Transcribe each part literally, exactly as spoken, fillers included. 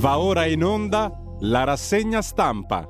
Va ora in onda la rassegna stampa.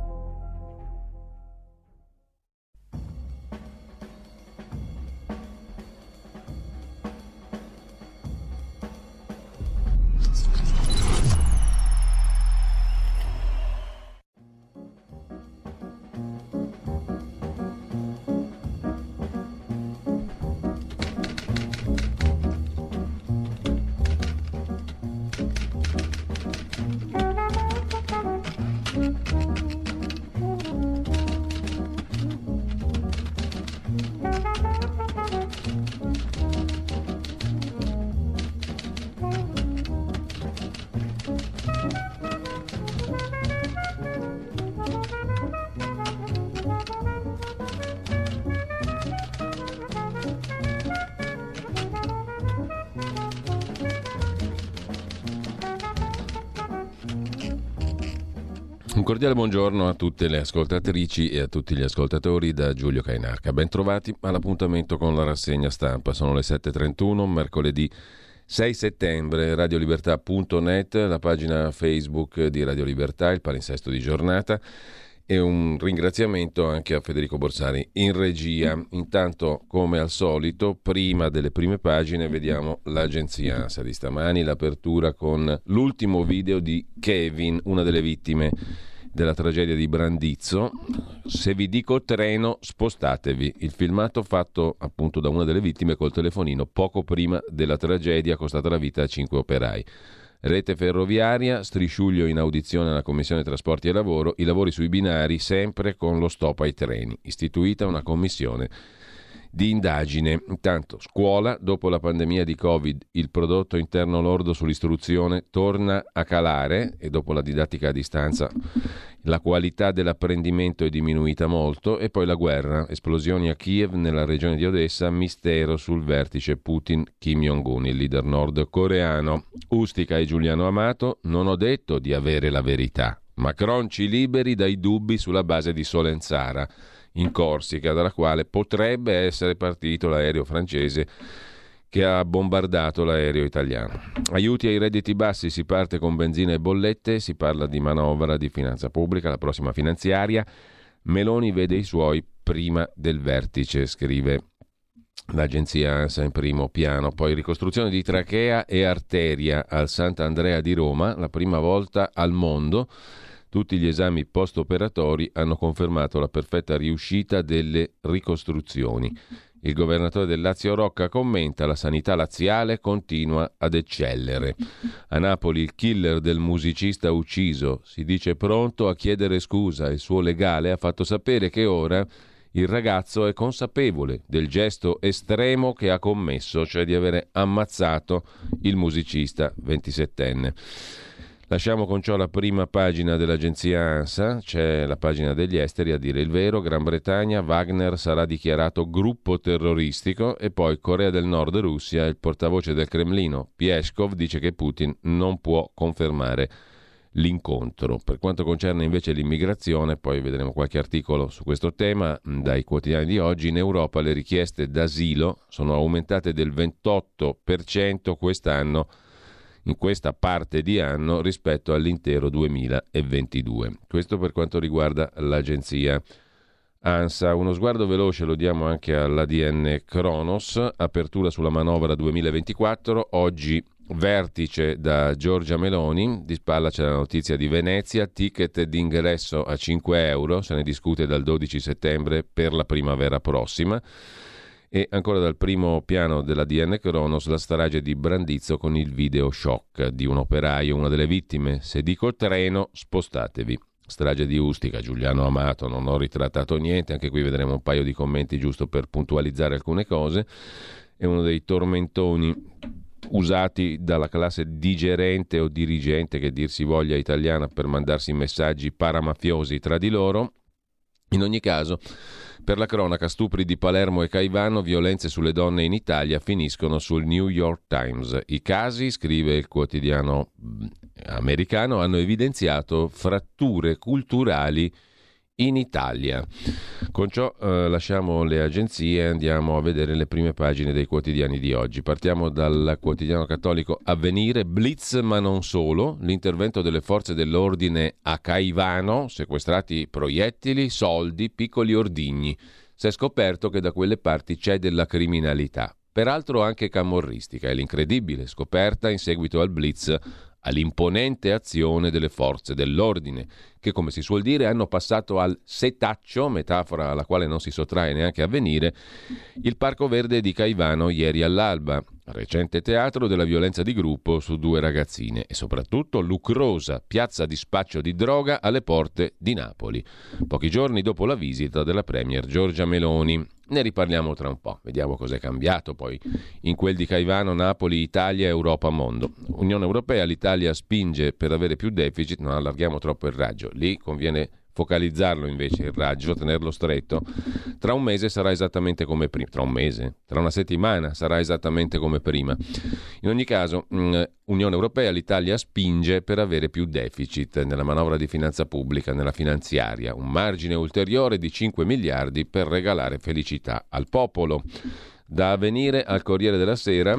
Un cordiale buongiorno a tutte le ascoltatrici e a tutti gli ascoltatori da Giulio Cainarca. Ben trovati all'appuntamento con la rassegna stampa. Sono le sette e trentuno, mercoledì sei settembre, radiolibertà punto net, la pagina Facebook di Radio Libertà, il palinsesto di giornata, e un ringraziamento anche a Federico Borsari in regia. Intanto, come al solito, prima delle prime pagine vediamo l'agenzia ANSA di stamani, l'apertura con l'ultimo video di Kevin, una delle vittime della tragedia di Brandizzo. Se vi dico treno, spostatevi. Il filmato fatto appunto da una delle vittime col telefonino poco prima della tragedia ha costato la vita a cinque operai. Rete ferroviaria, Strisciuglio in audizione alla Commissione Trasporti e Lavoro, i lavori sui binari sempre con lo stop ai treni. Istituita una commissione di indagine. Intanto, scuola, dopo la pandemia di Covid, il prodotto interno lordo sull'istruzione torna a calare e dopo la didattica a distanza la qualità dell'apprendimento è diminuita molto. E poi la guerra, esplosioni a Kiev nella regione di Odessa, mistero sul vertice Putin-Kim Jong-un, il leader nordcoreano. Ustica e Giuliano Amato, non ho detto di avere la verità. Macron ci liberi dai dubbi sulla base di Solenzara in Corsica, dalla quale potrebbe essere partito l'aereo francese che ha bombardato l'aereo italiano. Aiuti ai redditi bassi, si parte con benzina e bollette, si parla di manovra di finanza pubblica, la prossima finanziaria. Meloni vede i suoi prima del vertice, scrive l'agenzia ANSA in primo piano. Poi ricostruzione di trachea e arteria al Sant'Andrea di Roma, la prima volta al mondo. Tutti gli esami post-operatori hanno confermato la perfetta riuscita delle ricostruzioni. Il governatore del Lazio Rocca commenta: la sanità laziale continua ad eccellere. A Napoli il killer del musicista ucciso si dice pronto a chiedere scusa. Il suo legale ha fatto sapere che ora il ragazzo è consapevole del gesto estremo che ha commesso, cioè di avere ammazzato il musicista ventisettenne. Lasciamo con ciò la prima pagina dell'agenzia ANSA, c'è la pagina degli esteri. A dire il vero, Gran Bretagna, Wagner sarà dichiarato gruppo terroristico, e poi Corea del Nord e Russia. Il portavoce del Cremlino, Peskov, dice che Putin non può confermare l'incontro. Per quanto concerne invece l'immigrazione, poi vedremo qualche articolo su questo tema dai quotidiani di oggi. In Europa le richieste d'asilo sono aumentate del ventotto per cento quest'anno, in questa parte di anno, rispetto all'intero duemilaventidue. Questo per quanto riguarda l'agenzia ANSA. Uno sguardo veloce lo diamo anche all'A D N Kronos, apertura sulla manovra duemilaventiquattro, oggi vertice da Giorgia Meloni, di spalla c'è la notizia di Venezia, ticket d'ingresso a cinque euro, se ne discute dal dodici settembre per la primavera prossima. E ancora dal primo piano dell'A D N Kronos, la strage di Brandizzo con il video shock di un operaio, una delle vittime. Se dico treno, spostatevi. Strage di Ustica, Giuliano Amato, non ho ritrattato niente, anche qui vedremo un paio di commenti giusto per puntualizzare alcune cose. È uno dei tormentoni usati dalla classe digerente o dirigente, che dir si voglia, italiana, per mandarsi messaggi paramafiosi tra di loro. In ogni caso, per la cronaca, stupri di Palermo e Caivano, violenze sulle donne in Italia finiscono sul New York Times. I casi, scrive il quotidiano americano, hanno evidenziato fratture culturali in Italia. Con ciò eh, lasciamo le agenzie e andiamo a vedere le prime pagine dei quotidiani di oggi. Partiamo dal quotidiano cattolico Avvenire. Blitz ma non solo, l'intervento delle forze dell'ordine a Caivano, sequestrati proiettili, soldi, piccoli ordigni. Si è scoperto che da quelle parti c'è della criminalità, peraltro anche camorristica, e l'incredibile scoperta in seguito al blitz all'imponente azione delle forze dell'ordine, che, come si suol dire, hanno passato al setaccio, metafora alla quale non si sottrae neanche Avvenire, il Parco Verde di Caivano ieri all'alba, recente teatro della violenza di gruppo su due ragazzine, e soprattutto lucrosa piazza di spaccio di droga alle porte di Napoli, pochi giorni dopo la visita della premier Giorgia Meloni. Ne riparliamo tra un po', vediamo cos'è cambiato poi in quel di Caivano, Napoli, Italia, Europa, mondo. Unione Europea, l'Italia spinge per avere più deficit, non allarghiamo troppo il raggio, lì conviene focalizzarlo invece il raggio, tenerlo stretto. Tra un mese sarà esattamente come prima, tra un mese, tra una settimana sarà esattamente come prima. In ogni caso, mh, Unione Europea, l'Italia spinge per avere più deficit nella manovra di finanza pubblica, nella finanziaria, un margine ulteriore di cinque miliardi per regalare felicità al popolo. Da Avvenire al Corriere della Sera,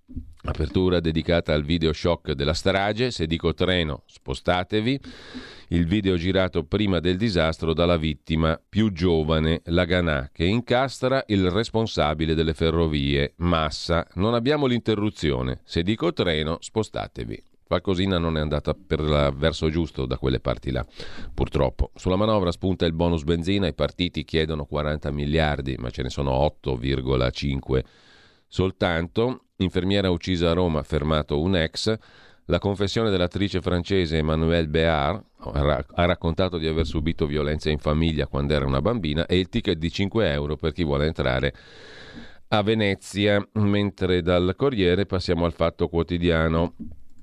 apertura dedicata al video shock della strage, se dico treno spostatevi, il video girato prima del disastro dalla vittima più giovane, la Ganà, che incastra il responsabile delle ferrovie, Massa. Non abbiamo l'interruzione, se dico treno spostatevi. Qualcosina non è andata per il verso giusto da quelle parti là, purtroppo. Sulla manovra spunta il bonus benzina, i partiti chiedono quaranta miliardi, ma ce ne sono otto virgola cinque soltanto. Infermiera uccisa a Roma, fermato un ex. La confessione dell'attrice francese Emmanuelle Béard, ha raccontato di aver subito violenza in famiglia quando era una bambina, e il ticket di cinque euro per chi vuole entrare a Venezia. Mentre dal Corriere passiamo al Fatto Quotidiano.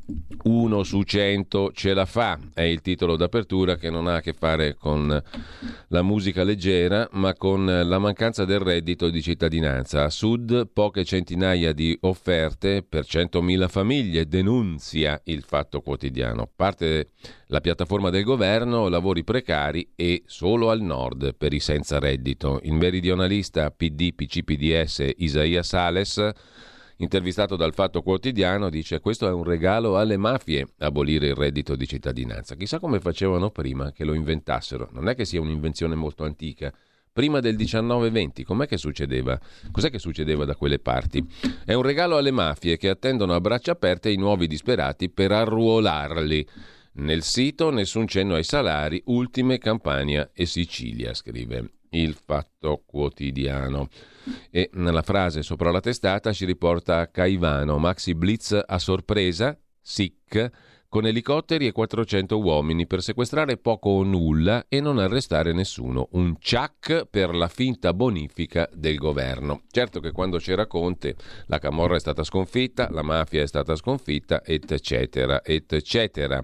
Uno su cento ce la fa, è il titolo d'apertura, che non ha a che fare con la musica leggera, ma con la mancanza del reddito di cittadinanza. A Sud poche centinaia di offerte per centomila famiglie, denunzia il Fatto Quotidiano. Parte la piattaforma del governo, lavori precari e solo al nord per i senza reddito. Il meridionalista P D P C P D S Isaia Sales, intervistato dal Fatto Quotidiano, dice: questo è un regalo alle mafie, abolire il reddito di cittadinanza. Chissà come facevano prima che lo inventassero. Non è che sia un'invenzione molto antica. Prima del diciannove venti, com'è che succedeva? Cos'è che succedeva da quelle parti? È un regalo alle mafie che attendono a braccia aperte i nuovi disperati per arruolarli. Nel sito nessun cenno ai salari, ultime Campania e Sicilia, scrive il Fatto Quotidiano. E nella frase sopra la testata ci riporta a Caivano, maxi blitz a sorpresa, S I C, con elicotteri e quattrocento uomini per sequestrare poco o nulla e non arrestare nessuno. Un ciak per la finta bonifica del governo. Certo che quando c'era Conte la camorra è stata sconfitta, la mafia è stata sconfitta, eccetera, eccetera.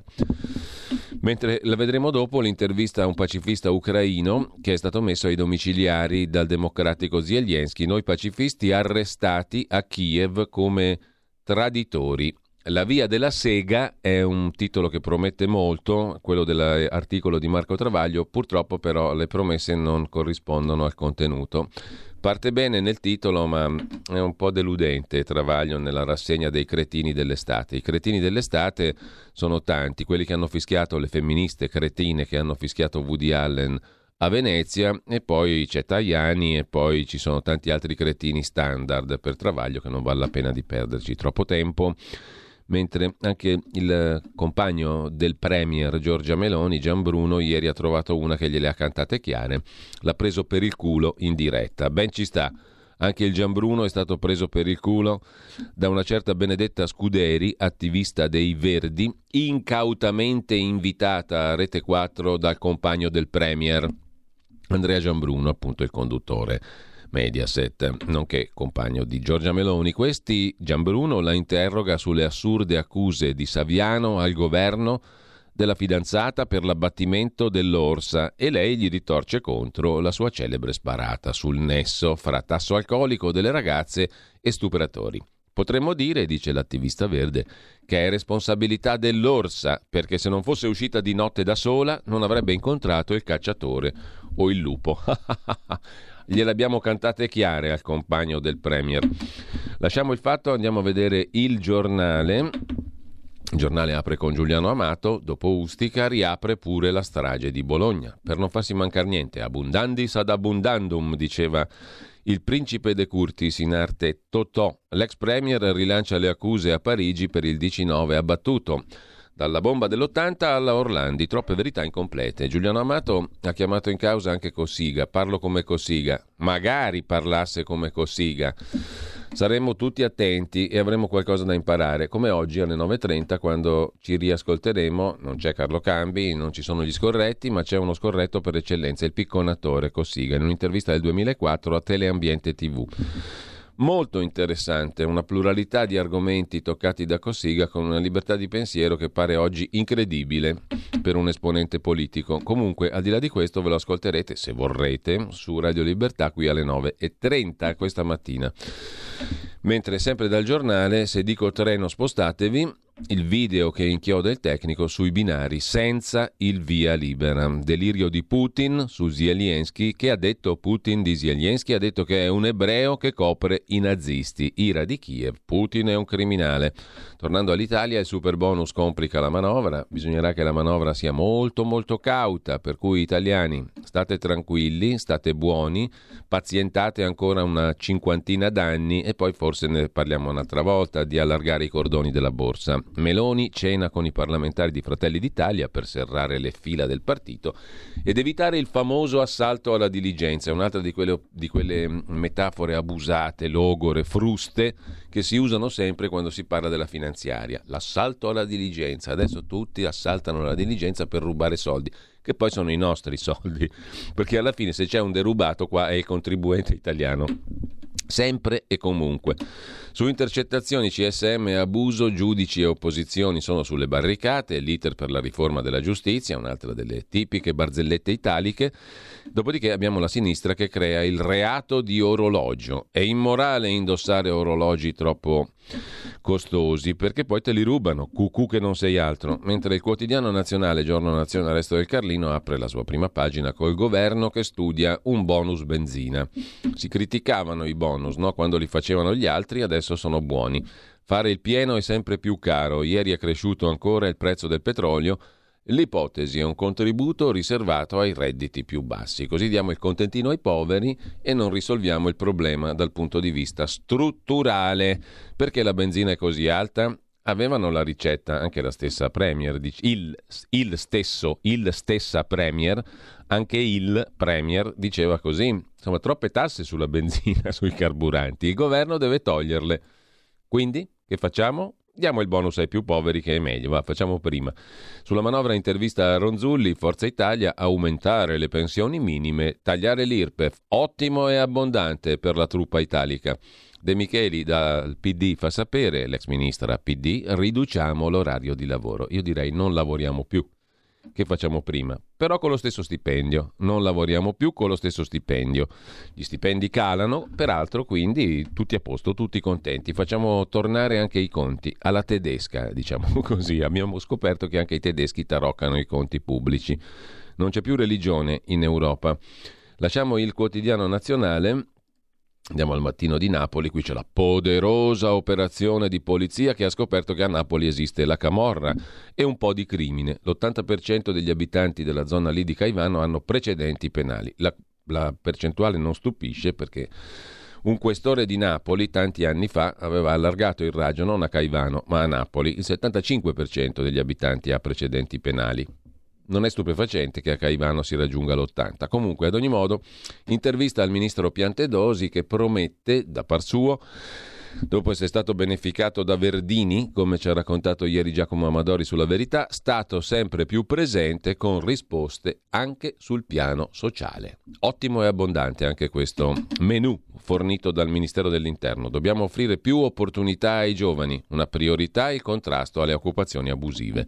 Mentre la vedremo dopo l'intervista a un pacifista ucraino che è stato messo ai domiciliari dal democratico Zelensky. Noi pacifisti arrestati a Kiev come traditori. La via della sega è un titolo che promette molto, quello dell'articolo di Marco Travaglio. Purtroppo però le promesse non corrispondono al contenuto. Parte bene nel titolo, ma è un po' deludente Travaglio nella rassegna dei cretini dell'estate. I cretini dell'estate sono tanti, quelli che hanno fischiato le femministe cretine che hanno fischiato Woody Allen a Venezia, e poi c'è Tajani, e poi ci sono tanti altri cretini standard per Travaglio che non vale la pena di perderci troppo tempo. Mentre anche il compagno del premier Giorgia Meloni, Gianbruno, ieri ha trovato una che gliele ha cantate chiare, l'ha preso per il culo in diretta. Ben ci sta, anche il Gianbruno è stato preso per il culo da una certa Benedetta Scuderi, attivista dei Verdi, incautamente invitata a Rete quattro dal compagno del premier, Andrea Gianbruno, appunto il conduttore Mediaset, nonché compagno di Giorgia Meloni. Questi Gianbruno la interroga sulle assurde accuse di Saviano al governo della fidanzata per l'abbattimento dell'Orsa, e lei gli ritorce contro la sua celebre sparata sul nesso fra tasso alcolico delle ragazze e stupratori. Potremmo dire, dice l'attivista verde, che è responsabilità dell'orsa, perché se non fosse uscita di notte da sola non avrebbe incontrato il cacciatore o il lupo. Gliele abbiamo cantate chiare al compagno del Premier. Lasciamo il fatto, andiamo a vedere Il Giornale. Il Giornale apre con Giuliano Amato, dopo Ustica riapre pure la strage di Bologna. Per non farsi mancare niente, abundandis ad abundandum, diceva il principe De Curtis, in arte Totò. L'ex premier rilancia le accuse a Parigi per il diciannove abbattuto. Dalla bomba dell'ottanta alla Orlandi, troppe verità incomplete. Giuliano Amato ha chiamato in causa anche Cossiga. Parlo come Cossiga. Magari parlasse come Cossiga. Saremmo tutti attenti e avremo qualcosa da imparare, come oggi alle nove e trenta quando ci riascolteremo. Non c'è Carlo Cambi, non ci sono gli scorretti, ma c'è uno scorretto per eccellenza, il picconatore Cossiga, in un'intervista del duemilaquattro a Teleambiente tivù. Molto interessante, una pluralità di argomenti toccati da Cossiga con una libertà di pensiero che pare oggi incredibile per un esponente politico. Comunque, al di là di questo, ve lo ascolterete, se vorrete, su Radio Libertà qui alle nove e trenta questa mattina. Mentre sempre dal giornale, se dico treno spostatevi, il video che inchioda il tecnico sui binari senza il via libera. Delirio di Putin su Zelensky, che ha detto Putin di Zelensky, ha detto che è un ebreo che copre i nazisti. Ira di Kiev, Putin è un criminale. Tornando all'Italia, il super bonus complica la manovra, bisognerà che la manovra sia molto molto cauta, per cui italiani state tranquilli, state buoni, pazientate ancora una cinquantina d'anni e poi forse ne parliamo un'altra volta di allargare i cordoni della borsa. Meloni cena con i parlamentari di Fratelli d'Italia per serrare le fila del partito ed evitare il famoso assalto alla diligenza, un'altra di quelle, di quelle metafore abusate, logore, fruste che si usano sempre quando si parla della finanziaria. L'assalto alla diligenza, adesso tutti assaltano la diligenza per rubare soldi, che poi sono i nostri soldi, perché alla fine se c'è un derubato qua è il contribuente italiano. Sempre e comunque. Su intercettazioni, C S M e abuso, giudici e opposizioni sono sulle barricate, l'iter per la riforma della giustizia, un'altra delle tipiche barzellette italiche. Dopodiché abbiamo la sinistra che crea il reato di orologio. È immorale indossare orologi troppo costosi perché poi te li rubano, cucù che non sei altro. Mentre il quotidiano nazionale, Giorno Nazione, Resto del Carlino, apre la sua prima pagina col governo che studia un bonus benzina. Si criticavano i bonus, no? Quando li facevano gli altri, adesso sono buoni. Fare il pieno è sempre più caro, ieri è cresciuto ancora il prezzo del petrolio. L'ipotesi è un contributo riservato ai redditi più bassi, così diamo il contentino ai poveri e non risolviamo il problema dal punto di vista strutturale. Perché la benzina è così alta? Avevano la ricetta, anche la stessa Premier, il, il stesso, il stessa Premier, anche il Premier diceva così, insomma troppe tasse sulla benzina, sui carburanti, il governo deve toglierle. Quindi che facciamo? Diamo il bonus ai più poveri che è meglio, va, facciamo prima. Sulla manovra intervista a Ronzulli, Forza Italia, aumentare le pensioni minime, tagliare l'I R P E F, ottimo e abbondante per la truppa italica. De Micheli dal P D fa sapere, l'ex ministra P D, riduciamo l'orario di lavoro. Io direi non lavoriamo più. Che facciamo prima? Però con lo stesso stipendio. Non lavoriamo più con lo stesso stipendio. Gli stipendi calano, peraltro, quindi tutti a posto, tutti contenti. Facciamo tornare anche i conti alla tedesca, diciamo così. Abbiamo scoperto che anche i tedeschi taroccano i conti pubblici. Non c'è più religione in Europa. Lasciamo il quotidiano nazionale. Andiamo al Mattino di Napoli, qui c'è la poderosa operazione di polizia che ha scoperto che a Napoli esiste la camorra e un po' di crimine. L'ottanta per cento degli abitanti della zona lì di Caivano hanno precedenti penali. La, la percentuale non stupisce perché un questore di Napoli tanti anni fa aveva allargato il raggio non a Caivano ma a Napoli. Il settantacinque per cento degli abitanti ha precedenti penali. Non è stupefacente che a Caivano si raggiunga l'ottanta. Comunque, ad ogni modo, intervista al ministro Piantedosi che promette, da par suo, dopo essere stato beneficato da Verdini, come ci ha raccontato ieri Giacomo Amadori sulla Verità, stato sempre più presente con risposte anche sul piano sociale. Ottimo e abbondante anche questo menù fornito dal Ministero dell'Interno. Dobbiamo offrire più opportunità ai giovani, una priorità il contrasto alle occupazioni abusive.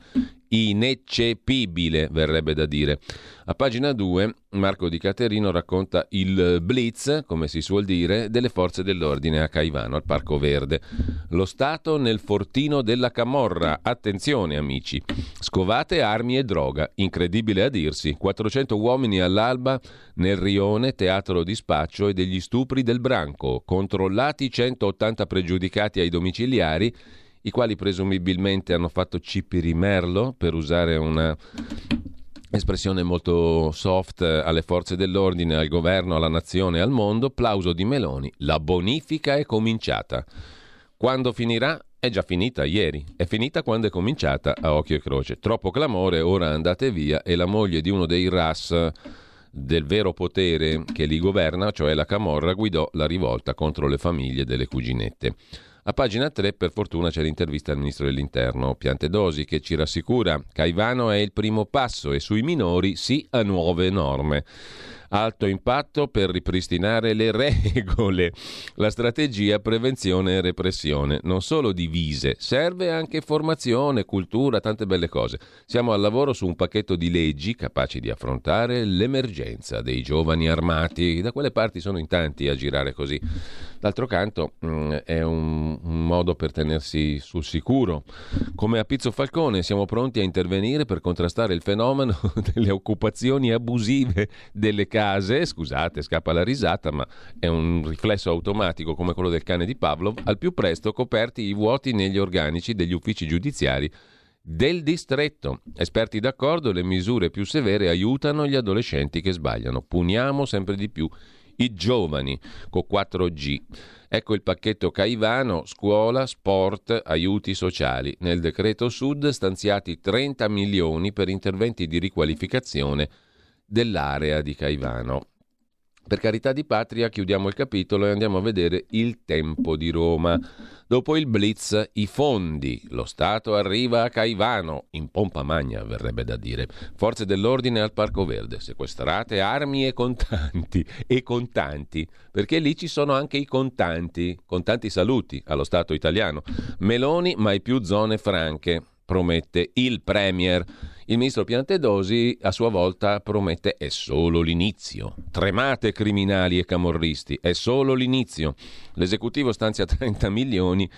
Ineccepibile, verrebbe da dire. A pagina due Marco Di Caterino racconta il blitz, come si suol dire, delle forze dell'ordine a Caivano, al Parco Verde. Lo Stato nel fortino della camorra. Attenzione amici, scovate armi e droga. Incredibile a dirsi. quattrocento uomini all'alba nel rione, teatro di spaccio e degli stupri del branco. Controllati centottanta pregiudicati ai domiciliari, i quali presumibilmente hanno fatto cipirimerlo, per usare una espressione molto soft, alle forze dell'ordine, al governo, alla nazione e al mondo. Plauso di Meloni. La bonifica è cominciata. Quando finirà? È già finita ieri. È finita quando è cominciata, a occhio e croce. Troppo clamore, ora andate via. E la moglie di uno dei R A S del vero potere che li governa, cioè la camorra, guidò la rivolta contro le famiglie delle cuginette. A pagina tre, per fortuna, c'è l'intervista al ministro dell'Interno Piantedosi, che ci rassicura: Caivano è il primo passo e sui minori sì a nuove norme. Alto impatto per ripristinare le regole. La strategia prevenzione e repressione. Non solo divise, serve anche formazione, cultura, tante belle cose. Siamo al lavoro su un pacchetto di leggi capaci di affrontare l'emergenza dei giovani armati. Da quelle parti sono in tanti a girare così. D'altro canto mh, è un, un modo per tenersi sul sicuro. Come a Pizzo Falcone siamo pronti a intervenire per contrastare il fenomeno delle occupazioni abusive delle case. Scusate, scappa la risata, ma è un riflesso automatico come quello del cane di Pavlov. Al più presto coperti i vuoti negli organici degli uffici giudiziari del distretto. Esperti d'accordo, le misure più severe aiutano gli adolescenti che sbagliano. Puniamo sempre di più i giovani con quattro G. Ecco il pacchetto Caivano: scuola, sport, aiuti sociali. Nel decreto Sud stanziati trenta milioni per interventi di riqualificazione dell'area di Caivano. Per carità di patria chiudiamo il capitolo e andiamo a vedere Il Tempo di Roma. Dopo il blitz, i fondi. Lo Stato arriva a Caivano, in pompa magna verrebbe da dire. Forze dell'ordine al Parco Verde, sequestrate armi e contanti. E contanti, perché lì ci sono anche i contanti. Contanti saluti allo Stato italiano. Meloni, mai più zone franche, promette il Premier. Il ministro Piantedosi a sua volta promette: è solo l'inizio. Tremate criminali e camorristi, è solo l'inizio. L'esecutivo stanzia trenta milioni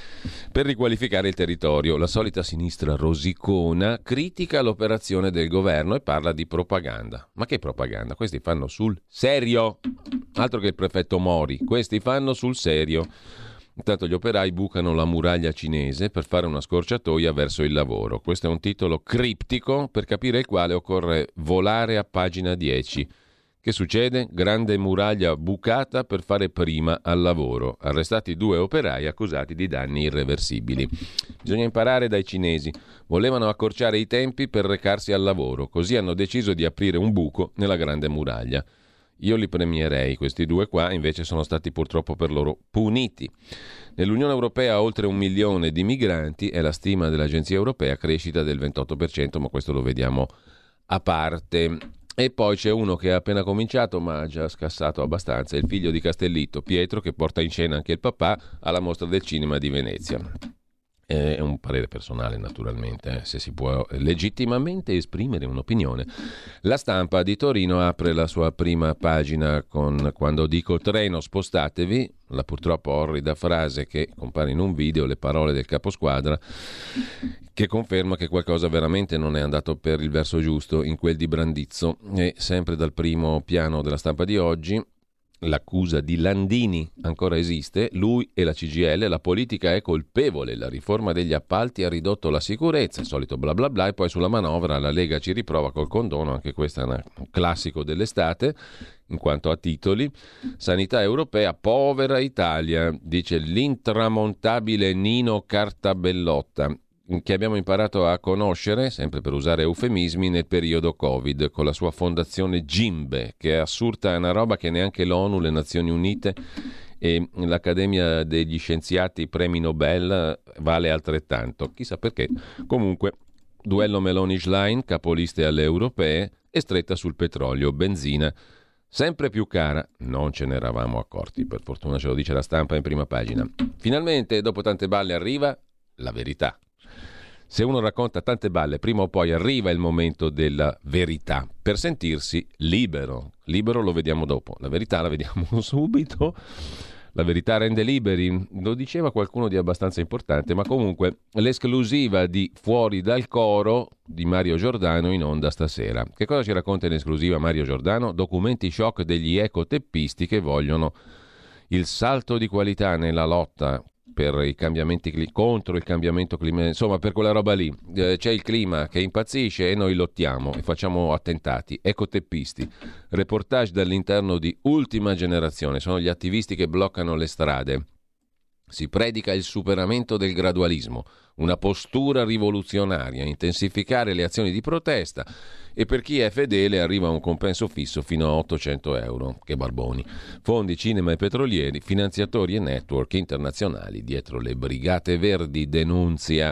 per riqualificare il territorio. La solita sinistra rosicona critica l'operazione del governo e parla di propaganda. Ma che propaganda? Questi fanno sul serio. Altro che il prefetto Mori, questi fanno sul serio. Intanto gli operai bucano la muraglia cinese per fare una scorciatoia verso il lavoro. Questo è un titolo criptico per capire il quale occorre volare a pagina dieci. Che succede? Grande muraglia bucata per fare prima al lavoro. Arrestati due operai accusati di danni irreversibili. Bisogna imparare dai cinesi. Volevano accorciare i tempi per recarsi al lavoro, così hanno deciso di aprire un buco nella grande muraglia. Io li premierei, questi due qua, invece sono stati purtroppo per loro puniti. Nell'Unione Europea oltre un milione di migranti, è la stima dell'Agenzia Europea, crescita del ventotto per cento, ma questo lo vediamo a parte. E poi c'è uno che ha appena cominciato, ma ha già scassato abbastanza, il figlio di Castellitto, Pietro, che porta in scena anche il papà alla Mostra del Cinema di Venezia. È un parere personale, naturalmente, eh, se si può legittimamente esprimere un'opinione. La Stampa di Torino apre la sua prima pagina con: quando dico treno spostatevi, la purtroppo orrida frase che compare in un video, le parole del caposquadra, che conferma che qualcosa veramente non è andato per il verso giusto in quel di Brandizzo. E sempre dal primo piano della Stampa di oggi, l'accusa di Landini ancora esiste, lui e la C G I L, la politica è colpevole, la riforma degli appalti ha ridotto la sicurezza, il solito bla bla bla, e poi sulla manovra la Lega ci riprova col condono, anche questo è un classico dell'estate in quanto a titoli. Sanità europea, povera Italia, dice l'intramontabile Nino Cartabellotta, che abbiamo imparato a conoscere, sempre per usare eufemismi, nel periodo Covid, con la sua fondazione Gimbe, che è assurda, è una roba che neanche l'ONU, le Nazioni Unite e l'Accademia degli Scienziati Premi Nobel vale altrettanto. Chissà perché. Comunque, duello Meloni-Schlein, capoliste alle europee, e stretta sul petrolio, benzina sempre più cara, non ce ne eravamo accorti, per fortuna ce lo dice la Stampa in prima pagina. Finalmente, dopo tante balle, arriva la verità. Se uno racconta tante balle, prima o poi arriva il momento della verità, per sentirsi libero. Libero lo vediamo dopo, la verità la vediamo subito. La verità rende liberi, lo diceva qualcuno di abbastanza importante, ma comunque l'esclusiva di Fuori dal coro di Mario Giordano in onda stasera. Che cosa ci racconta in esclusiva Mario Giordano? Documenti shock degli ecoteppisti che vogliono il salto di qualità nella lotta per i cambiamenti cli- contro il cambiamento climatico, insomma per quella roba lì. Eh, c'è il clima che impazzisce e noi lottiamo e facciamo attentati. Ecoteppisti. Reportage dall'interno di Ultima Generazione, sono gli attivisti che bloccano le strade. Si predica il superamento del gradualismo, una postura rivoluzionaria, intensificare le azioni di protesta e per chi è fedele arriva un compenso fisso fino a ottocento euro. Che barboni. Fondi, cinema e petrolieri, finanziatori e network internazionali dietro le Brigate Verdi, denunzia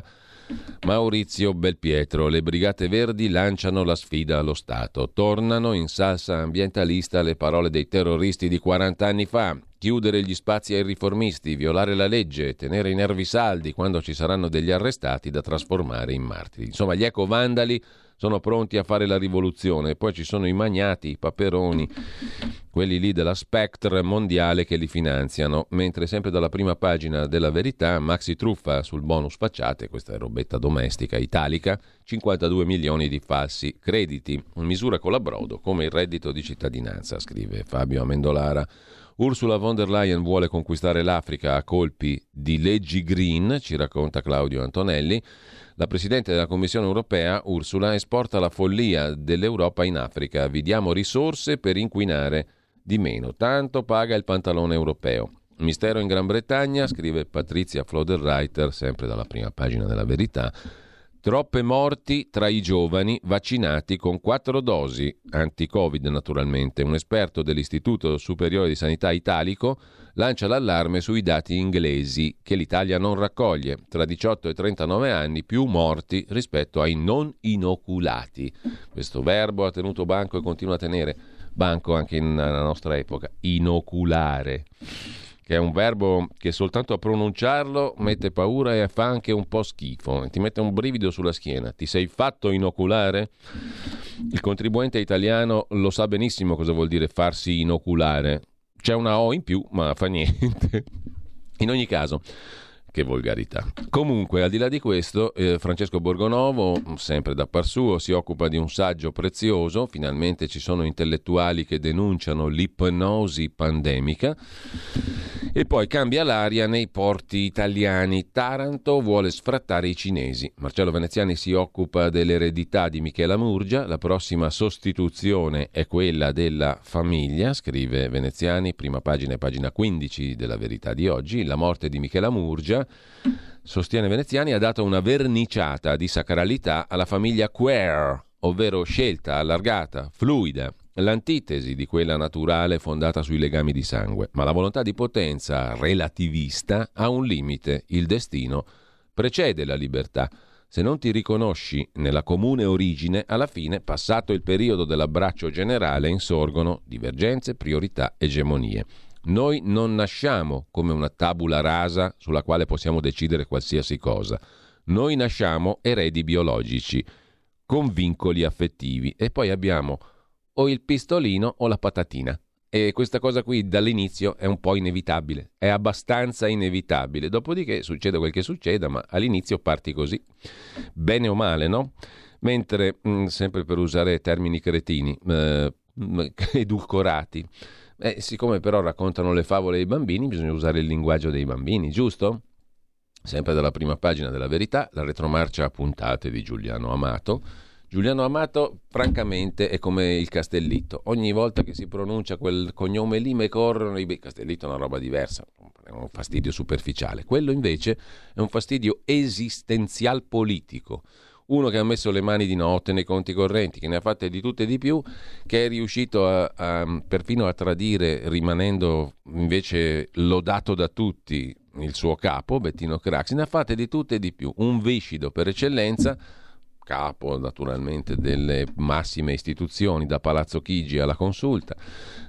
Maurizio Belpietro. Le Brigate Verdi lanciano la sfida allo Stato. Tornano in salsa ambientalista le parole dei terroristi di quaranta anni fa. Chiudere gli spazi ai riformisti, violare la legge, tenere i nervi saldi quando ci saranno degli arrestati da trasformare in martiri. Insomma, gli ecovandali sono pronti a fare la rivoluzione. Poi ci sono i magnati, i paperoni, quelli lì della Spectre mondiale che li finanziano. Mentre sempre dalla prima pagina della Verità, maxi truffa sul bonus facciate, questa è robetta domestica italica, cinquantadue milioni di falsi crediti, misura colabrodo come il reddito di cittadinanza, scrive Fabio Amendolara. Ursula von der Leyen vuole conquistare l'Africa a colpi di leggi green, ci racconta Claudio Antonelli. La Presidente della Commissione europea, Ursula, esporta la follia dell'Europa in Africa. Vi diamo risorse per inquinare di meno. Tanto paga il pantalone europeo. Mistero in Gran Bretagna, scrive Patrizia Floderreiter, sempre dalla prima pagina della Verità. Troppe morti tra i giovani vaccinati con quattro dosi, anti-Covid naturalmente. Un esperto dell'Istituto Superiore di Sanità Italico lancia l'allarme sui dati inglesi che l'Italia non raccoglie. Tra diciotto e trentanove anni più morti rispetto ai non inoculati. Questo verbo ha tenuto banco e continua a tenere banco anche nella nostra epoca. Inoculare. Che è un verbo che soltanto a pronunciarlo mette paura e fa anche un po' schifo, ti mette un brivido sulla schiena. Ti sei fatto inoculare? Il contribuente italiano lo sa benissimo cosa vuol dire farsi inoculare. C'è una O in più, ma fa niente. In ogni caso, che volgarità. Comunque, al di là di questo, eh, Francesco Borgonovo, sempre da par suo, si occupa di un saggio prezioso. Finalmente ci sono intellettuali che denunciano l'ipnosi pandemica. E poi cambia l'aria nei porti italiani. Taranto vuole sfrattare i cinesi. Marcello Veneziani si occupa dell'eredità di Michela Murgia. La prossima sostituzione è quella della famiglia, scrive Veneziani, prima pagina e pagina quindici della Verità di oggi. La morte di Michela Murgia, sostiene Veneziani, ha dato una verniciata di sacralità alla famiglia queer, ovvero scelta, allargata, fluida, l'antitesi di quella naturale fondata sui legami di sangue. Ma la volontà di potenza relativista ha un limite: il destino precede la libertà. Se non ti riconosci nella comune origine, alla fine, passato il periodo dell'abbraccio generale, insorgono divergenze, priorità, egemonie. Noi non nasciamo come una tabula rasa sulla quale possiamo decidere qualsiasi cosa. Noi nasciamo eredi biologici, con vincoli affettivi, e poi abbiamo o il pistolino o la patatina. E questa cosa qui dall'inizio è un po' inevitabile, è abbastanza inevitabile. Dopodiché succede quel che succeda, ma all'inizio parti così, bene o male, no? Mentre, mh, sempre per usare termini cretini, eh, edulcorati, Eh, siccome però raccontano le favole dei bambini, bisogna usare il linguaggio dei bambini, giusto? Sempre dalla prima pagina della Verità, la retromarcia a puntate di Giuliano Amato. Giuliano Amato, francamente, è come il Castellitto. Ogni volta che si pronuncia quel cognome lì, me corrono i... Beh, Castellitto è una roba diversa, è un fastidio superficiale. Quello invece è un fastidio esistenzial politico. Uno che ha messo le mani di notte nei conti correnti, che ne ha fatte di tutte e di più, che è riuscito a, a, perfino a tradire, rimanendo invece lodato da tutti, il suo capo, Bettino Craxi, ne ha fatte di tutte e di più. Un viscido per eccellenza, capo naturalmente delle massime istituzioni, da Palazzo Chigi alla Consulta,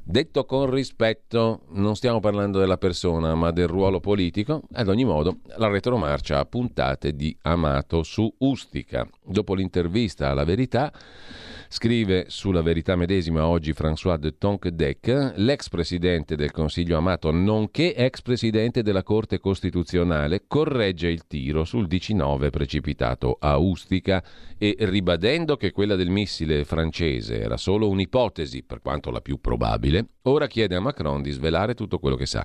Detto con rispetto, non stiamo parlando della persona ma del ruolo politico. Ad ogni modo, la retromarcia a puntate di Amato su Ustica. Dopo l'intervista alla Verità, scrive sulla Verità medesima oggi François de Tonquédec, l'ex presidente del Consiglio Amato, nonché ex presidente della Corte Costituzionale, corregge il tiro sul diciannove precipitato a Ustica e, ribadendo che quella del missile francese era solo un'ipotesi, per quanto la più probabile, ora chiede a Macron di svelare tutto quello che sa.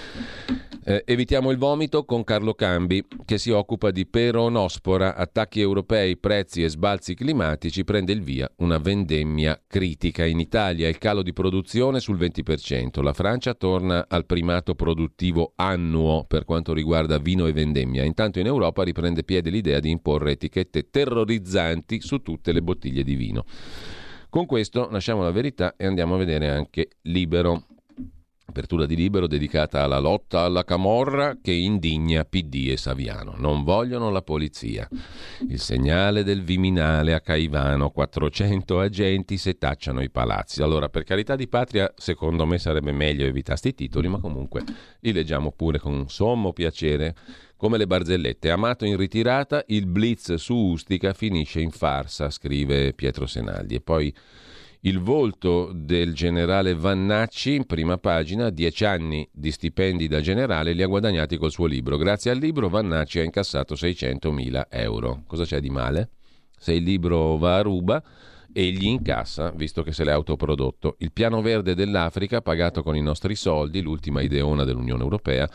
Eh, evitiamo il vomito con Carlo Cambi, che si occupa di peronospora, attacchi europei, prezzi e sbalzi climatici. Prende il via una vendemmia critica. In Italia il calo di produzione sul venti per cento. La Francia torna al primato produttivo annuo per quanto riguarda vino e vendemmia. Intanto in Europa riprende piede l'idea di imporre etichette terrorizzanti su tutte le bottiglie di vino. Con questo lasciamo la Verità e andiamo a vedere anche Libero. Apertura di Libero dedicata alla lotta alla camorra che indigna P D e Saviano. Non vogliono la polizia. Il segnale del Viminale a Caivano, quattrocento agenti setacciano i palazzi. Allora, per carità di patria, secondo me sarebbe meglio evitare sti titoli, ma comunque li leggiamo pure con sommo piacere, come le barzellette. Amato in ritirata, il blitz su Ustica finisce in farsa, scrive Pietro Senaldi. E poi il volto del generale Vannacci, in prima pagina, dieci anni di stipendi da generale li ha guadagnati col suo libro. Grazie al libro Vannacci ha incassato seicentomila euro. Cosa c'è di male? Se il libro va a ruba, egli incassa, visto che se l'è autoprodotto. Il piano verde dell'Africa, pagato con i nostri soldi, l'ultima ideona dell'Unione Europea.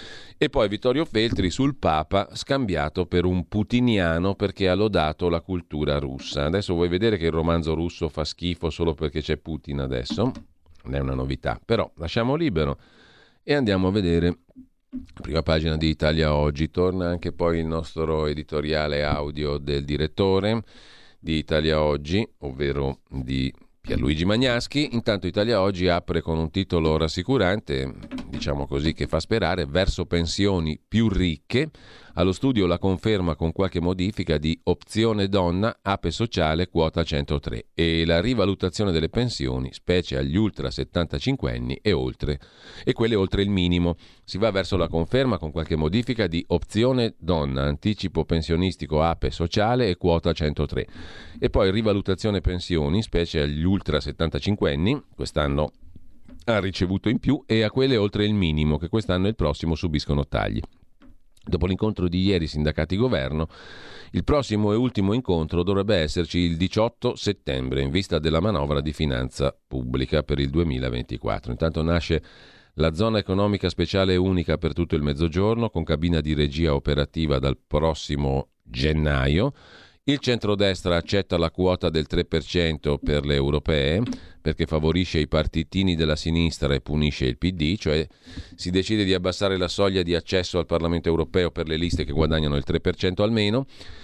E poi Vittorio Feltri sul Papa, scambiato per un putiniano perché ha lodato la cultura russa. Adesso vuoi vedere che il romanzo russo fa schifo solo perché c'è Putin adesso? Non è una novità, però lasciamo Libero e andiamo a vedere prima pagina di Italia Oggi. Torna anche poi il nostro editoriale audio del direttore di Italia Oggi, ovvero di Pierluigi Magnaschi. Intanto Italia Oggi apre con un titolo rassicurante, diciamo così, che fa sperare: verso pensioni più ricche. Allo studio la conferma con qualche modifica di opzione donna, ape sociale quota centotré e la rivalutazione delle pensioni, specie agli ultra settantacinquenni e oltre e quelle oltre il minimo. Si va verso la conferma con qualche modifica di opzione donna, anticipo pensionistico ape sociale e quota centotré e poi rivalutazione pensioni, specie agli ultra settantacinquenni, quest'anno ha ricevuto in più, e a quelle oltre il minimo che quest'anno e il prossimo subiscono tagli. Dopo l'incontro di ieri sindacati-governo, il prossimo e ultimo incontro dovrebbe esserci il diciotto settembre in vista della manovra di finanza pubblica per il duemilaventiquattro. Intanto nasce la zona economica speciale unica per tutto il Mezzogiorno con cabina di regia operativa dal prossimo gennaio. Il centrodestra accetta la quota del tre per cento per le europee perché favorisce i partitini della sinistra e punisce il P D, cioè si decide di abbassare la soglia di accesso al Parlamento europeo per le liste che guadagnano il tre per cento almeno,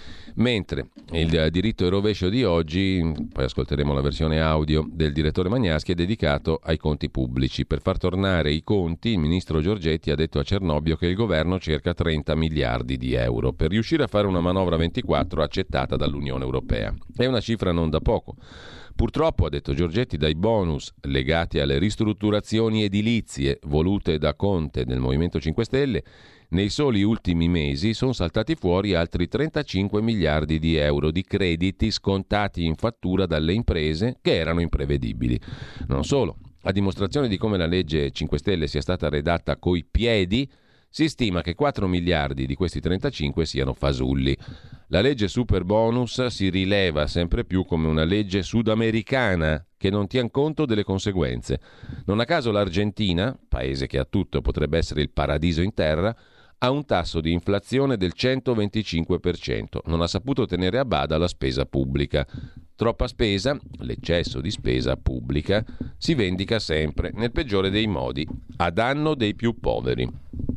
mentre il diritto e rovescio di oggi, poi ascolteremo la versione audio del direttore Magnaschi, è dedicato ai conti pubblici. Per far tornare i conti, il ministro Giorgetti ha detto a Cernobbio che il governo cerca trenta miliardi di euro per riuscire a fare una manovra ventiquattro accettata dall'Unione Europea. È una cifra non da poco. Purtroppo, ha detto Giorgetti, dai bonus legati alle ristrutturazioni edilizie volute da Conte del Movimento cinque Stelle, nei soli ultimi mesi sono saltati fuori altri trentacinque miliardi di euro di crediti scontati in fattura dalle imprese che erano imprevedibili. Non solo, a dimostrazione di come la legge cinque Stelle sia stata redatta coi piedi, si stima che quattro miliardi di questi trentacinque siano fasulli. La legge super bonus si rileva sempre più come una legge sudamericana che non tiene conto delle conseguenze. Non a caso l'Argentina, paese che ha tutto, potrebbe essere il paradiso in terra, ha un tasso di inflazione del centoventicinque per cento. Non ha saputo tenere a bada la spesa pubblica. Troppa spesa, l'eccesso di spesa pubblica, si vendica sempre, nel peggiore dei modi, a danno dei più poveri.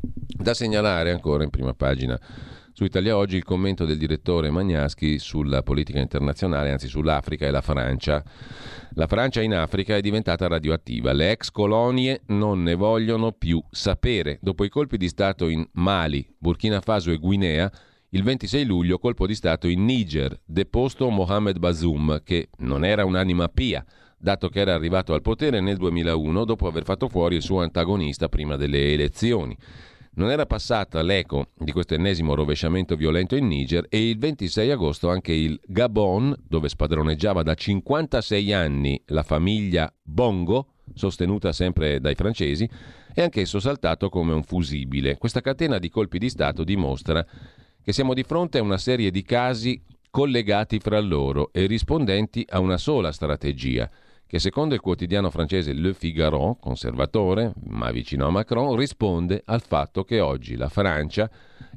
Da segnalare ancora in prima pagina su Italia Oggi il commento del direttore Magnaschi sulla politica internazionale, anzi sull'Africa e la Francia. La Francia in Africa è diventata radioattiva. Le ex colonie non ne vogliono più sapere. Dopo i colpi di Stato in Mali, Burkina Faso e Guinea, il ventisei luglio colpo di Stato in Niger, deposto Mohamed Bazoum, che non era un'anima pia. dato che era arrivato al potere nel duemilauno dopo aver fatto fuori il suo antagonista prima delle elezioni. Non era passata l'eco di questo ennesimo rovesciamento violento in Niger e il ventisei agosto anche il Gabon, dove spadroneggiava da cinquantasei anni la famiglia Bongo, sostenuta sempre dai francesi, è anch'esso saltato come un fusibile. Questa catena di colpi di Stato dimostra che siamo di fronte a una serie di casi collegati fra loro e rispondenti a una sola strategia, che secondo il quotidiano francese Le Figaro, conservatore, ma vicino a Macron, risponde al fatto che oggi la Francia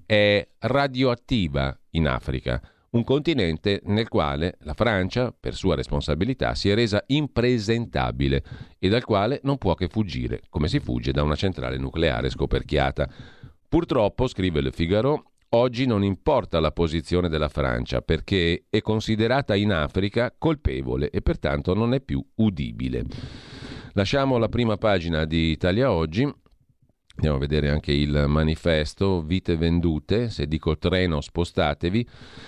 è radioattiva in Africa, un continente nel quale la Francia, per sua responsabilità, si è resa impresentabile e dal quale non può che fuggire, come si fugge da una centrale nucleare scoperchiata. Purtroppo, scrive Le Figaro, oggi non importa la posizione della Francia perché è considerata in Africa colpevole e pertanto non è più udibile. Lasciamo la prima pagina di Italia Oggi, andiamo a vedere anche il manifesto, vite vendute, se dico treno spostatevi.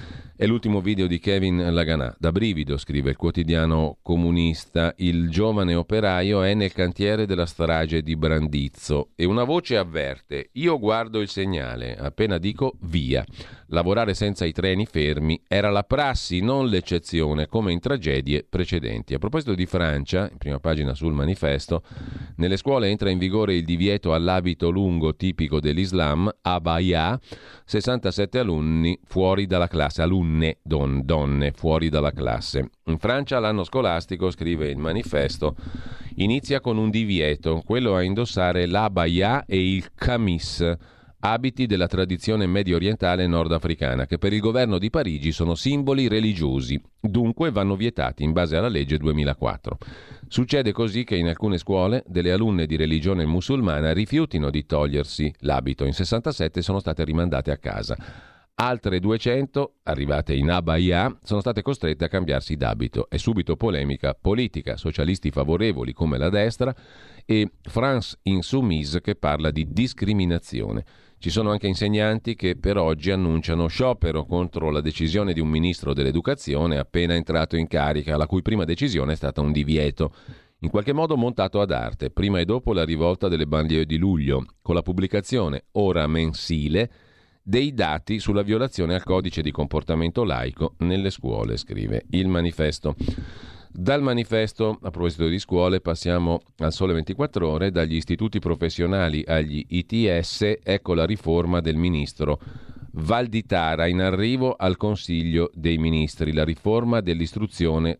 È l'ultimo video di Kevin Laganà. Da brivido, scrive il quotidiano comunista, il giovane operaio è nel cantiere della strage di Brandizzo e una voce avverte: io guardo il segnale, appena dico via. Lavorare senza i treni fermi era la prassi, non l'eccezione, come in tragedie precedenti. A proposito di Francia, in prima pagina sul manifesto, nelle scuole entra in vigore il divieto all'abito lungo tipico dell'Islam, abaya, sessantasette alunni fuori dalla classe, alunne, don, donne, fuori dalla classe. In Francia l'anno scolastico, scrive il manifesto, inizia con un divieto, quello a indossare l'abaya e il camis, abiti della tradizione medio orientale nordafricana, che per il governo di Parigi sono simboli religiosi, dunque vanno vietati in base alla legge duemilaquattro. Succede così che in alcune scuole delle alunne di religione musulmana rifiutino di togliersi l'abito, in sessantasette sono state rimandate a casa. Altre duecento, arrivate in abaya, sono state costrette a cambiarsi d'abito. È subito polemica politica, socialisti favorevoli come la destra e France Insoumise che parla di discriminazione. Ci sono anche insegnanti che per oggi annunciano sciopero contro la decisione di un ministro dell'educazione appena entrato in carica, la cui prima decisione è stata un divieto, in qualche modo montato ad arte, prima e dopo la rivolta delle banlieue di luglio, con la pubblicazione, ora mensile, dei dati sulla violazione al codice di comportamento laico nelle scuole, scrive il manifesto. Dal manifesto, a proposito di scuole, passiamo al Sole ventiquattro Ore, dagli istituti professionali agli I T S, ecco la riforma del ministro Valditara in arrivo al Consiglio dei Ministri, la riforma dell'istruzione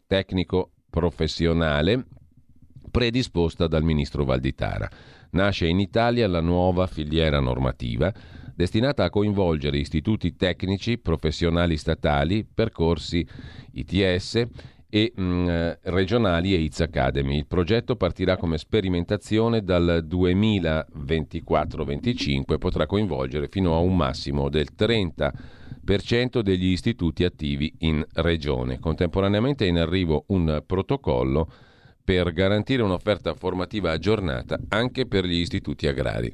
tecnico-professionale predisposta dal ministro Valditara. Nasce in Italia la nuova filiera normativa destinata a coinvolgere istituti tecnici, professionali statali, percorsi I T S e mh, regionali e I T S Academy. Il progetto partirà come sperimentazione dal duemilaventiquattro venticinque e potrà coinvolgere fino a un massimo del trenta per cento degli istituti attivi in regione. Contemporaneamente è in arrivo un protocollo per garantire un'offerta formativa aggiornata anche per gli istituti agrari.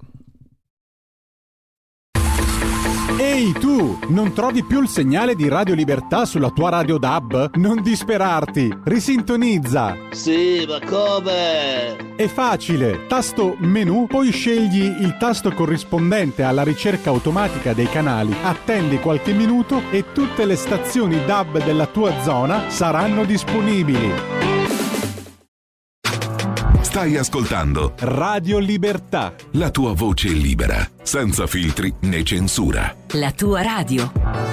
Ehi tu, non trovi più il segnale di Radio Libertà sulla tua radio D A B? Non disperarti, risintonizza! Sì, ma come? È facile, tasto menu, poi scegli il tasto corrispondente alla ricerca automatica dei canali, attendi qualche minuto e tutte le stazioni D A B della tua zona saranno disponibili. Stai ascoltando Radio Libertà, la tua voce libera, senza filtri né censura. La tua radio.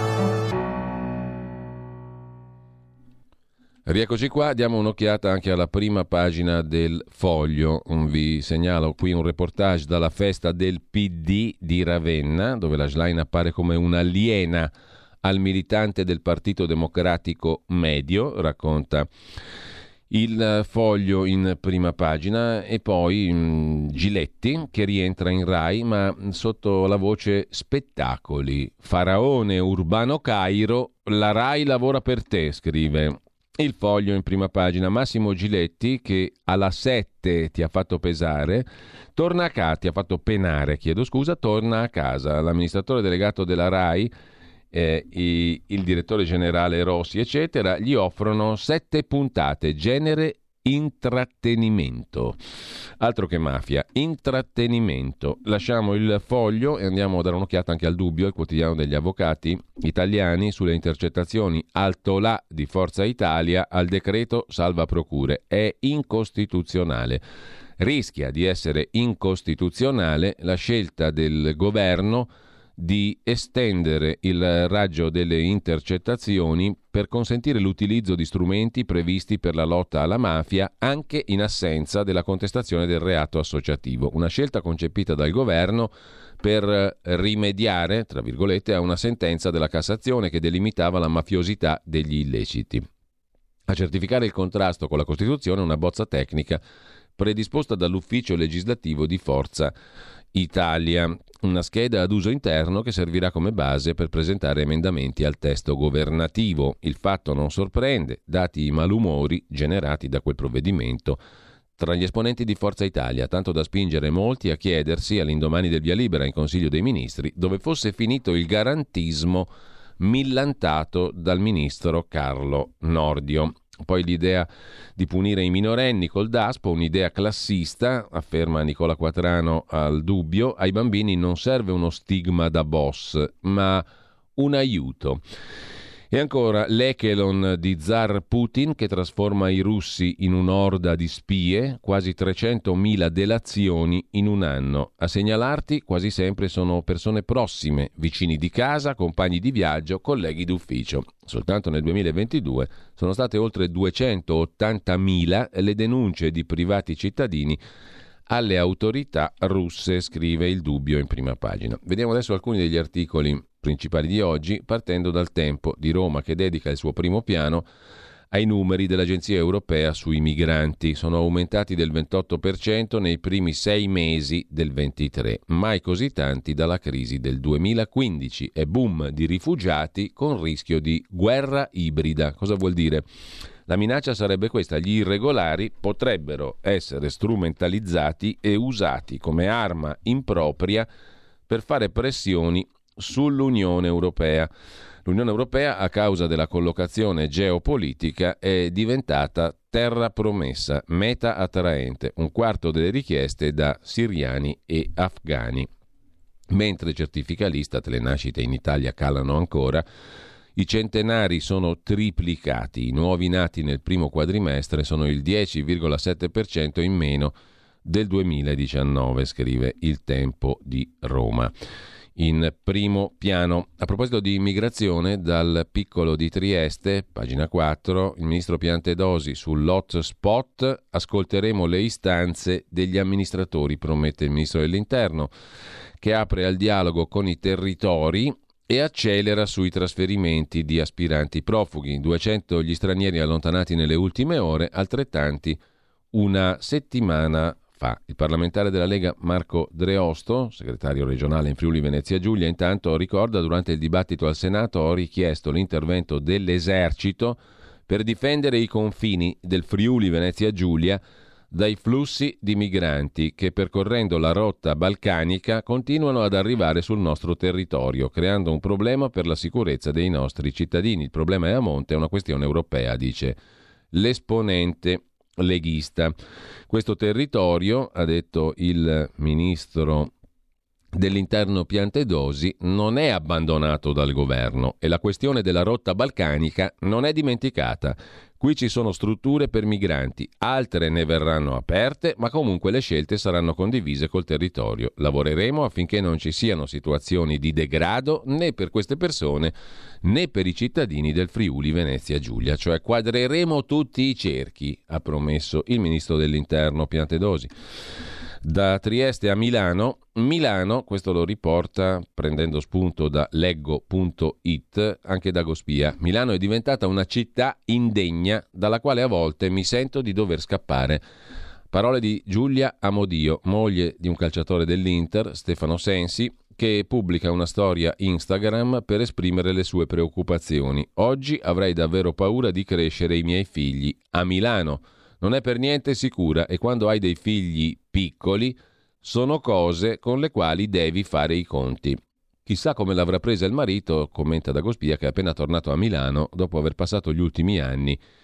Rieccoci qua, diamo un'occhiata anche alla prima pagina del Foglio. Vi segnalo qui un reportage dalla festa del P D di Ravenna, dove la Schlein appare come un'aliena al militante del Partito Democratico medio, racconta il Foglio in prima pagina, e poi mh, Giletti che rientra in Rai ma sotto la voce spettacoli. Faraone Urbano Cairo, la Rai lavora per te, scrive il Foglio in prima pagina. Massimo Giletti, che alla sette ti ha fatto pesare, torna a casa, ti ha fatto penare, chiedo scusa, torna a casa. L'amministratore delegato della Rai, Eh, i, il direttore generale Rossi eccetera, gli offrono sette puntate, genere intrattenimento. Altro che mafia, intrattenimento. Lasciamo il Foglio e andiamo a dare un'occhiata anche al Dubbio, il quotidiano degli avvocati italiani, sulle intercettazioni altolà di Forza Italia al decreto salva procure. È incostituzionale. Rischia di essere incostituzionale la scelta del governo di estendere il raggio delle intercettazioni per consentire l'utilizzo di strumenti previsti per la lotta alla mafia anche in assenza della contestazione del reato associativo. Una scelta concepita dal governo per rimediare, tra virgolette, a una sentenza della Cassazione che delimitava la mafiosità degli illeciti. A certificare il contrasto con la Costituzione una bozza tecnica predisposta dall'ufficio legislativo di Forza Italia, una scheda ad uso interno che servirà come base per presentare emendamenti al testo governativo. Il fatto non sorprende, dati i malumori generati da quel provvedimento tra gli esponenti di Forza Italia, tanto da spingere molti a chiedersi, all'indomani del via libera in Consiglio dei Ministri, dove fosse finito il garantismo millantato dal ministro Carlo Nordio. Poi l'idea di punire i minorenni col DASPO, un'idea classista, afferma Nicola Quatrano al Dubbio. Ai bambini non serve uno stigma da boss, ma un aiuto. E ancora l'Echelon di Zar Putin che trasforma i russi in un'orda di spie, quasi trecentomila delazioni in un anno. A segnalarti quasi sempre sono persone prossime, vicini di casa, compagni di viaggio, colleghi d'ufficio. Soltanto nel duemilaventidue sono state oltre duecentottantamila le denunce di privati cittadini alle autorità russe, scrive il Dubbio in prima pagina. Vediamo adesso alcuni degli articoli principali di oggi, partendo dal Tempo di Roma, che dedica il suo primo piano ai numeri dell'Agenzia Europea sui migranti. Sono aumentati del ventotto per cento nei primi sei mesi del ventitré, mai così tanti dalla crisi del duemilaquindici, e boom di rifugiati con rischio di guerra ibrida. Cosa vuol dire? La minaccia sarebbe questa: gli irregolari potrebbero essere strumentalizzati e usati come arma impropria per fare pressioni sull'Unione Europea. L'Unione Europea, a causa della collocazione geopolitica, è diventata terra promessa, meta attraente, un quarto delle richieste da siriani e afghani. Mentre certifica l'Istat, le nascite in Italia calano ancora, i centenari sono triplicati, i nuovi nati nel primo quadrimestre sono il dieci virgola sette per cento in meno del duemiladiciannove, scrive il Tempo di Roma. In primo piano. A proposito di immigrazione, dal Piccolo di Trieste, pagina quattro, il ministro Piantedosi sull'hotspot: ascolteremo le istanze degli amministratori, promette il ministro dell'Interno, che apre al dialogo con i territori e accelera sui trasferimenti di aspiranti profughi. duecento gli stranieri allontanati nelle ultime ore, altrettanti una settimana fa. Il parlamentare della Lega Marco Dreosto, segretario regionale in Friuli Venezia Giulia, intanto ricorda: durante il dibattito al Senato ho richiesto l'intervento dell'esercito per difendere i confini del Friuli Venezia Giulia dai flussi di migranti che, percorrendo la rotta balcanica, continuano ad arrivare sul nostro territorio, creando un problema per la sicurezza dei nostri cittadini. Il problema è a monte, è una questione europea, dice l'esponente leghista. Questo territorio, ha detto il ministro dell'Interno Piantedosi, non è abbandonato dal governo e la questione della rotta balcanica non è dimenticata. Qui ci sono strutture per migranti, altre ne verranno aperte, ma comunque le scelte saranno condivise col territorio. Lavoreremo affinché non ci siano situazioni di degrado né per queste persone né per i cittadini del Friuli Venezia Giulia, cioè quadreremo tutti i cerchi, ha promesso il ministro dell'Interno Piantedosi. Da Trieste a Milano, Milano, questo lo riporta prendendo spunto da leggo punto it, anche Dago Spia. Milano è diventata una città indegna dalla quale a volte mi sento di dover scappare. Parole di Giulia Amodio, moglie di un calciatore dell'Inter, Stefano Sensi, che pubblica una storia Instagram per esprimere le sue preoccupazioni. Oggi avrei davvero paura di crescere i miei figli a Milano. Non è per niente sicura e quando hai dei figli piccoli sono cose con le quali devi fare i conti. Chissà come l'avrà presa il marito, commenta Dagospia, che è appena tornato a Milano dopo aver passato gli ultimi anni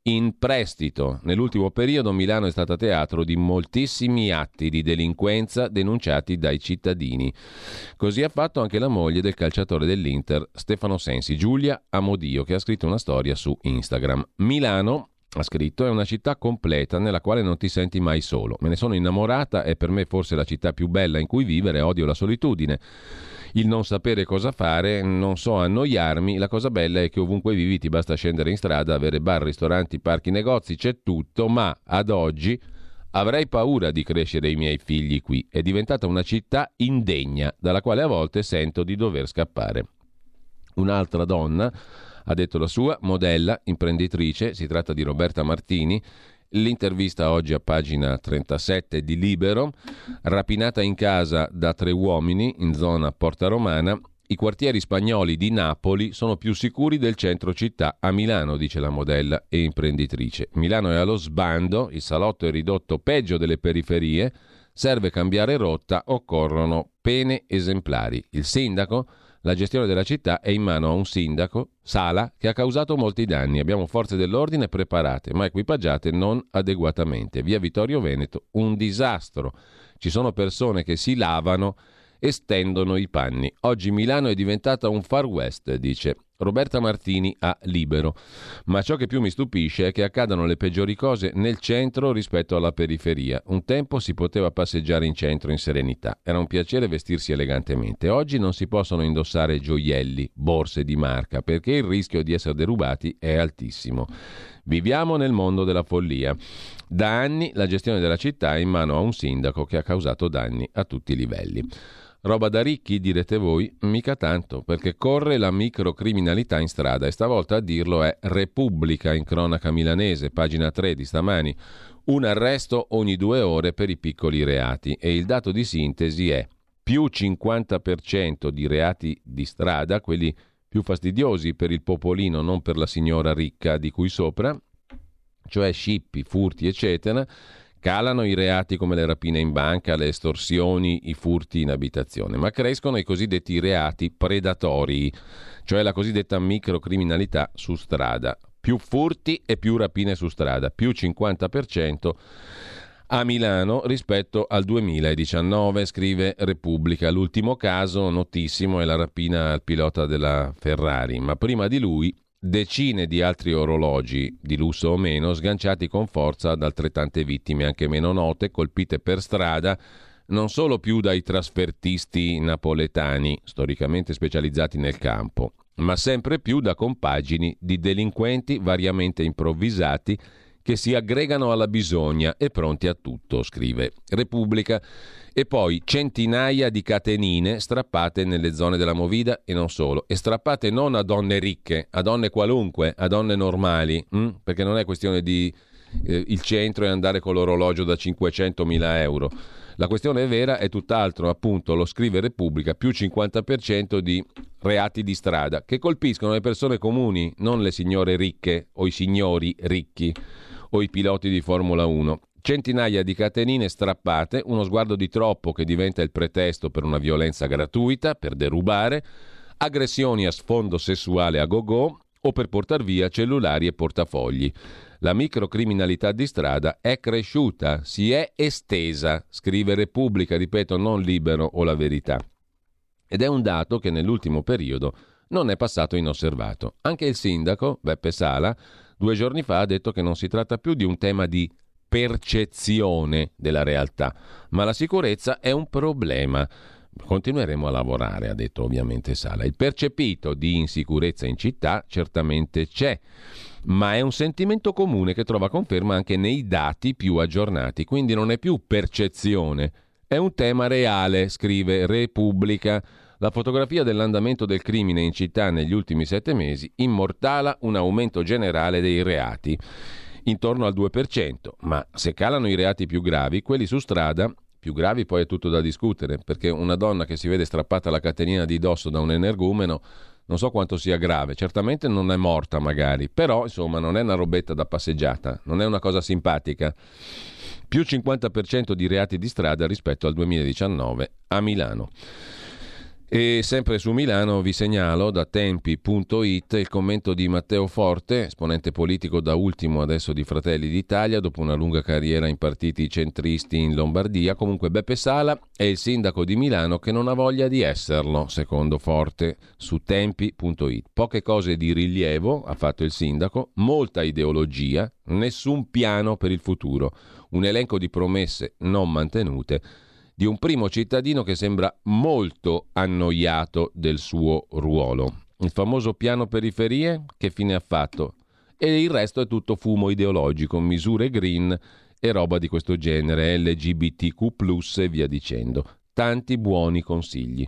in prestito. Nell'ultimo periodo Milano è stata teatro di moltissimi atti di delinquenza denunciati dai cittadini. Così ha fatto anche la moglie del calciatore dell'Inter Stefano Sensi, Giulia Amodio, che ha scritto una storia su Instagram. Milano, ha scritto, è una città completa nella quale non ti senti mai solo. Me ne sono innamorata, è per me forse la città più bella in cui vivere, odio la solitudine, il non sapere cosa fare, non so annoiarmi. La cosa bella è che ovunque vivi ti basta scendere in strada, avere bar, ristoranti, parchi, negozi, c'è tutto, ma ad oggi avrei paura di crescere i miei figli qui. È diventata una città indegna, dalla quale a volte sento di dover scappare. Un'altra donna ha detto la sua, modella, imprenditrice, si tratta di Roberta Martini. L'intervista oggi a pagina trentasette di Libero. Rapinata in casa da tre uomini in zona Porta Romana, i quartieri spagnoli di Napoli sono più sicuri del centro città a Milano, dice la modella e imprenditrice. Milano è allo sbando, il salotto è ridotto peggio delle periferie, serve cambiare rotta, occorrono pene esemplari. Il sindaco? La gestione della città è in mano a un sindaco, Sala, che ha causato molti danni. Abbiamo forze dell'ordine preparate, ma equipaggiate non adeguatamente. Via Vittorio Veneto, un disastro. Ci sono persone che si lavano e stendono i panni. Oggi Milano è diventata un Far West, dice Roberta Martini a Libero. Ma ciò che più mi stupisce è che accadano le peggiori cose nel centro rispetto alla periferia. Un tempo si poteva passeggiare in centro in serenità. Era un piacere vestirsi elegantemente. Oggi non si possono indossare gioielli, borse di marca, perché il rischio di essere derubati è altissimo. Viviamo nel mondo della follia. Da anni la gestione della città è in mano a un sindaco che ha causato danni a tutti i livelli. Roba da ricchi, direte voi? Mica tanto, perché corre la microcriminalità in strada e stavolta a dirlo è Repubblica in cronaca milanese, pagina tre di stamani. Un arresto ogni due ore per i piccoli reati e il dato di sintesi è più cinquanta per cento di reati di strada, quelli più fastidiosi per il popolino, non per la signora ricca di cui sopra, cioè scippi, furti, eccetera. Calano i reati come le rapine in banca, le estorsioni, i furti in abitazione, ma crescono i cosiddetti reati predatori, cioè la cosiddetta microcriminalità su strada. Più furti e più rapine su strada, più cinquanta per cento a Milano rispetto al duemiladiciannove, scrive Repubblica. L'ultimo caso notissimo è la rapina al pilota della Ferrari, ma prima di lui decine di altri orologi, di lusso o meno, sganciati con forza da altrettante vittime, anche meno note, colpite per strada, non solo più dai trasfertisti napoletani, storicamente specializzati nel campo, ma sempre più da compagini di delinquenti variamente improvvisati che si aggregano alla bisogna e pronti a tutto, scrive Repubblica. E poi centinaia di catenine strappate nelle zone della Movida e non solo, e strappate non a donne ricche, a donne qualunque, a donne normali, hm? Perché non è questione di eh, il centro e andare con l'orologio da cinquecentomila euro. La questione vera è tutt'altro, appunto, lo scrive Repubblica, più cinquanta per cento di reati di strada che colpiscono le persone comuni, non le signore ricche o i signori ricchi o i piloti di Formula uno. Centinaia di catenine strappate, uno sguardo di troppo che diventa il pretesto per una violenza gratuita, per derubare, aggressioni a sfondo sessuale a go-go o per portar via cellulari e portafogli. La microcriminalità di strada è cresciuta, si è estesa, scrive Repubblica, ripeto, non Libero o La Verità. Ed è un dato che nell'ultimo periodo non è passato inosservato. Anche il sindaco, Beppe Sala, due giorni fa ha detto che non si tratta più di un tema di percezione della realtà, ma la sicurezza è un problema. Continueremo a lavorare, ha detto ovviamente Sala. Il percepito di insicurezza in città certamente c'è, ma è un sentimento comune che trova conferma anche nei dati più aggiornati, quindi non è più percezione, è un tema reale, scrive Repubblica. La fotografia dell'andamento del crimine in città negli ultimi sette mesi immortala un aumento generale dei reati, intorno al due per cento, ma se calano i reati più gravi, quelli su strada, più gravi poi è tutto da discutere, perché una donna che si vede strappata la catenina di dosso da un energumeno, non so quanto sia grave, certamente non è morta magari, però insomma non è una robetta da passeggiata, non è una cosa simpatica. Più cinquanta per cento di reati di strada rispetto al duemiladiciannove a Milano. E sempre su Milano vi segnalo da tempi punto it il commento di Matteo Forte, esponente politico da ultimo adesso di Fratelli d'Italia, dopo una lunga carriera in partiti centristi in Lombardia. Comunque Beppe Sala è il sindaco di Milano che non ha voglia di esserlo, secondo Forte, su tempi punto it. Poche cose di rilievo ha fatto il sindaco, molta ideologia, nessun piano per il futuro, un elenco di promesse non mantenute, di un primo cittadino che sembra molto annoiato del suo ruolo. Il famoso piano periferie, che fine ha fatto? E il resto è tutto fumo ideologico, misure green e roba di questo genere, L G B T Q plus e via dicendo. Tanti buoni consigli.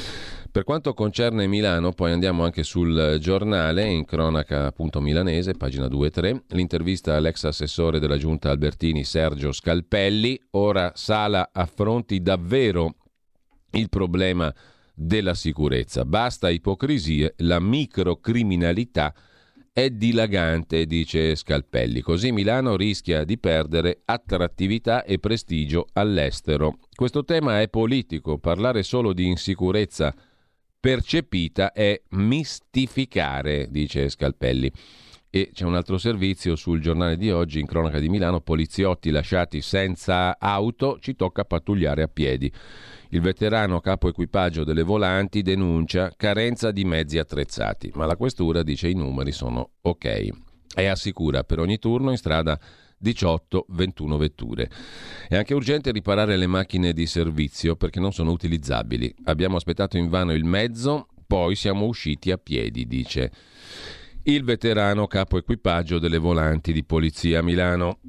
Per quanto concerne Milano, poi andiamo anche sul Giornale, in cronaca appunto milanese, pagina due e tre, l'intervista all'ex assessore della giunta Albertini Sergio Scalpelli. Ora Sala affronti davvero il problema della sicurezza. Basta ipocrisie, la microcriminalità è dilagante, dice Scalpelli. Così Milano rischia di perdere attrattività e prestigio all'estero. Questo tema è politico, parlare solo di insicurezza percepita è mistificare, dice Scalpelli. E c'è un altro servizio sul Giornale di oggi, in cronaca di Milano, poliziotti lasciati senza auto, ci tocca pattugliare a piedi. Il veterano capo equipaggio delle volanti denuncia carenza di mezzi attrezzati, ma la questura dice i numeri sono ok e assicura per ogni turno in strada diciotto ventuno vetture. È anche urgente riparare le macchine di servizio perché non sono utilizzabili. Abbiamo aspettato invano il mezzo, poi siamo usciti a piedi, dice il veterano capo equipaggio delle volanti di polizia a Milano.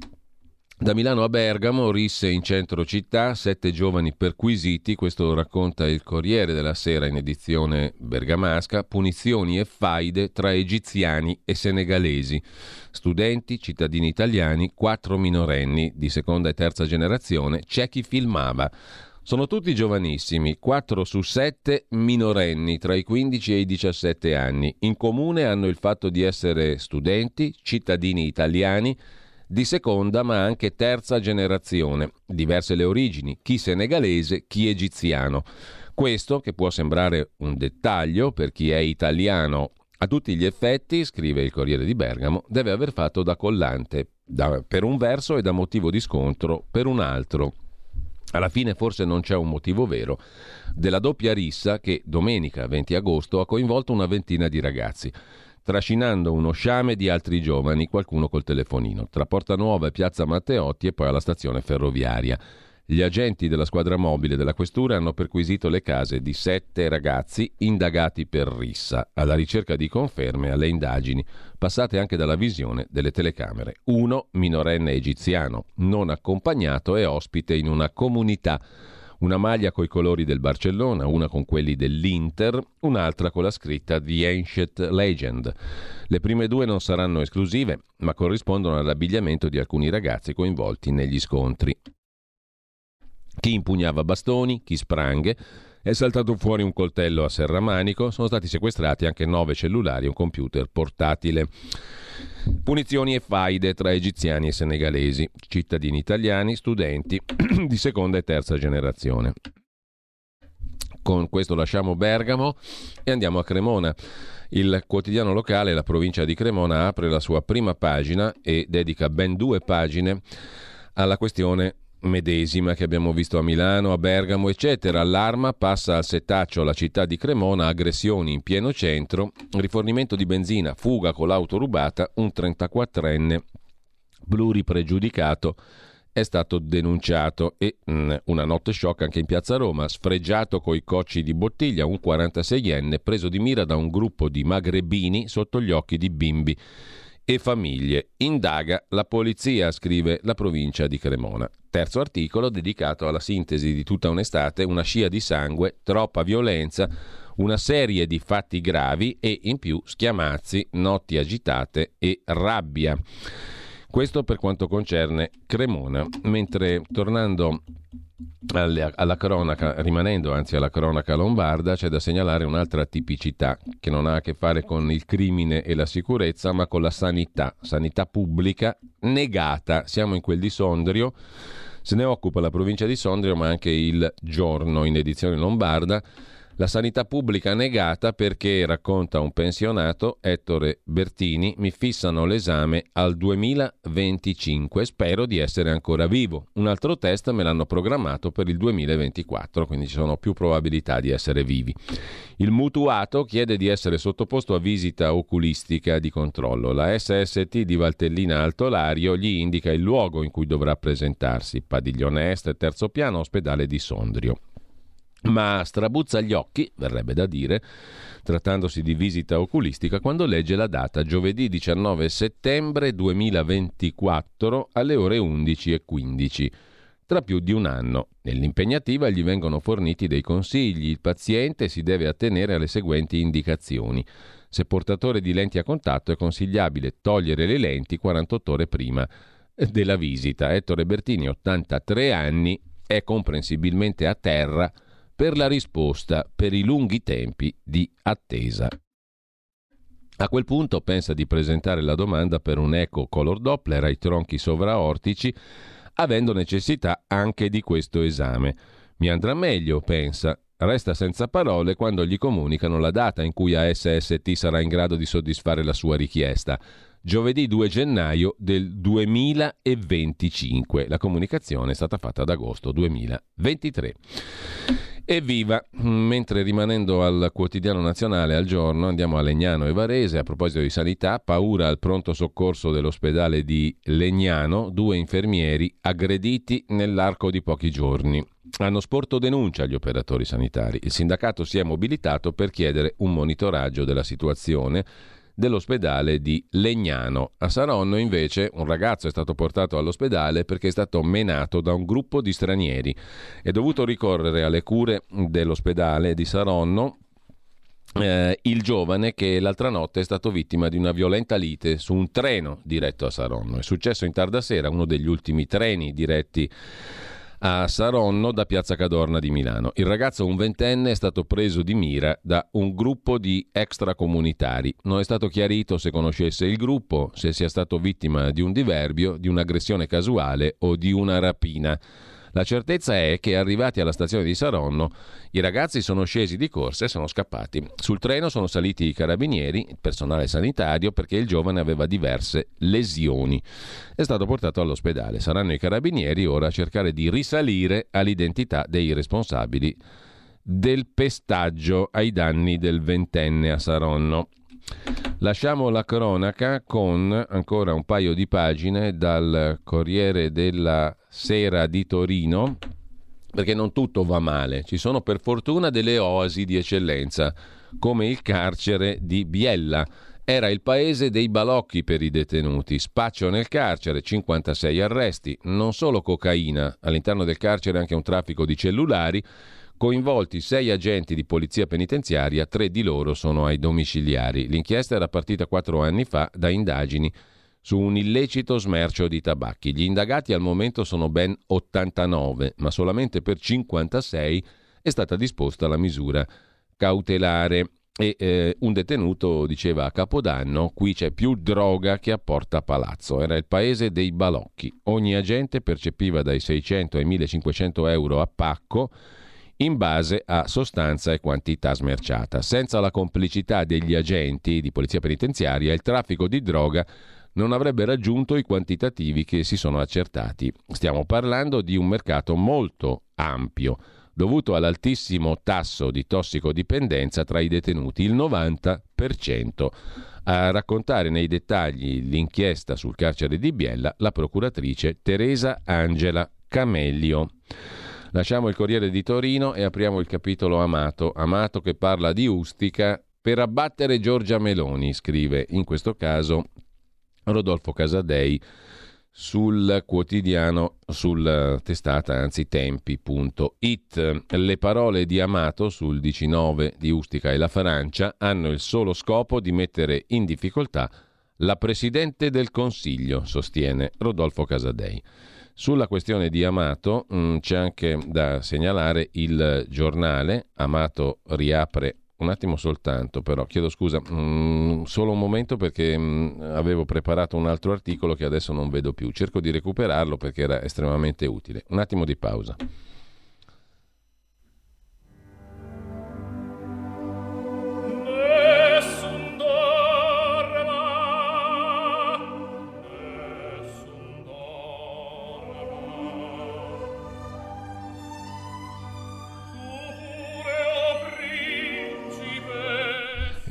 Da Milano a Bergamo, risse in centro città, sette giovani perquisiti, questo lo racconta il Corriere della Sera in edizione bergamasca, punizioni e faide tra egiziani e senegalesi, studenti, cittadini italiani, quattro minorenni di seconda e terza generazione, c'è chi filmava. Sono tutti giovanissimi, quattro su sette minorenni tra i quindici e i diciassette anni. In comune hanno il fatto di essere studenti, cittadini italiani, di seconda ma anche terza generazione, diverse le origini, chi senegalese, chi egiziano. Questo, che può sembrare un dettaglio per chi è italiano, a tutti gli effetti, scrive il Corriere di Bergamo, deve aver fatto da collante da, per un verso e da motivo di scontro per un altro. Alla fine forse non c'è un motivo vero della doppia rissa che domenica venti agosto ha coinvolto una ventina di ragazzi, trascinando uno sciame di altri giovani, qualcuno col telefonino, tra Porta Nuova e Piazza Matteotti e poi alla stazione ferroviaria. Gli agenti della squadra mobile della questura hanno perquisito le case di sette ragazzi indagati per rissa, alla ricerca di conferme alle indagini, passate anche dalla visione delle telecamere. Uno, minorenne egiziano, non accompagnato e ospite in una comunità. Una maglia coi colori del Barcellona, una con quelli dell'Inter, un'altra con la scritta The Ancient Legend. Le prime due non saranno esclusive, ma corrispondono all'abbigliamento di alcuni ragazzi coinvolti negli scontri. Chi impugnava bastoni, chi spranghe, è saltato fuori un coltello a serramanico, sono stati sequestrati anche nove cellulari e un computer portatile. Punizioni e faide tra egiziani e senegalesi, cittadini italiani, studenti di seconda e terza generazione. Con questo lasciamo Bergamo e andiamo a Cremona. Il quotidiano locale, la provincia di Cremona, apre la sua prima pagina e dedica ben due pagine alla questione medesima che abbiamo visto a Milano, a Bergamo, eccetera. Allarma, passa al setaccio la città di Cremona, aggressioni in pieno centro, rifornimento di benzina, fuga con l'auto rubata, un trentaquattrenne pluripregiudicato è stato denunciato e mh, una notte shock anche in piazza Roma, sfregiato coi cocci di bottiglia un quarantaseienne preso di mira da un gruppo di magrebini sotto gli occhi di bimbi e famiglie. Indaga la polizia, scrive la provincia di Cremona. Terzo articolo dedicato alla sintesi di tutta un'estate, una scia di sangue, troppa violenza, una serie di fatti gravi e in più schiamazzi, notti agitate e rabbia. Questo per quanto concerne Cremona, mentre tornando alla, alla cronaca, rimanendo anzi alla cronaca lombarda, c'è da segnalare un'altra tipicità che non ha a che fare con il crimine e la sicurezza, ma con la sanità, sanità pubblica negata. Siamo in quel di Sondrio, se ne occupa la provincia di Sondrio, ma anche il Giorno in edizione lombarda. La sanità pubblica negata perché, racconta un pensionato, Ettore Bertini, mi fissano l'esame al duemilaventicinque, spero di essere ancora vivo. Un altro test me l'hanno programmato per il duemilaventiquattro, quindi ci sono più probabilità di essere vivi. Il mutuato chiede di essere sottoposto a visita oculistica di controllo. La S S T di Valtellina Alto Lario gli indica il luogo in cui dovrà presentarsi, padiglione est, terzo piano, ospedale di Sondrio. Ma strabuzza gli occhi, verrebbe da dire, trattandosi di visita oculistica, quando legge la data giovedì diciannove settembre duemilaventiquattro alle ore undici e quindici. Tra più di un anno. Nell'impegnativa gli vengono forniti dei consigli. Il paziente si deve attenere alle seguenti indicazioni. Se portatore di lenti a contatto è consigliabile togliere le lenti quarantotto ore prima della visita. Ettore Bertini, ottantatré anni, è comprensibilmente a terra per la risposta per i lunghi tempi di attesa. A quel punto pensa di presentare la domanda per un eco color Doppler ai tronchi sovraortici, avendo necessità anche di questo esame. Mi andrà meglio, pensa. Resta senza parole quando gli comunicano la data in cui A S S T sarà in grado di soddisfare la sua richiesta. Giovedì due gennaio del duemilaventicinque. La comunicazione è stata fatta ad agosto duemilaventitré. Evviva! Mentre rimanendo al quotidiano nazionale al giorno andiamo a Legnano e Varese. A proposito di sanità, paura al pronto soccorso dell'ospedale di Legnano, due infermieri aggrediti nell'arco di pochi giorni. Hanno sporto denuncia agli operatori sanitari. Il sindacato si è mobilitato per chiedere un monitoraggio della situazione dell'ospedale di Legnano. A Saronno invece un ragazzo è stato portato all'ospedale perché è stato menato da un gruppo di stranieri. È dovuto ricorrere alle cure dell'ospedale di Saronno eh, il giovane che l'altra notte è stato vittima di una violenta lite su un treno diretto a Saronno. È successo in tarda sera, uno degli ultimi treni diretti a Saronno da Piazza Cadorna di Milano. Il ragazzo, un ventenne, è stato preso di mira da un gruppo di extracomunitari. Non è stato chiarito se conoscesse il gruppo, se sia stato vittima di un diverbio, di un'aggressione casuale o di una rapina. La certezza è che, arrivati alla stazione di Saronno, i ragazzi sono scesi di corsa e sono scappati. Sul treno sono saliti i carabinieri, il personale sanitario, perché il giovane aveva diverse lesioni. È stato portato all'ospedale. Saranno i carabinieri ora a cercare di risalire all'identità dei responsabili del pestaggio ai danni del ventenne a Saronno. Lasciamo la cronaca con ancora un paio di pagine dal Corriere della Sera di Torino, perché non tutto va male. Ci sono per fortuna delle oasi di eccellenza, come il carcere di Biella. Era il paese dei balocchi per i detenuti. Spaccio nel carcere, cinquantasei arresti, non solo cocaina, all'interno del carcere anche un traffico di cellulari. Coinvolti sei agenti di polizia penitenziaria, tre di loro sono ai domiciliari. L'inchiesta era partita quattro anni fa da indagini su un illecito smercio di tabacchi. Gli indagati al momento sono ben ottantanove, ma solamente per cinquantasei è stata disposta la misura cautelare. E eh, un detenuto diceva a Capodanno: qui c'è più droga che a Porta Palazzo. Era il paese dei balocchi. Ogni agente percepiva dai seicento ai millecinquecento euro a pacco, in base a sostanza e quantità smerciata. Senza la complicità degli agenti di polizia penitenziaria, il traffico di droga non avrebbe raggiunto i quantitativi che si sono accertati. Stiamo parlando di un mercato molto ampio, dovuto all'altissimo tasso di tossicodipendenza tra i detenuti, il novanta per cento. A raccontare nei dettagli l'inchiesta sul carcere di Biella la procuratrice Teresa Angela Camelio. Lasciamo il Corriere di Torino e apriamo il capitolo Amato. Amato che parla di Ustica per abbattere Giorgia Meloni, scrive in questo caso Rodolfo Casadei sul quotidiano, sul testata, anzi tempi punto it. Le parole di Amato sul diciannove di Ustica e la Francia hanno il solo scopo di mettere in difficoltà la Presidente del Consiglio, sostiene Rodolfo Casadei. Sulla questione di Amato mh, c'è anche da segnalare il Giornale. Amato riapre, un attimo soltanto però, chiedo scusa, mh, solo un momento perché mh, avevo preparato un altro articolo che adesso non vedo più. Cerco di recuperarlo perché era estremamente utile. Un attimo di pausa.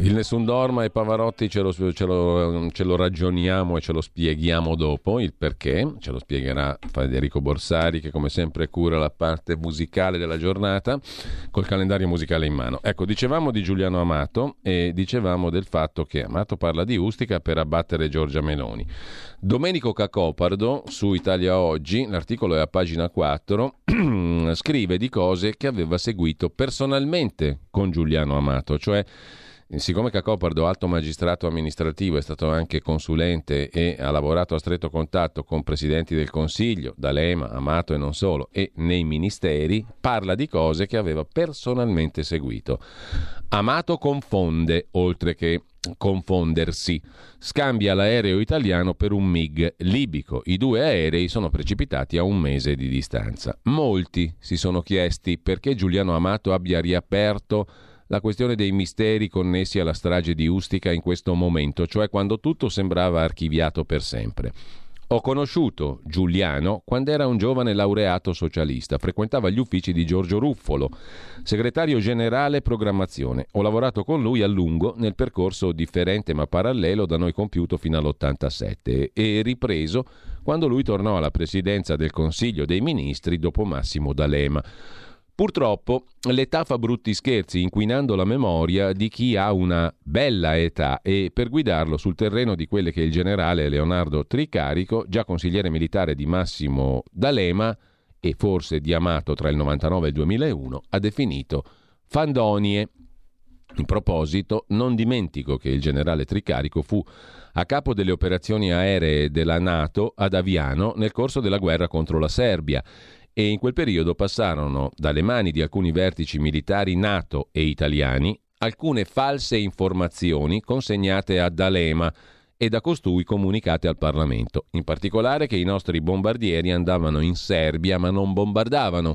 Il Nessun Dorma e Pavarotti ce lo, ce, lo, ce lo ragioniamo e ce lo spieghiamo dopo, il perché, ce lo spiegherà Federico Borsari che come sempre cura la parte musicale della giornata col calendario musicale in mano. Ecco, dicevamo di Giuliano Amato e dicevamo del fatto che Amato parla di Ustica per abbattere Giorgia Meloni. Domenico Cacopardo su Italia Oggi, l'articolo è a pagina quattro, scrive di cose che aveva seguito personalmente con Giuliano Amato, cioè siccome Cacopardo, alto magistrato amministrativo, è stato anche consulente e ha lavorato a stretto contatto con presidenti del Consiglio, D'Alema, Amato e non solo, e nei ministeri, parla di cose che aveva personalmente seguito. Amato confonde, oltre che confondersi, scambia l'aereo italiano per un MiG libico. I due aerei sono precipitati a un mese di distanza. Molti si sono chiesti perché Giuliano Amato abbia riaperto la questione dei misteri connessi alla strage di Ustica in questo momento, cioè quando tutto sembrava archiviato per sempre. Ho conosciuto Giuliano quando era un giovane laureato socialista, frequentava gli uffici di Giorgio Ruffolo, segretario generale programmazione. Ho lavorato con lui a lungo nel percorso differente ma parallelo da noi compiuto fino all'ottantasette e ripreso quando lui tornò alla presidenza del Consiglio dei Ministri dopo Massimo D'Alema. Purtroppo l'età fa brutti scherzi, inquinando la memoria di chi ha una bella età, e per guidarlo sul terreno di quelle che il generale Leonardo Tricarico, già consigliere militare di Massimo D'Alema e forse di Amato tra il novantanove e il duemilauno, ha definito fandonie. In proposito, non dimentico che il generale Tricarico fu a capo delle operazioni aeree della NATO ad Aviano nel corso della guerra contro la Serbia, e in quel periodo passarono dalle mani di alcuni vertici militari NATO e italiani alcune false informazioni consegnate a D'Alema e da costui comunicate al Parlamento, in particolare che i nostri bombardieri andavano in Serbia ma non bombardavano,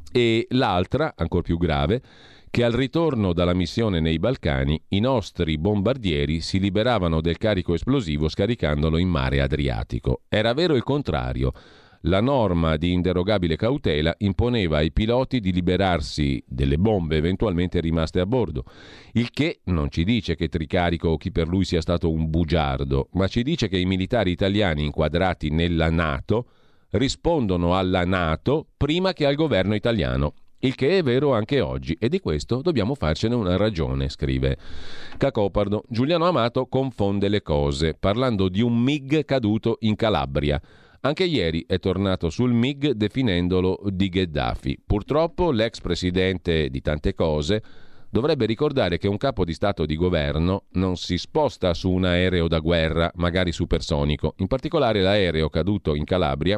e l'altra, ancor più grave, che al ritorno dalla missione nei Balcani i nostri bombardieri si liberavano del carico esplosivo scaricandolo in mare Adriatico. Era vero il contrario. La norma di inderogabile cautela imponeva ai piloti di liberarsi delle bombe eventualmente rimaste a bordo, il che non ci dice che Tricarico o chi per lui sia stato un bugiardo, ma ci dice che i militari italiani inquadrati nella NATO rispondono alla NATO prima che al governo italiano, il che è vero anche oggi, e di questo dobbiamo farcene una ragione, scrive Cacopardo. Giuliano Amato confonde le cose, parlando di un MiG caduto in Calabria. Anche ieri è tornato sul MiG definendolo di Gheddafi. Purtroppo l'ex presidente di tante cose dovrebbe ricordare che un capo di Stato di governo non si sposta su un aereo da guerra, magari supersonico. In particolare l'aereo caduto in Calabria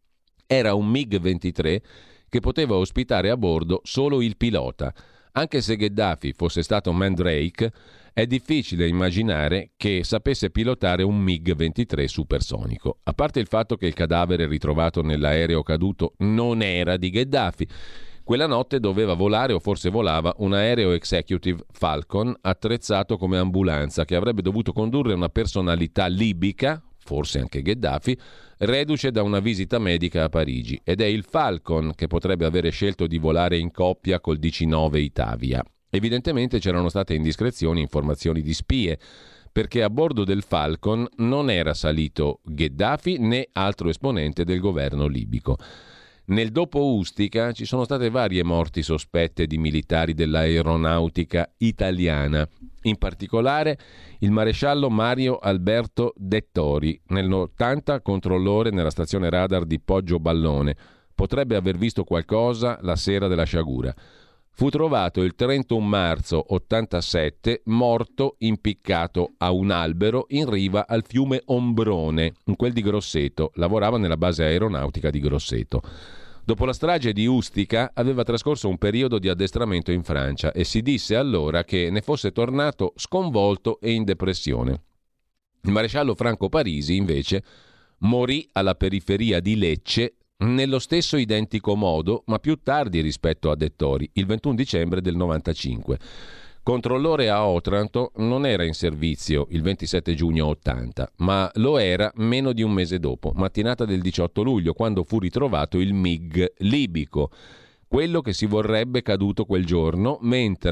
era un MiG ventitré che poteva ospitare a bordo solo il pilota. Anche se Gheddafi fosse stato Mandrake, è difficile immaginare che sapesse pilotare un MiG ventitré supersonico. A parte il fatto che il cadavere ritrovato nell'aereo caduto non era di Gheddafi, quella notte doveva volare, o forse volava, un aereo Executive Falcon attrezzato come ambulanza che avrebbe dovuto condurre una personalità libica, forse anche Gheddafi, reduce da una visita medica a Parigi, ed è il Falcon che potrebbe avere scelto di volare in coppia col diciannove Itavia. Evidentemente c'erano state indiscrezioni e informazioni di spie, perché a bordo del Falcon non era salito Gheddafi né altro esponente del governo libico. Nel dopo Ustica ci sono state varie morti sospette di militari dell'aeronautica italiana, in particolare il maresciallo Mario Alberto Dettori, nell'ottanta controllore nella stazione radar di Poggio Ballone. Potrebbe aver visto qualcosa la sera della sciagura. Fu trovato il trentuno marzo ottantasette morto impiccato a un albero in riva al fiume Ombrone, in quel di Grosseto. Lavorava nella base aeronautica di Grosseto. Dopo la strage di Ustica aveva trascorso un periodo di addestramento in Francia e si disse allora che ne fosse tornato sconvolto e in depressione. Il maresciallo Franco Parisi, invece, morì alla periferia di Lecce nello stesso identico modo, ma più tardi rispetto a Dettori, il ventuno dicembre del novantacinque. Controllore a Otranto, non era in servizio il ventisette giugno ottanta, ma lo era meno di un mese dopo, mattinata del diciotto luglio, quando fu ritrovato il MiG libico, quello che si vorrebbe caduto quel giorno, mentre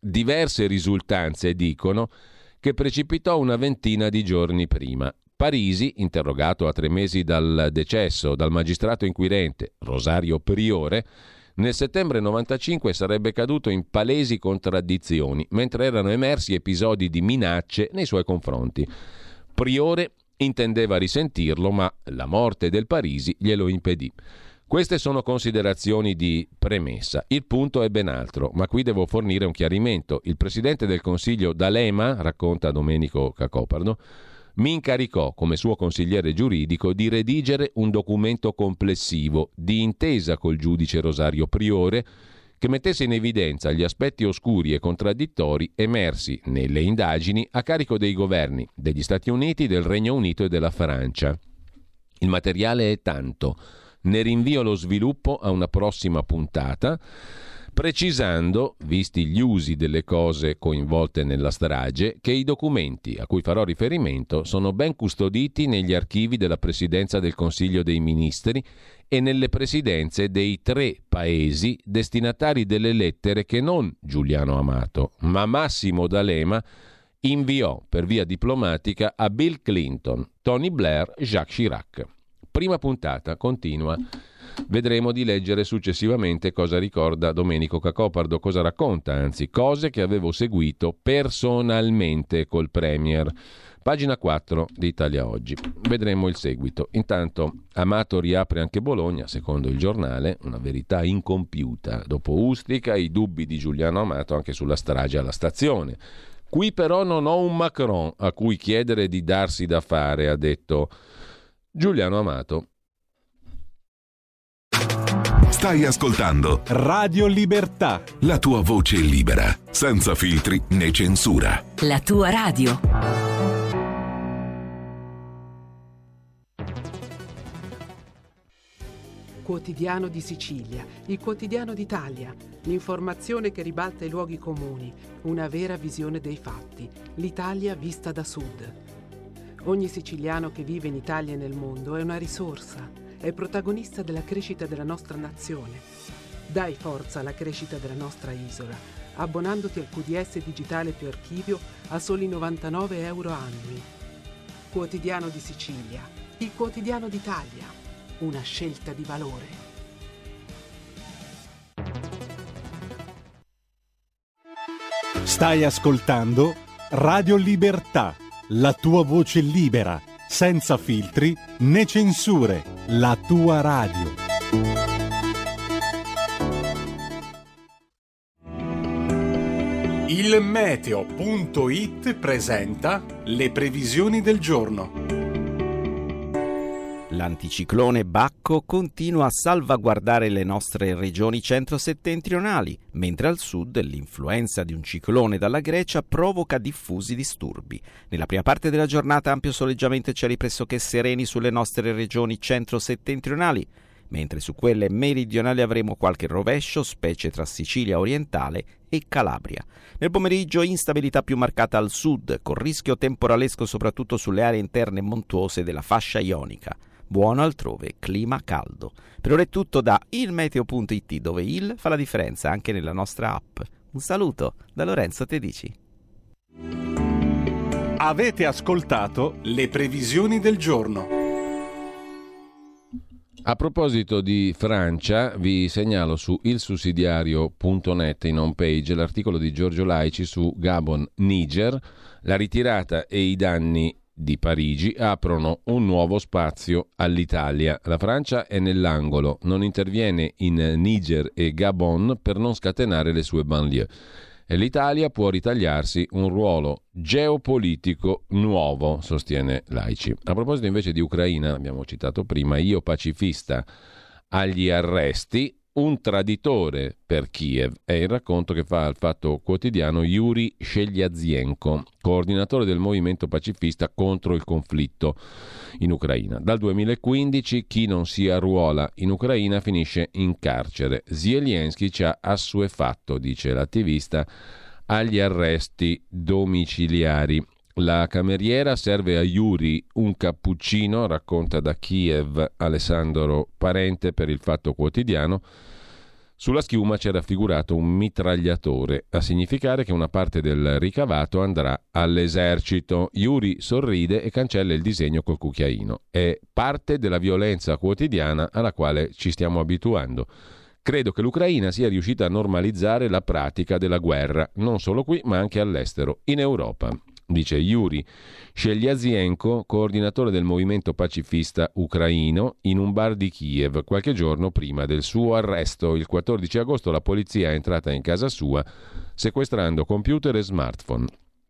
Diverse risultanze dicono che precipitò una ventina di giorni prima. Parisi, interrogato a tre mesi dal decesso dal magistrato inquirente Rosario Priore, nel settembre novantacinque sarebbe caduto in palesi contraddizioni, mentre erano emersi episodi di minacce nei suoi confronti. Priore intendeva risentirlo, ma la morte del Parisi glielo impedì. Queste sono considerazioni di premessa. Il punto è ben altro, ma qui devo fornire un chiarimento. Il presidente del Consiglio D'Alema, racconta Domenico Cacopardo, mi incaricò come suo consigliere giuridico di redigere un documento complessivo di intesa col giudice Rosario Priore che mettesse in evidenza gli aspetti oscuri e contraddittori emersi nelle indagini a carico dei governi degli Stati Uniti, del Regno Unito e della Francia. Il materiale è tanto. Ne rinvio lo sviluppo a una prossima puntata, precisando, visti gli usi delle cose coinvolte nella strage, che i documenti a cui farò riferimento sono ben custoditi negli archivi della Presidenza del Consiglio dei Ministri e nelle presidenze dei tre paesi destinatari delle lettere che non Giuliano Amato, ma Massimo D'Alema inviò per via diplomatica a Bill Clinton, Tony Blair, Jacques Chirac. Prima puntata, continua. Vedremo di leggere successivamente cosa ricorda Domenico Cacopardo, cosa racconta, anzi, cose che avevo seguito personalmente col Premier. Pagina quattro di Italia Oggi. Vedremo il seguito. Intanto Amato riapre anche Bologna, secondo il giornale, una verità incompiuta. Dopo Ustica, i dubbi di Giuliano Amato anche sulla strage alla stazione. Qui però non ho un Macron a cui chiedere di darsi da fare, ha detto Giuliano Amato. Stai ascoltando Radio Libertà, la tua voce libera, senza filtri né censura. La tua radio. Quotidiano di Sicilia, il quotidiano d'Italia, l'informazione che ribalta i luoghi comuni, una vera visione dei fatti, l'Italia vista da sud. Ogni siciliano che vive in Italia e nel mondo è una risorsa. È protagonista della crescita della nostra nazione. Dai forza alla crescita della nostra isola, abbonandoti al Q D S digitale più archivio a soli novantanove euro annui. Quotidiano di Sicilia, il quotidiano d'Italia, una scelta di valore. Stai ascoltando Radio Libertà, la tua voce libera, senza filtri né censure, la tua radio. Il meteo punto it presenta le previsioni del giorno. L'anticiclone Bacco continua a salvaguardare le nostre regioni centro-settentrionali, mentre al sud l'influenza di un ciclone dalla Grecia provoca diffusi disturbi. Nella prima parte della giornata ampio soleggiamento e cieli pressoché sereni sulle nostre regioni centro-settentrionali, mentre su quelle meridionali avremo qualche rovescio, specie tra Sicilia orientale e Calabria. Nel pomeriggio instabilità più marcata al sud, con rischio temporalesco soprattutto sulle aree interne montuose della fascia ionica. Buono altrove, clima caldo. Per ora è tutto da il meteo punto it, dove il fa la differenza anche nella nostra app. Un saluto da Lorenzo Tedici. Avete ascoltato le previsioni del giorno. A proposito di Francia, vi segnalo su il sussidiario punto net in home page l'articolo di Giorgio Laici su Gabon Niger. La ritirata e i danni di Parigi aprono un nuovo spazio all'Italia. La Francia è nell'angolo, non interviene in Niger e Gabon per non scatenare le sue banlieue. E l'Italia può ritagliarsi un ruolo geopolitico nuovo, sostiene Laici. A proposito invece di Ucraina, abbiamo citato prima, io pacifista agli arresti, un traditore per Kiev, è il racconto che fa al Fatto Quotidiano Yuri Sheliazienko, coordinatore del movimento pacifista contro il conflitto in Ucraina. Dal duemilaquindici chi non si arruola in Ucraina finisce in carcere. Zelensky ci ha assuefatto, dice l'attivista, agli arresti domiciliari. La cameriera serve a Yuri un cappuccino, racconta da Kiev Alessandro Parente per il Fatto Quotidiano, Sulla schiuma c'è raffigurato un mitragliatore, a significare che una parte del ricavato andrà all'esercito. Yuri sorride e cancella il disegno col cucchiaino. È parte della violenza quotidiana alla quale ci stiamo abituando. Credo che l'Ucraina sia riuscita a normalizzare la pratica della guerra, non solo qui ma anche all'estero, in Europa. Dice Yuri Sheliazienko, coordinatore del movimento pacifista ucraino, in un bar di Kiev qualche giorno prima del suo arresto. Il quattordici agosto la polizia è entrata in casa sua sequestrando computer e smartphone.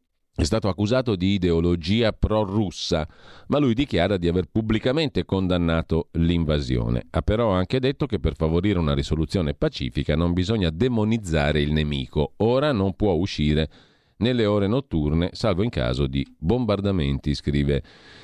È stato accusato di ideologia pro-russa, ma lui dichiara di aver pubblicamente condannato l'invasione. Ha però anche detto che per favorire una risoluzione pacifica non bisogna demonizzare il nemico. Ora non può uscire nelle ore notturne, salvo in caso di bombardamenti, scrive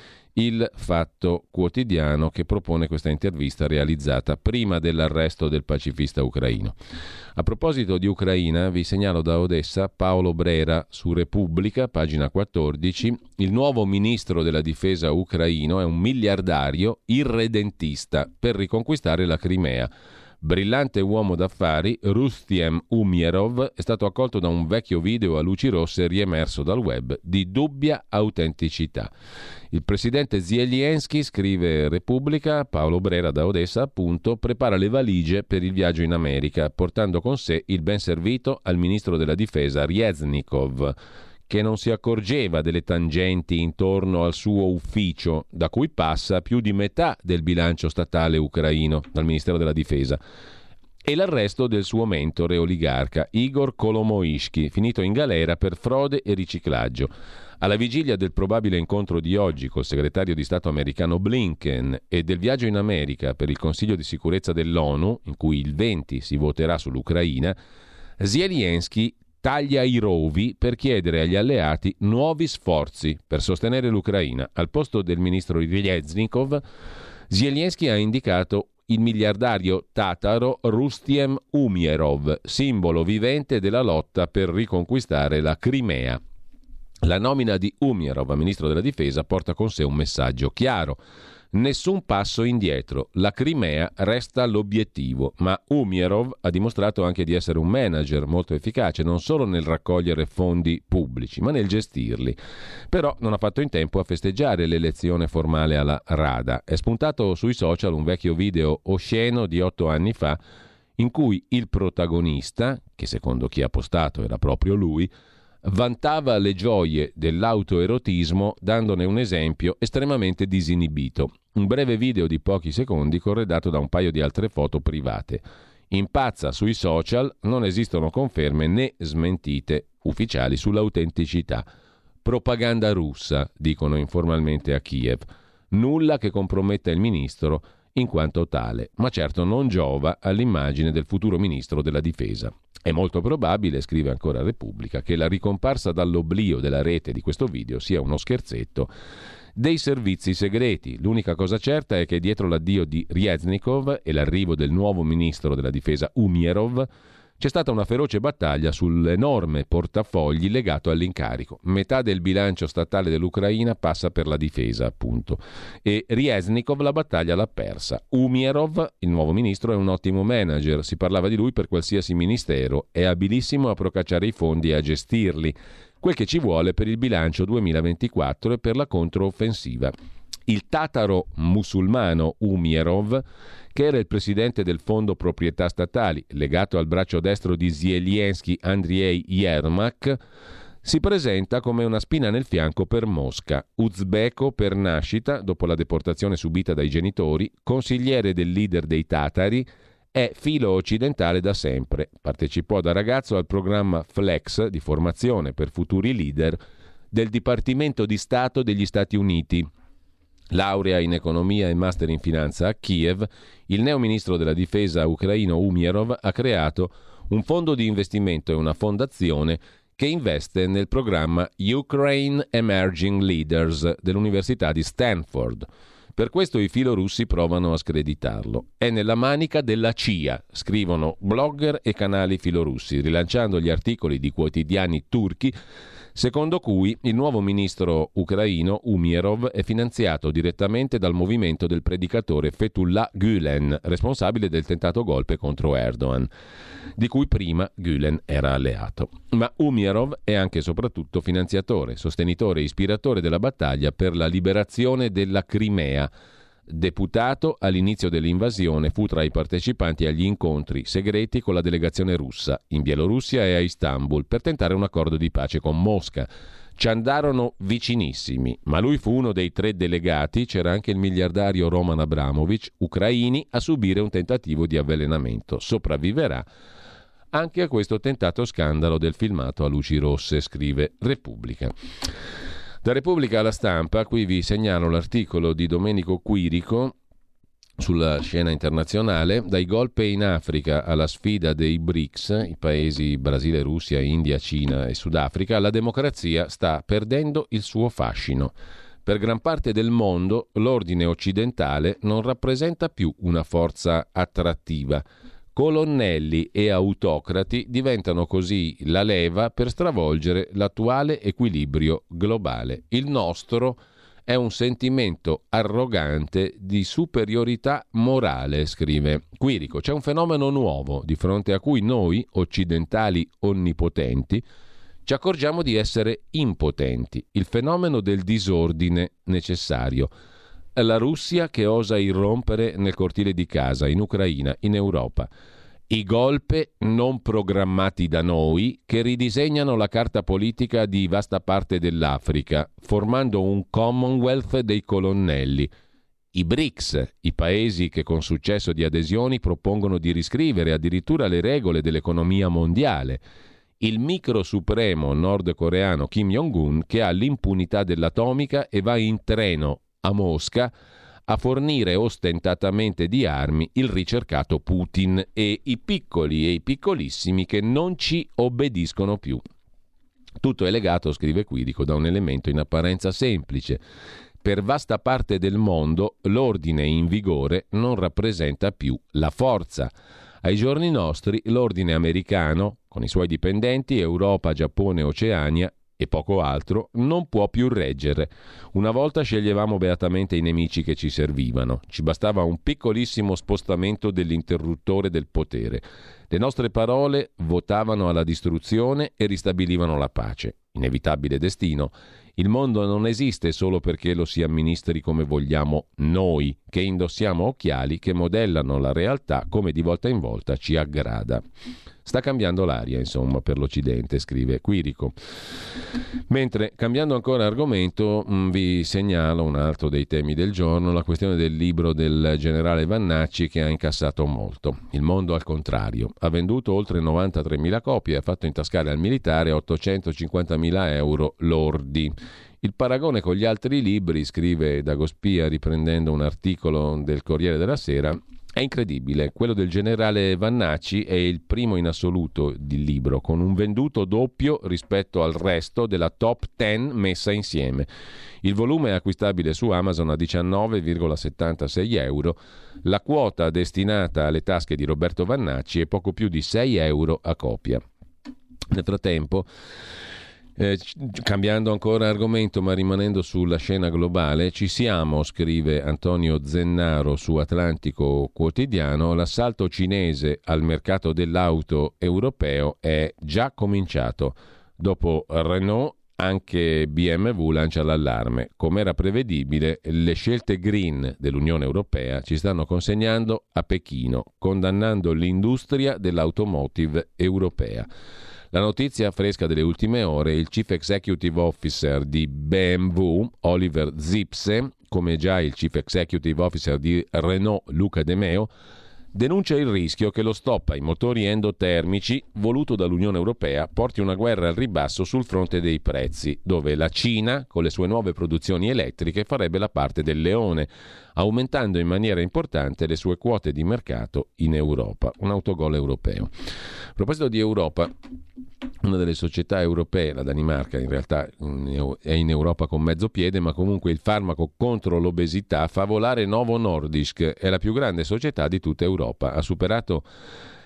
il Fatto Quotidiano, che propone questa intervista realizzata prima dell'arresto del pacifista ucraino. A proposito di Ucraina, vi segnalo da Odessa Paolo Brera su Repubblica, pagina quattordici. Il nuovo ministro della difesa ucraino è un miliardario irredentista per riconquistare la Crimea. Brillante uomo d'affari, Rustem Umierov è stato accolto da un vecchio video a luci rosse riemerso dal web di dubbia autenticità. Il presidente Zelensky, scrive Repubblica, Paolo Brera da Odessa appunto, prepara le valigie per il viaggio in America, portando con sé il ben servito al ministro della difesa Reznikov, che non si accorgeva delle tangenti intorno al suo ufficio, da cui passa più di metà del bilancio statale ucraino, dal Ministero della Difesa, e l'arresto del suo mentore oligarca Igor Kolomoisky, finito in galera per frode e riciclaggio. Alla vigilia del probabile incontro di oggi col segretario di Stato americano Blinken e del viaggio in America per il Consiglio di sicurezza dell'ONU, in cui il venti si voterà sull'Ucraina, Zelensky taglia i rovi per chiedere agli alleati nuovi sforzi per sostenere l'Ucraina. Al posto del ministro Reznikov, Zelensky ha indicato il miliardario tataro Rustem Umierov, simbolo vivente della lotta per riconquistare la Crimea. La nomina di Umierov a ministro della difesa porta con sé un messaggio chiaro. Nessun passo indietro, la Crimea resta l'obiettivo, ma Umierov ha dimostrato anche di essere un manager molto efficace, non solo nel raccogliere fondi pubblici, ma nel gestirli. Però non ha fatto in tempo a festeggiare l'elezione formale alla Rada. È spuntato sui social un vecchio video osceno di otto anni fa, in cui il protagonista, che secondo chi ha postato era proprio lui, vantava le gioie dell'autoerotismo dandone un esempio estremamente disinibito. Un breve video di pochi secondi corredato da un paio di altre foto private. Impazza sui social, non esistono conferme né smentite ufficiali sull'autenticità. Propaganda russa, dicono informalmente a Kiev. Nulla che comprometta il ministro in quanto tale, ma certo non giova all'immagine del futuro ministro della difesa. È molto probabile, scrive ancora Repubblica, che la ricomparsa dall'oblio della rete di questo video sia uno scherzetto dei servizi segreti. L'unica cosa certa è che dietro l'addio di Reznikov e l'arrivo del nuovo ministro della difesa Umierov c'è stata una feroce battaglia sull'enorme portafogli legato all'incarico. Metà del bilancio statale dell'Ucraina passa per la difesa, appunto. E Reznikov la battaglia l'ha persa. Umierov, il nuovo ministro, è un ottimo manager. Si parlava di lui per qualsiasi ministero. È abilissimo a procacciare i fondi e a gestirli. Quel che ci vuole per il bilancio duemilaventiquattro e per la controffensiva. Il tataro musulmano Umierov, che era il presidente del fondo proprietà statali, legato al braccio destro di Zelensky, Andriy Yermak, si presenta come una spina nel fianco per Mosca. Uzbeko per nascita, dopo la deportazione subita dai genitori, consigliere del leader dei tatari, è filo occidentale da sempre. Partecipò da ragazzo al programma Flex di formazione per futuri leader del Dipartimento di Stato degli Stati Uniti. Laurea in economia e master in finanza a Kiev, il neo ministro della difesa ucraino Umierov ha creato un fondo di investimento e una fondazione che investe nel programma Ukraine Emerging Leaders dell'Università di Stanford. Per questo i filorussi provano a screditarlo. È nella manica della C I A, scrivono blogger e canali filorussi, rilanciando gli articoli di quotidiani turchi secondo cui il nuovo ministro ucraino Umierov è finanziato direttamente dal movimento del predicatore Fethullah Gülen, responsabile del tentato golpe contro Erdogan, di cui prima Gülen era alleato. Ma Umierov è anche e soprattutto finanziatore, sostenitore e ispiratore della battaglia per la liberazione della Crimea. Deputato all'inizio dell'invasione, fu tra i partecipanti agli incontri segreti con la delegazione russa in Bielorussia e a Istanbul per tentare un accordo di pace con Mosca. Ci andarono vicinissimi, ma lui fu uno dei tre delegati, c'era anche il miliardario Roman Abramovich, ucraini, a subire un tentativo di avvelenamento. Sopravviverà anche a questo tentato scandalo del filmato a luci rosse, scrive Repubblica. Da Repubblica alla Stampa, qui vi segnalo l'articolo di Domenico Quirico sulla scena internazionale, dai golpe in Africa alla sfida dei B R I C S, i paesi Brasile, Russia, India, Cina e Sudafrica, la democrazia sta perdendo il suo fascino. Per gran parte del mondo l'ordine occidentale non rappresenta più una forza attrattiva. Colonnelli e autocrati diventano così la leva per stravolgere l'attuale equilibrio globale. Il nostro è un sentimento arrogante di superiorità morale, scrive Quirico. C'è un fenomeno nuovo di fronte a cui noi, occidentali onnipotenti, ci accorgiamo di essere impotenti. Il fenomeno del disordine necessario. La Russia che osa irrompere nel cortile di casa, in Ucraina, in Europa. I golpe non programmati da noi che ridisegnano la carta politica di vasta parte dell'Africa, formando un Commonwealth dei colonnelli. I B R I C S, i paesi che con successo di adesioni propongono di riscrivere addirittura le regole dell'economia mondiale. Il micro supremo nordcoreano Kim Jong-un che ha l'impunità dell'atomica e va in treno a Mosca a fornire ostentatamente di armi il ricercato Putin e i piccoli e i piccolissimi che non ci obbediscono più. Tutto è legato, scrive Quirico, da un elemento in apparenza semplice. Per vasta parte del mondo l'ordine in vigore non rappresenta più la forza. Ai giorni nostri l'ordine americano, con i suoi dipendenti, Europa, Giappone, Oceania, e poco altro, non può più reggere. Una volta sceglievamo beatamente i nemici che ci servivano. Ci bastava un piccolissimo spostamento dell'interruttore del potere. Le nostre parole votavano alla distruzione e ristabilivano la pace. Inevitabile destino. Il mondo non esiste solo perché lo si amministri come vogliamo noi, che indossiamo occhiali che modellano la realtà come di volta in volta ci aggrada. Sta cambiando l'aria, insomma, per l'Occidente, scrive Quirico. Mentre, cambiando ancora argomento, mh, vi segnalo un altro dei temi del giorno, la questione del libro del generale Vannacci che ha incassato molto. Il mondo al contrario. Ha venduto oltre novantatremila copie e ha fatto intascare al militare ottocentocinquantamila euro lordi. Il paragone con gli altri libri, scrive Dagospia riprendendo un articolo del Corriere della Sera, è incredibile. Quello del generale Vannacci è il primo in assoluto di libro, con un venduto doppio rispetto al resto della top dieci messa insieme. Il volume è acquistabile su Amazon a diciannove virgola settantasei euro. La quota destinata alle tasche di Roberto Vannacci è poco più di sei euro a copia. Nel frattempo, Eh, cambiando ancora argomento ma rimanendo sulla scena globale, ci siamo, scrive Antonio Zennaro su Atlantico Quotidiano, l'assalto cinese al mercato dell'auto europeo è già cominciato. Dopo Renault anche B M W lancia l'allarme. Come era prevedibile, le scelte green dell'Unione Europea ci stanno consegnando a Pechino, condannando l'industria dell'automotive europea. La notizia fresca delle ultime ore, il Chief Executive Officer di B M W, Oliver Zipse, come già il Chief Executive Officer di Renault, Luca De Meo, denuncia il rischio che lo stop ai motori endotermici voluto dall'Unione Europea porti una guerra al ribasso sul fronte dei prezzi, dove la Cina, con le sue nuove produzioni elettriche, farebbe la parte del leone, aumentando in maniera importante le sue quote di mercato in Europa. Un autogol europeo. A proposito di Europa, una delle società europee, la Danimarca in realtà è in Europa con mezzo piede, ma comunque il farmaco contro l'obesità fa volare Novo Nordisk, è la più grande società di tutta Europa, ha superato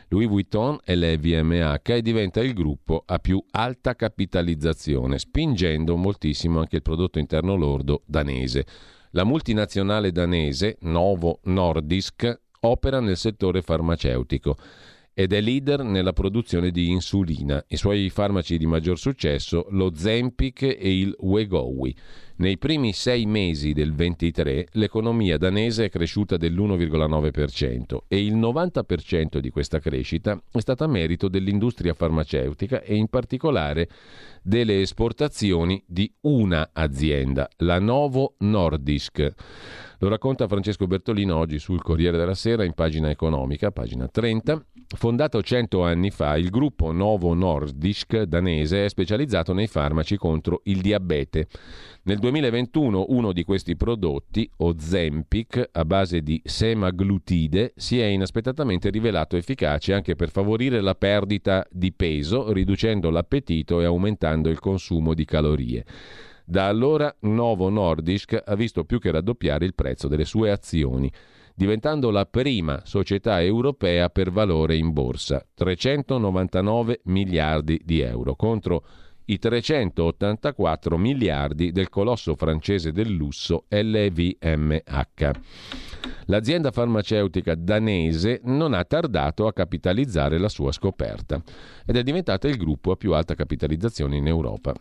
Louis Vuitton e l'E V M H e diventa il gruppo a più alta capitalizzazione, spingendo moltissimo anche il prodotto interno lordo danese. La multinazionale danese Novo Nordisk opera nel settore farmaceutico ed è leader nella produzione di insulina. I suoi farmaci di maggior successo, lo Ozempic e il Wegovy. Nei primi sei mesi del ventitré l'economia danese è cresciuta dell'uno virgola nove per cento e il novanta per cento di questa crescita è stata a merito dell'industria farmaceutica e in particolare delle esportazioni di una azienda, la Novo Nordisk. Lo racconta Francesco Bertolino oggi sul Corriere della Sera in pagina economica, pagina trenta. Fondato cento anni fa, il gruppo Novo Nordisk danese è specializzato nei farmaci contro il diabete. Nel duemilaventuno uno di questi prodotti, Ozempic, a base di semaglutide, si è inaspettatamente rivelato efficace anche per favorire la perdita di peso, riducendo l'appetito e aumentando il consumo di calorie. Da allora Novo Nordisk ha visto più che raddoppiare il prezzo delle sue azioni, diventando la prima società europea per valore in borsa, trecentonovantanove miliardi di euro, contro i trecentottantaquattro miliardi del colosso francese del lusso L V M H. L'azienda farmaceutica danese non ha tardato a capitalizzare la sua scoperta ed è diventata il gruppo a più alta capitalizzazione in Europa,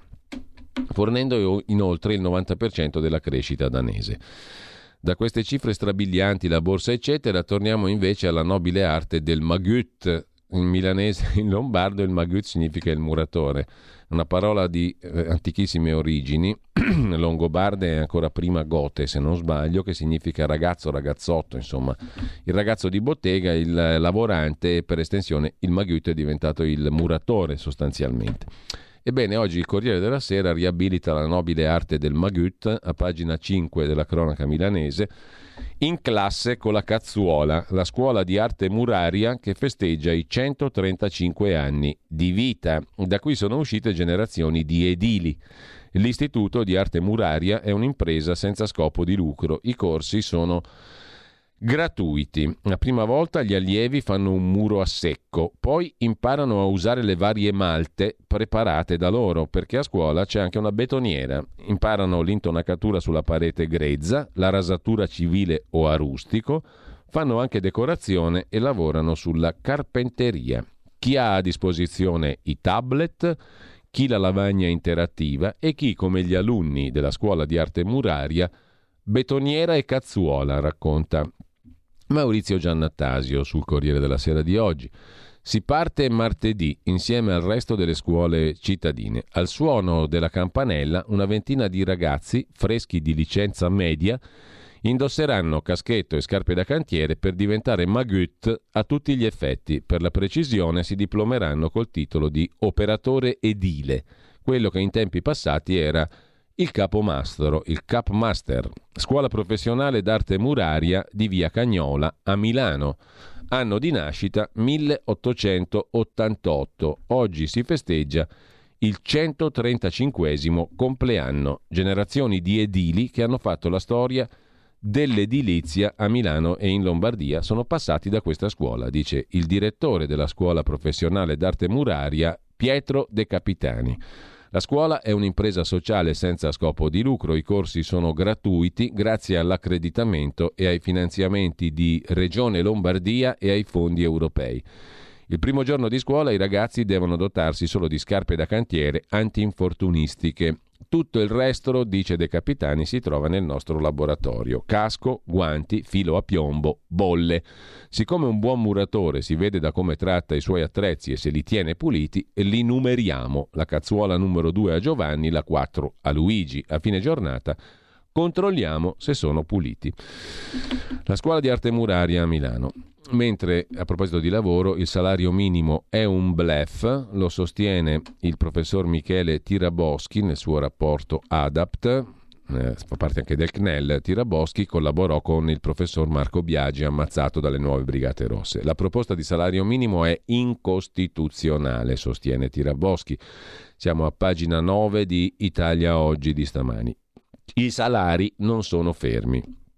fornendo inoltre il novanta per cento della crescita danese. Da queste cifre strabilianti, la borsa eccetera, torniamo invece alla nobile arte del Magut. In milanese, in lombardo, il Magut significa il muratore, una parola di eh, antichissime origini, longobarde e ancora prima gote, se non sbaglio, che significa ragazzo, ragazzotto, insomma, il ragazzo di bottega, il lavorante, e per estensione il Magut è diventato il muratore sostanzialmente. Ebbene, oggi il Corriere della Sera riabilita la nobile arte del Magut a pagina cinque della cronaca milanese, in classe con la Cazzuola, la scuola di arte muraria che festeggia i centotrentacinque anni di vita. Da qui sono uscite generazioni di edili. L'Istituto di Arte Muraria è un'impresa senza scopo di lucro. I corsi sono gratuiti. La prima volta gli allievi fanno un muro a secco, poi imparano a usare le varie malte preparate da loro, perché a scuola c'è anche una betoniera. Imparano l'intonacatura sulla parete grezza, la rasatura civile o a rustico, fanno anche decorazione e lavorano sulla carpenteria. Chi ha a disposizione i tablet, chi la lavagna interattiva e chi, come gli alunni della scuola di arte muraria, betoniera e cazzuola, racconta Maurizio Giannattasio sul Corriere della Sera di oggi. Si parte martedì insieme al resto delle scuole cittadine. Al suono della campanella una ventina di ragazzi, freschi di licenza media, indosseranno caschetto e scarpe da cantiere per diventare Magut a tutti gli effetti. Per la precisione si diplomeranno col titolo di operatore edile, quello che in tempi passati era il capomastro, il capmaster, scuola professionale d'arte muraria di via Cagnola a Milano. Anno di nascita milleottocentottantotto. Oggi si festeggia il centotrentacinquesimo compleanno. Generazioni di edili che hanno fatto la storia dell'edilizia a Milano e in Lombardia sono passati da questa scuola, dice il direttore della scuola professionale d'arte muraria Pietro De Capitani. La scuola è un'impresa sociale senza scopo di lucro, i corsi sono gratuiti grazie all'accreditamento e ai finanziamenti di Regione Lombardia e ai fondi europei. Il primo giorno di scuola i ragazzi devono dotarsi solo di scarpe da cantiere antinfortunistiche. Tutto il resto, dice De Capitani, si trova nel nostro laboratorio. Casco, guanti, filo a piombo, bolle. Siccome un buon muratore si vede da come tratta i suoi attrezzi e se li tiene puliti, li numeriamo. La cazzuola numero due a Giovanni, la quattro a Luigi. A fine giornata controlliamo se sono puliti. La scuola di arte muraria a Milano. Mentre, a proposito di lavoro, il salario minimo è un bluff, lo sostiene il professor Michele Tiraboschi nel suo rapporto ADAPT, eh, fa parte anche del C N E L. Tiraboschi collaborò con il professor Marco Biagi, ammazzato dalle nuove Brigate Rosse. La proposta di salario minimo è incostituzionale, sostiene Tiraboschi. Siamo a pagina nove di Italia Oggi di stamani. I salari non sono fermi.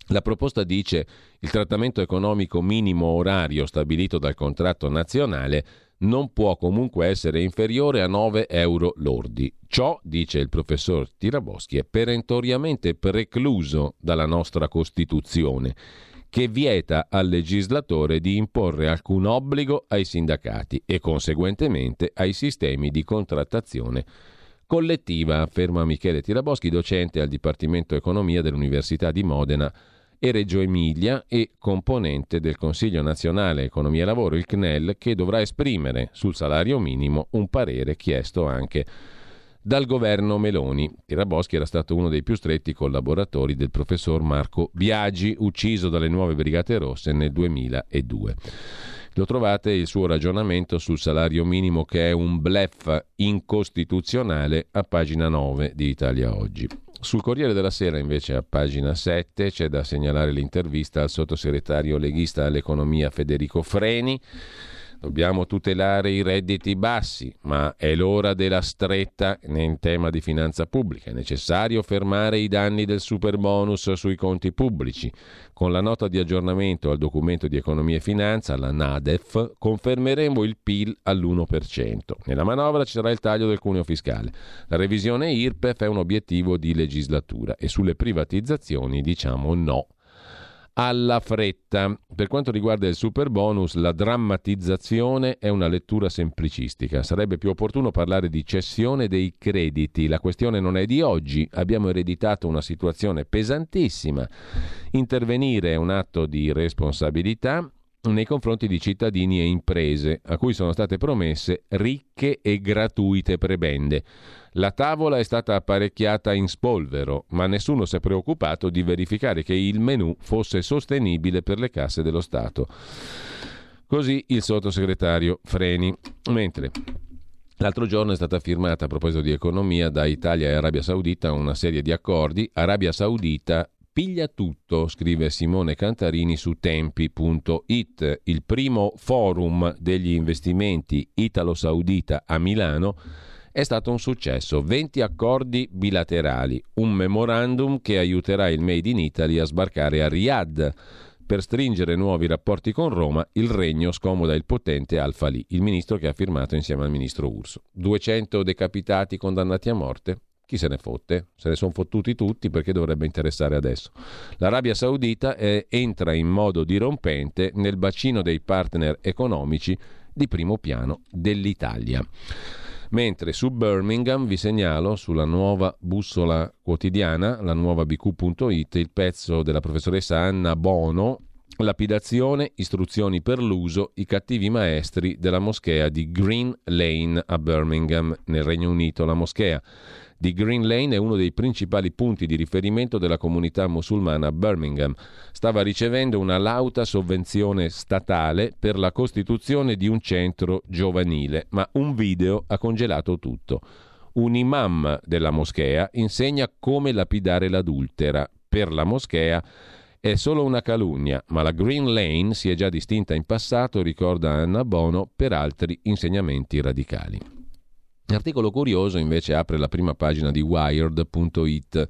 La proposta dice: il trattamento economico minimo orario stabilito dal contratto nazionale non può comunque essere inferiore a nove euro lordi. Ciò, dice il professor Tiraboschi, è perentoriamente precluso dalla nostra Costituzione, che vieta al legislatore di imporre alcun obbligo ai sindacati e conseguentemente ai sistemi di contrattazione collettiva, afferma Michele Tiraboschi, docente al Dipartimento Economia dell'Università di Modena e Reggio Emilia e componente del Consiglio Nazionale Economia e Lavoro, il C N E L, che dovrà esprimere sul salario minimo un parere chiesto anche dal governo Meloni. Tiraboschi era stato uno dei più stretti collaboratori del professor Marco Biagi, ucciso dalle Nuove Brigate Rosse nel duemiladue. Lo trovate il suo ragionamento sul salario minimo, che è un bluff incostituzionale, a pagina nove di Italia Oggi. Sul Corriere della Sera, invece, a pagina sette, c'è da segnalare l'intervista al sottosegretario leghista all'economia Federico Freni. Dobbiamo tutelare i redditi bassi, ma è l'ora della stretta in tema di finanza pubblica. È necessario fermare i danni del superbonus sui conti pubblici. Con la nota di aggiornamento al documento di economia e finanza, la NADEF, confermeremo il P I L all'uno per cento. Nella manovra ci sarà il taglio del cuneo fiscale. La revisione I R P E F è un obiettivo di legislatura e sulle privatizzazioni diciamo no alla fretta. Per quanto riguarda il superbonus, la drammatizzazione è una lettura semplicistica. Sarebbe più opportuno parlare di cessione dei crediti. La questione non è di oggi, abbiamo ereditato una situazione pesantissima. Intervenire è un atto di responsabilità nei confronti di cittadini e imprese a cui sono state promesse ricche e gratuite prebende. La tavola è stata apparecchiata in spolvero, ma nessuno si è preoccupato di verificare che il menù fosse sostenibile per le casse dello Stato. Così il sottosegretario Freni. Mentre l'altro giorno è stata firmata, a proposito di economia, da Italia e Arabia Saudita una serie di accordi. Arabia Saudita piglia tutto, scrive Simone Cantarini su tempi punto it. Il primo forum degli investimenti italo-saudita a Milano è stato un successo. venti accordi bilaterali, un memorandum che aiuterà il Made in Italy a sbarcare a Riyadh. Per stringere nuovi rapporti con Roma, il Regno scomoda il potente Al-Falì, il ministro che ha firmato insieme al ministro Urso. duecento decapitati condannati a morte? Chi se ne fotte? Se ne sono fottuti tutti, perché dovrebbe interessare adesso? L'Arabia Saudita è, entra in modo dirompente nel bacino dei partner economici di primo piano dell'Italia. Mentre su Birmingham vi segnalo sulla nuova bussola quotidiana, la nuova b q punto it, il pezzo della professoressa Anna Bono, lapidazione, istruzioni per l'uso, i cattivi maestri della moschea di Green Lane a Birmingham, nel Regno Unito. La moschea di Green Lane è uno dei principali punti di riferimento della comunità musulmana a Birmingham. Stava ricevendo una lauta sovvenzione statale per la costituzione di un centro giovanile, ma un video ha congelato tutto. Un imam della moschea insegna come lapidare l'adultera. Per la moschea è solo una calunnia, ma la Green Lane si è già distinta in passato, ricorda Anna Bono, per altri insegnamenti radicali. L'articolo curioso invece apre la prima pagina di Wired punto it.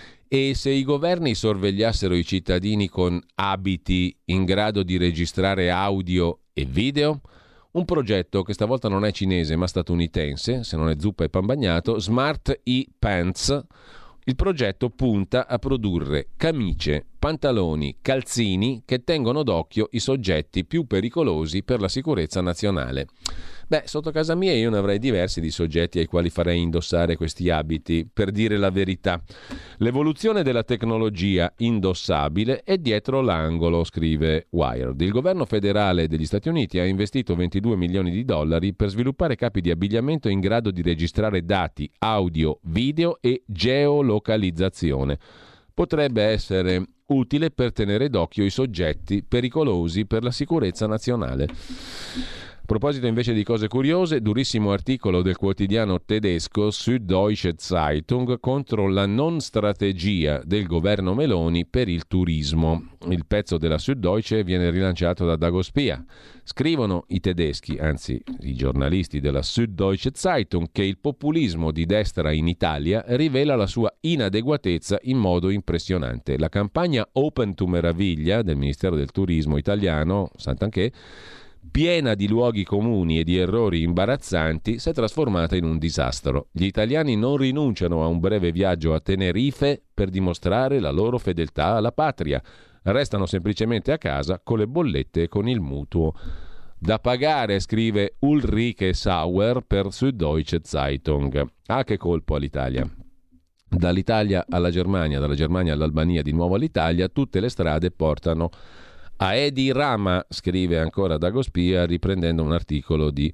E se i governi sorvegliassero i cittadini con abiti in grado di registrare audio e video? Un progetto che stavolta non è cinese ma statunitense, se non è zuppa e pan bagnato, Smart E-Pants. Il progetto punta a produrre camicie, pantaloni, calzini che tengono d'occhio i soggetti più pericolosi per la sicurezza nazionale. Beh, sotto casa mia io ne avrei diversi di soggetti ai quali farei indossare questi abiti, per dire la verità. L'evoluzione della tecnologia indossabile è dietro l'angolo, scrive Wired. Il governo federale degli Stati Uniti ha investito ventidue milioni di dollari per sviluppare capi di abbigliamento in grado di registrare dati audio, video e geolocalizzazione. Potrebbe essere utile per tenere d'occhio i soggetti pericolosi per la sicurezza nazionale. proposito invece di cose curiose, durissimo articolo del quotidiano tedesco Süddeutsche Zeitung contro la non strategia del governo Meloni per il turismo. Il pezzo della Süddeutsche viene rilanciato da Dago Spia. Scrivono i tedeschi, anzi i giornalisti della Süddeutsche Zeitung, che il populismo di destra in Italia rivela la sua inadeguatezza in modo impressionante. La campagna Open to Meraviglia del Ministero del Turismo italiano, Santanchè, piena di luoghi comuni e di errori imbarazzanti, si è trasformata in un disastro. Gli italiani non rinunciano a un breve viaggio a Tenerife per dimostrare la loro fedeltà alla patria. Restano semplicemente a casa con le bollette e con il mutuo da pagare, scrive Ulrike Sauer per Süddeutsche Zeitung. Ah, che colpo all'Italia! Dall'Italia alla Germania, dalla Germania all'Albania, di nuovo all'Italia, tutte le strade portano a Edi Rama, scrive ancora Dago Spia, riprendendo un articolo di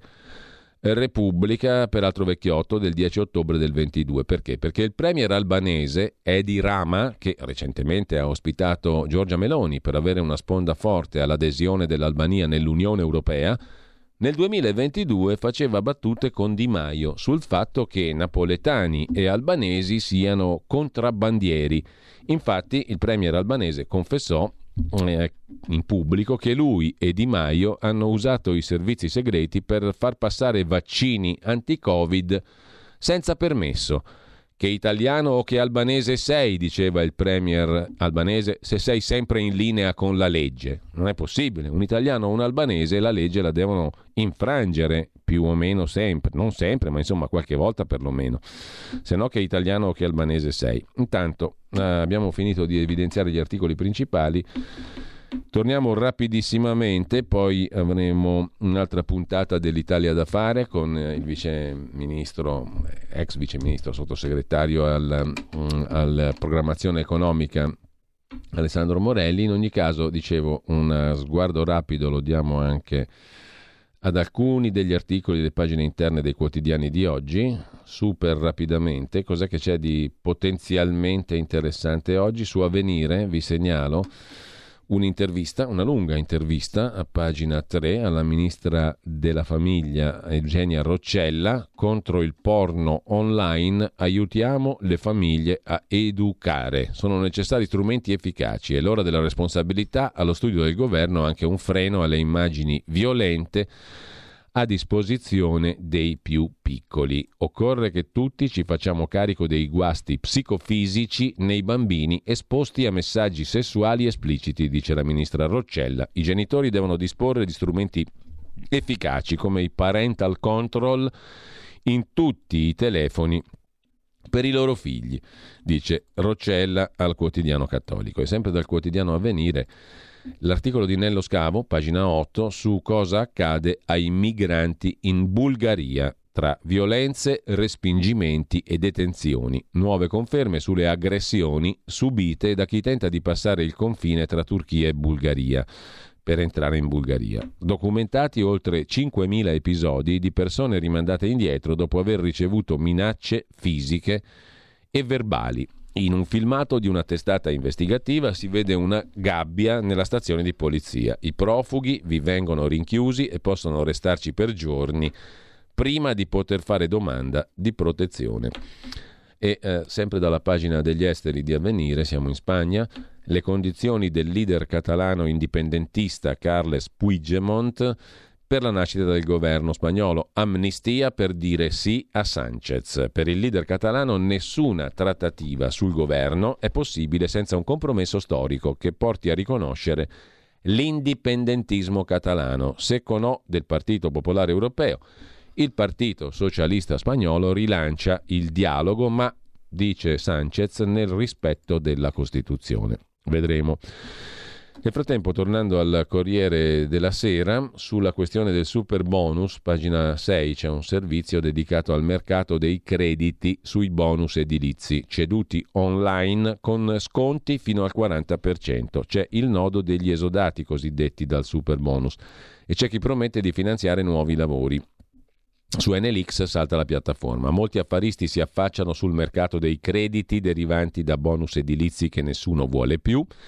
Repubblica, peraltro vecchiotto, del dieci ottobre del ventidue. Perché? Perché il premier albanese Edi Rama, che recentemente ha ospitato Giorgia Meloni per avere una sponda forte all'adesione dell'Albania nell'Unione Europea, nel duemilaventidue faceva battute con Di Maio sul fatto che napoletani e albanesi siano contrabbandieri. Infatti il premier albanese confessò in pubblico che lui e Di Maio hanno usato i servizi segreti per far passare vaccini anti-Covid senza permesso. Che italiano o che albanese sei, diceva il premier albanese, se sei sempre in linea con la legge. Non è possibile, un italiano o un albanese la legge la devono infrangere più o meno sempre, non sempre, ma insomma qualche volta perlomeno, se no che italiano o che albanese sei. Intanto eh, abbiamo finito di evidenziare gli articoli principali. Torniamo rapidissimamente, poi avremo un'altra puntata dell'Italia da fare con il vice ministro, ex vice ministro, sottosegretario al, alla programmazione economica Alessandro Morelli. In ogni caso, dicevo, un sguardo rapido lo diamo anche ad alcuni degli articoli delle pagine interne dei quotidiani di oggi, super rapidamente. Cos'è che c'è di potenzialmente interessante oggi? Su Avvenire vi segnalo un'intervista, una lunga intervista a pagina tre alla ministra della famiglia Eugenia Roccella. Contro il porno online, aiutiamo le famiglie a educare. Sono necessari strumenti efficaci, è l'ora della responsabilità. Allo studio del governo anche un freno alle immagini violente a disposizione dei più piccoli. Occorre che tutti ci facciamo carico dei guasti psicofisici nei bambini esposti a messaggi sessuali espliciti, dice la ministra Roccella. I genitori devono disporre di strumenti efficaci come i parental control in tutti i telefoni per i loro figli, dice Roccella al quotidiano Cattolico. E sempre dal quotidiano Avvenire l'articolo di Nello Scavo, pagina otto, su cosa accade ai migranti in Bulgaria tra violenze, respingimenti e detenzioni. Nuove conferme sulle aggressioni subite da chi tenta di passare il confine tra Turchia e Bulgaria per entrare in Bulgaria. Documentati oltre cinquemila episodi di persone rimandate indietro dopo aver ricevuto minacce fisiche e verbali. In un filmato di una testata investigativa si vede una gabbia nella stazione di polizia. I profughi vi vengono rinchiusi e possono restarci per giorni prima di poter fare domanda di protezione. E eh, sempre dalla pagina degli esteri di Avvenire, siamo in Spagna. Le condizioni del leader catalano indipendentista Carles Puigdemont per la nascita del governo spagnolo. Amnistia per dire sì a Sánchez. Per il leader catalano nessuna trattativa sul governo è possibile senza un compromesso storico che porti a riconoscere l'indipendentismo catalano, secco no del Partito Popolare Europeo. Il Partito Socialista Spagnolo rilancia il dialogo, ma, dice Sánchez, nel rispetto della Costituzione. Vedremo. Nel frattempo, tornando al Corriere della Sera, sulla questione del super bonus, pagina sei, c'è un servizio dedicato al mercato dei crediti sui bonus edilizi, ceduti online con sconti fino al quaranta per cento. C'è il nodo degli esodati cosiddetti dal super bonus e c'è chi promette di finanziare nuovi lavori. Su N L X salta la piattaforma. Molti affaristi si affacciano sul mercato dei crediti derivanti da bonus edilizi che nessuno vuole più.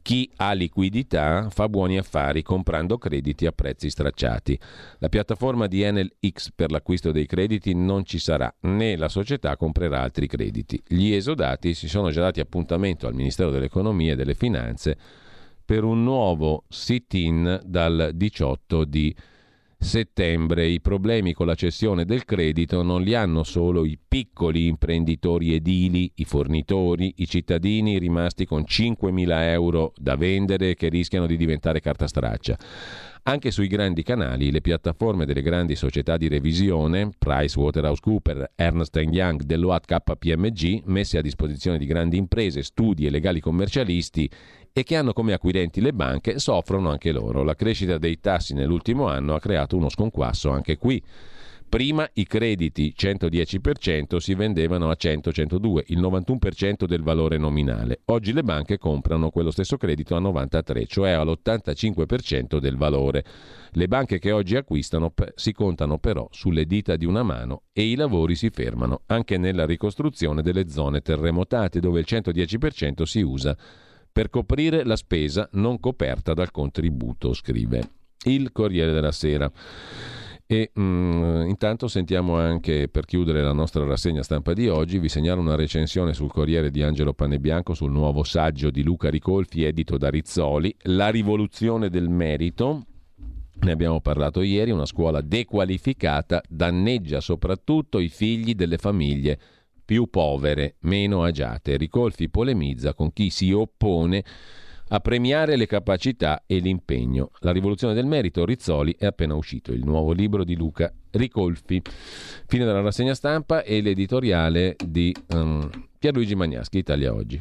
Chi ha liquidità fa buoni affari comprando crediti a prezzi stracciati. La piattaforma di Enel X per l'acquisto dei crediti non ci sarà, né la società comprerà altri crediti. Gli esodati si sono già dati appuntamento al Ministero dell'Economia e delle Finanze per un nuovo sit-in dal diciotto di settembre. I problemi con la cessione del credito non li hanno solo i piccoli imprenditori edili, i fornitori, i cittadini rimasti con cinquemila euro da vendere che rischiano di diventare carta straccia. Anche sui grandi canali, le piattaforme delle grandi società di revisione, PricewaterhouseCoopers, Ernst and Young, Deloitte, K P M G, messe a disposizione di grandi imprese, studi e legali commercialisti e che hanno come acquirenti le banche, soffrono anche loro. La crescita dei tassi nell'ultimo anno ha creato uno sconquasso anche qui. Prima i crediti centodieci per cento si vendevano a cento centodue, il novantuno per cento del valore nominale. Oggi le banche comprano quello stesso credito a novantatré, cioè all'ottantacinque per cento del valore. Le banche che oggi acquistano si contano però sulle dita di una mano e i lavori si fermano, anche nella ricostruzione delle zone terremotate, dove il centodieci per cento si usa per coprire la spesa non coperta dal contributo, scrive il Corriere della Sera. E mh, intanto sentiamo anche, per chiudere la nostra rassegna stampa di oggi, vi segnalo una recensione sul Corriere di Angelo Panebianco sul nuovo saggio di Luca Ricolfi edito da Rizzoli, La rivoluzione del merito. Ne abbiamo parlato ieri. Una scuola dequalificata danneggia soprattutto i figli delle famiglie più povere, meno agiate. Ricolfi polemizza con chi si oppone a premiare le capacità e l'impegno. La rivoluzione del merito, Rizzoli, è appena uscito, il nuovo libro di Luca Ricolfi. Fine della rassegna stampa e l'editoriale di um, Pierluigi Magnaschi, Italia Oggi.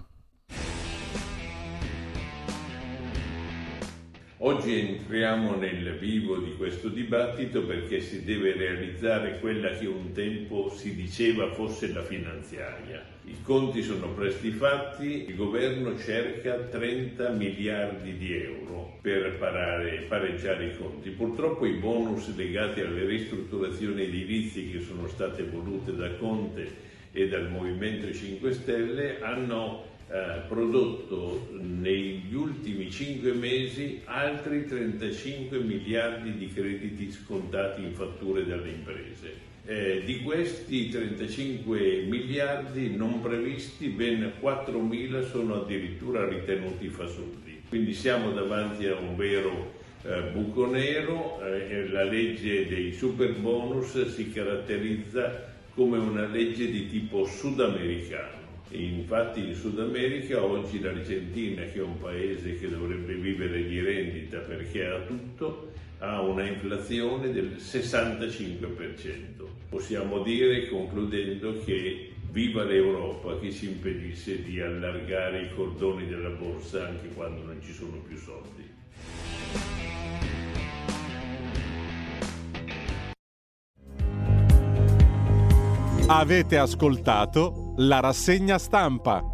Oggi entriamo nel vivo di questo dibattito perché si deve realizzare quella che un tempo si diceva fosse la finanziaria. I conti sono presto fatti, il governo cerca trenta miliardi di euro per parare, pareggiare i conti. Purtroppo i bonus legati alle ristrutturazioni edilizie che sono state volute da Conte e dal Movimento cinque Stelle hanno Eh, prodotto negli ultimi cinque mesi altri trentacinque miliardi di crediti scontati in fatture dalle imprese. Eh, di questi trentacinque miliardi non previsti, ben quattromila sono addirittura ritenuti fasulli. Quindi siamo davanti a un vero eh, buco nero. Eh, la legge dei super bonus si caratterizza come una legge di tipo sudamericano. Infatti in Sud America oggi l'Argentina, che è un paese che dovrebbe vivere di rendita perché ha tutto, ha una inflazione del sessantacinque per cento. Possiamo dire, concludendo, che viva l'Europa che ci impedisce di allargare i cordoni della borsa anche quando non ci sono più soldi. Avete ascoltato la rassegna stampa.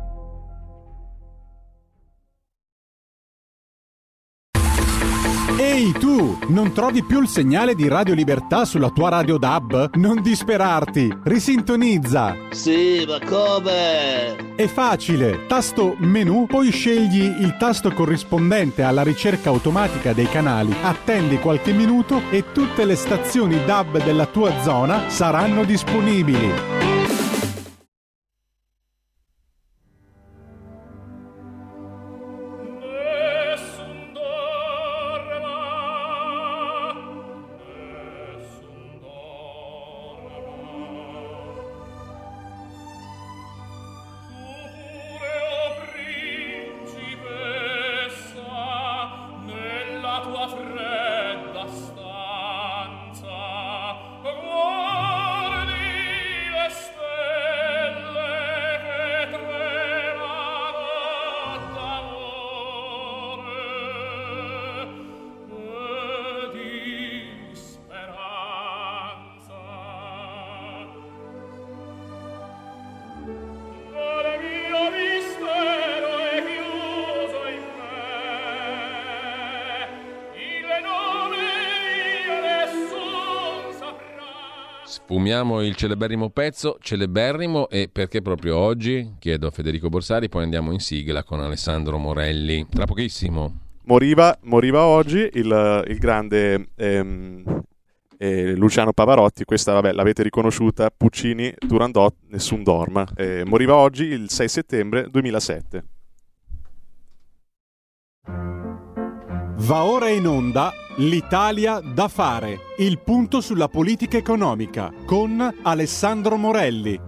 Ehi tu, non trovi più il segnale di Radio Libertà sulla tua radio D A B? Non disperarti, risintonizza. Sì, ma come? È facile, tasto menu, poi scegli il tasto corrispondente alla ricerca automatica dei canali, attendi qualche minuto e tutte le stazioni D A B della tua zona saranno disponibili. Guardi le Sfumiamo il celeberrimo pezzo, celeberrimo, e perché proprio oggi? Chiedo a Federico Borsari, poi andiamo in sigla con Alessandro Morelli. Tra pochissimo. Moriva, moriva oggi il, il grande ehm, eh, Luciano Pavarotti, questa vabbè, l'avete riconosciuta, Puccini, Turandot, Nessun dorma. Eh, moriva oggi il sei settembre duemilasette. Va ora in onda L'Italia da fare, il punto sulla politica economica con Alessandro Morelli.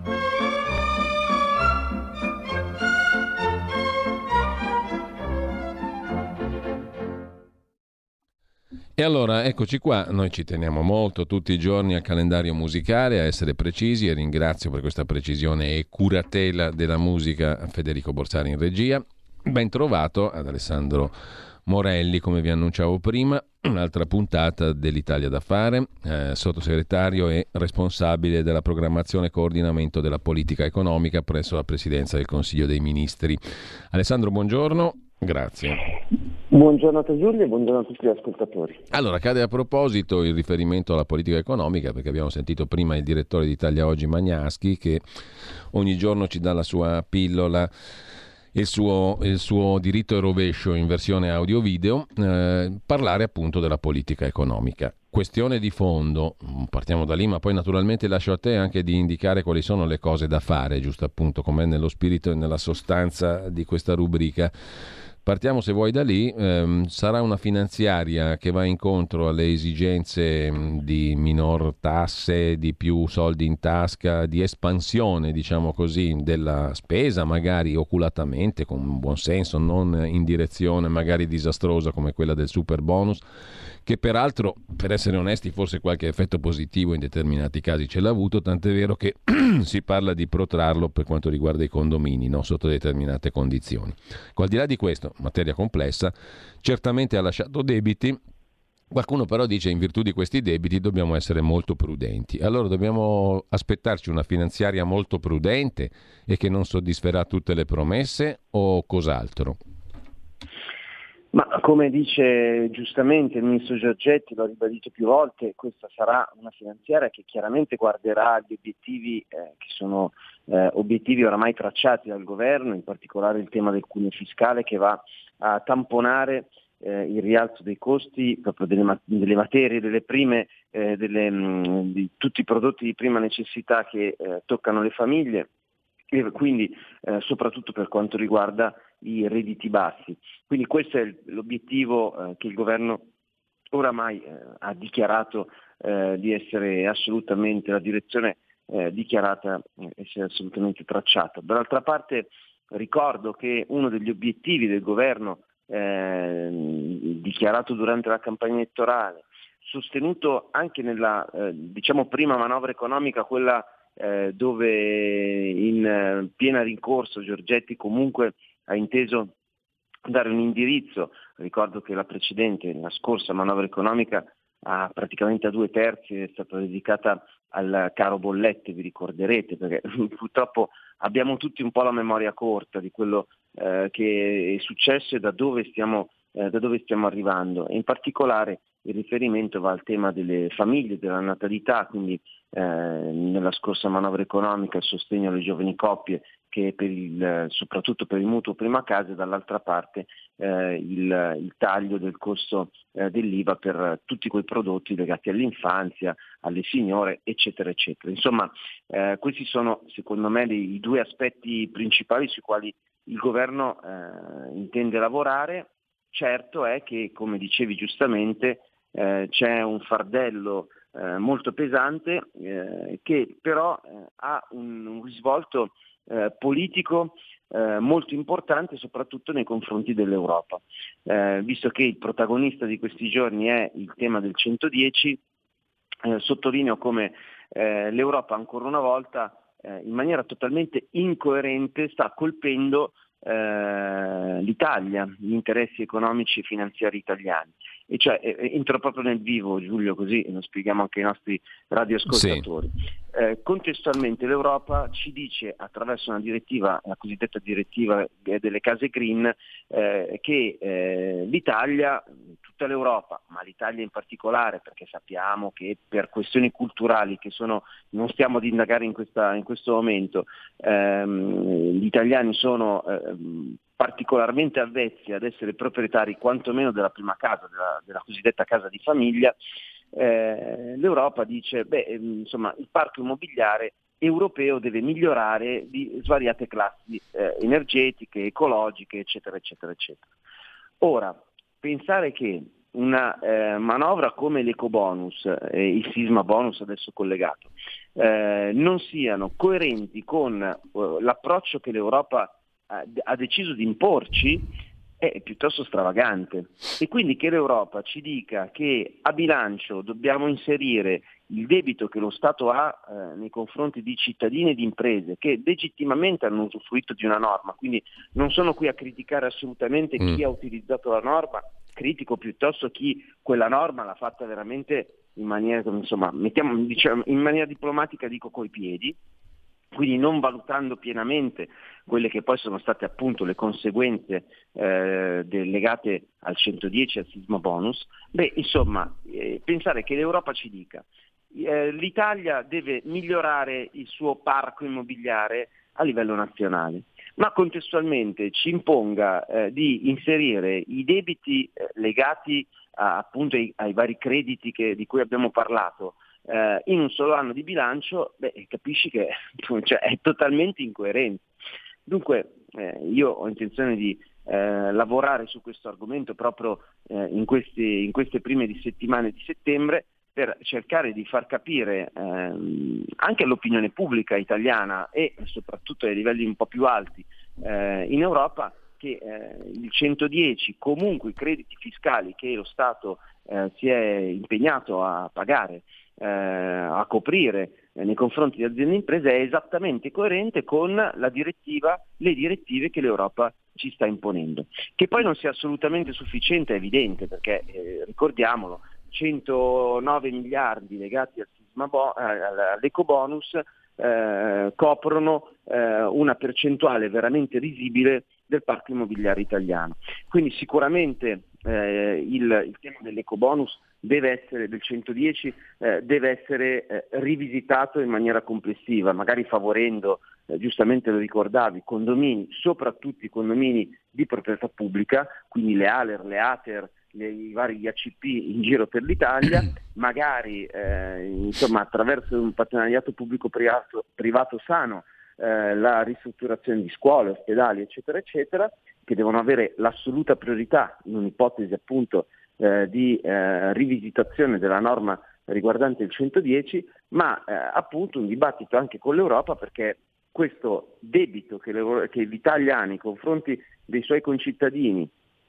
E allora eccoci qua, noi ci teniamo molto tutti i giorni al calendario musicale, a essere precisi, e ringrazio per questa precisione e curatela della musica Federico Borsari in regia. Ben trovato ad Alessandro Morelli, come vi annunciavo prima, un'altra puntata dell'Italia da fare, eh, sottosegretario e responsabile della programmazione e coordinamento della politica economica presso la Presidenza del Consiglio dei Ministri. Alessandro, buongiorno, grazie. Buongiorno a te Giulio e buongiorno a tutti gli ascoltatori. Allora, cade a proposito il riferimento alla politica economica, perché abbiamo sentito prima il direttore di Italia Oggi Magnaschi, che ogni giorno ci dà la sua pillola, il suo, il suo diritto e rovescio in versione audio-video, eh, parlare appunto della politica economica. Questione di fondo, partiamo da lì, ma poi naturalmente lascio a te anche di indicare quali sono le cose da fare, giusto appunto come nello spirito e nella sostanza di questa rubrica. Partiamo, se vuoi, da lì. Ehm, sarà una finanziaria che va incontro alle esigenze mh, di minor tasse, di più soldi in tasca, di espansione, diciamo così, della spesa, magari oculatamente, con buon senso, non in direzione magari disastrosa come quella del super bonus, che peraltro, per essere onesti, forse qualche effetto positivo in determinati casi ce l'ha avuto, tant'è vero che si parla di protrarlo per quanto riguarda i condomini, no? Sotto determinate condizioni. Al di là di questo, materia complessa, certamente ha lasciato debiti. Qualcuno però dice in virtù di questi debiti dobbiamo essere molto prudenti. Allora dobbiamo aspettarci una finanziaria molto prudente e che non soddisferà tutte le promesse, o cos'altro? Ma come dice giustamente il ministro Giorgetti, l'ho ribadito più volte, questa sarà una finanziaria che chiaramente guarderà agli obiettivi eh, che sono eh, obiettivi oramai tracciati dal governo, in particolare il tema del cuneo fiscale, che va a tamponare eh, il rialzo dei costi proprio delle, delle materie, delle prime, eh, delle, mh, di tutti i prodotti di prima necessità che eh, toccano le famiglie, e quindi eh, soprattutto per quanto riguarda i redditi bassi. Quindi questo è l'obiettivo eh, che il governo oramai eh, ha dichiarato eh, di essere assolutamente, la direzione eh, dichiarata eh, essere assolutamente tracciata. Dall'altra parte ricordo che uno degli obiettivi del governo eh, dichiarato durante la campagna elettorale, sostenuto anche nella eh, diciamo prima manovra economica, quella eh, dove in eh, piena rincorso Giorgetti comunque ha inteso dare un indirizzo. Ricordo che la precedente, la scorsa manovra economica, ha praticamente a due terzi è stata dedicata al caro bollette, vi ricorderete, perché purtroppo abbiamo tutti un po' la memoria corta di quello eh, che è successo e da dove stiamo, eh, da dove stiamo arrivando, e in particolare il riferimento va al tema delle famiglie, della natalità, quindi eh, nella scorsa manovra economica il sostegno alle giovani coppie, che per il, soprattutto per il mutuo prima casa, e dall'altra parte eh, il, il taglio del costo eh, dell'I V A per tutti quei prodotti legati all'infanzia, alle signore, eccetera, eccetera. Insomma, eh, questi sono secondo me i, i due aspetti principali sui quali il governo eh, intende lavorare. Certo è che, come dicevi giustamente, eh, c'è un fardello eh, molto pesante eh, che però eh, ha un, un risvolto eh, politico eh, molto importante, soprattutto nei confronti dell'Europa. Eh, visto che il protagonista di questi giorni è il tema del centodieci, eh, sottolineo come eh, l'Europa ancora una volta eh, in maniera totalmente incoerente sta colpendo Eh, l'Italia, gli interessi economici e finanziari italiani. E cioè eh, entro proprio nel vivo, Giulio, così lo spieghiamo anche ai nostri radioascoltatori. Sì. Eh, contestualmente l'Europa ci dice, attraverso una direttiva, la cosiddetta direttiva delle case green, eh, che eh, l'Italia, tutti tutta l'Europa, ma l'Italia in particolare, perché sappiamo che per questioni culturali che sono, non stiamo ad indagare in, questa, in questo momento, ehm, gli italiani sono ehm, particolarmente avvezzi ad essere proprietari quantomeno della prima casa, della, della cosiddetta casa di famiglia, eh, l'Europa dice, beh, insomma, il parco immobiliare europeo deve migliorare di svariate classi eh, energetiche, ecologiche, eccetera, eccetera, eccetera. Ora, pensare che una eh, manovra come l'ecobonus e eh, il sisma bonus adesso collegato eh, non siano coerenti con eh, l'approccio che l'Europa ha, ha deciso di imporci è piuttosto stravagante. E quindi che l'Europa ci dica che a bilancio dobbiamo inserire il debito che lo Stato ha eh, nei confronti di cittadini e di imprese che legittimamente hanno usufruito di una norma, quindi non sono qui a criticare assolutamente mm. chi ha utilizzato la norma, critico piuttosto chi quella norma l'ha fatta veramente in maniera, insomma, mettiamo, diciamo, in maniera diplomatica, dico coi piedi, quindi non valutando pienamente quelle che poi sono state appunto le conseguenze eh, legate al centodieci, al sisma bonus. Beh, insomma, eh, pensare che l'Europa ci dica eh, l'Italia deve migliorare il suo parco immobiliare a livello nazionale, ma contestualmente ci imponga eh, di inserire i debiti eh, legati a, appunto ai, ai vari crediti che, di cui abbiamo parlato, Uh, in un solo anno di bilancio, beh, capisci che cioè, è totalmente incoerente. Dunque eh, io ho intenzione di eh, lavorare su questo argomento proprio eh, in, questi, in queste prime di settimane di settembre per cercare di far capire ehm, anche all'opinione pubblica italiana e soprattutto ai livelli un po' più alti eh, in Europa che eh, il centodieci, comunque i crediti fiscali che lo Stato eh, si è impegnato a pagare, eh, a coprire eh, nei confronti di aziende e imprese, è esattamente coerente con la direttiva, le direttive che l'Europa ci sta imponendo. Che poi non sia assolutamente sufficiente è evidente, perché eh, ricordiamolo, centonove miliardi legati al sisma bo- all'ecobonus eh, coprono eh, una percentuale veramente risibile del parco immobiliare italiano. Quindi sicuramente eh, il, il tema dell'ecobonus deve essere, del centodieci, eh, deve essere eh, rivisitato in maniera complessiva, magari favorendo, eh, giustamente lo ricordavi, condomini, soprattutto i condomini di proprietà pubblica, quindi le ALER, le ATER, le, i vari A C P in giro per l'Italia, magari eh, insomma attraverso un partenariato pubblico-privato privato sano, eh, la ristrutturazione di scuole, ospedali, eccetera, eccetera, che devono avere l'assoluta priorità in un'ipotesi appunto eh, di eh, rivisitazione della norma riguardante il centodieci, ma eh, appunto un dibattito anche con l'Europa, perché questo debito che, le, che l'Italia ha nei confronti dei suoi concittadini,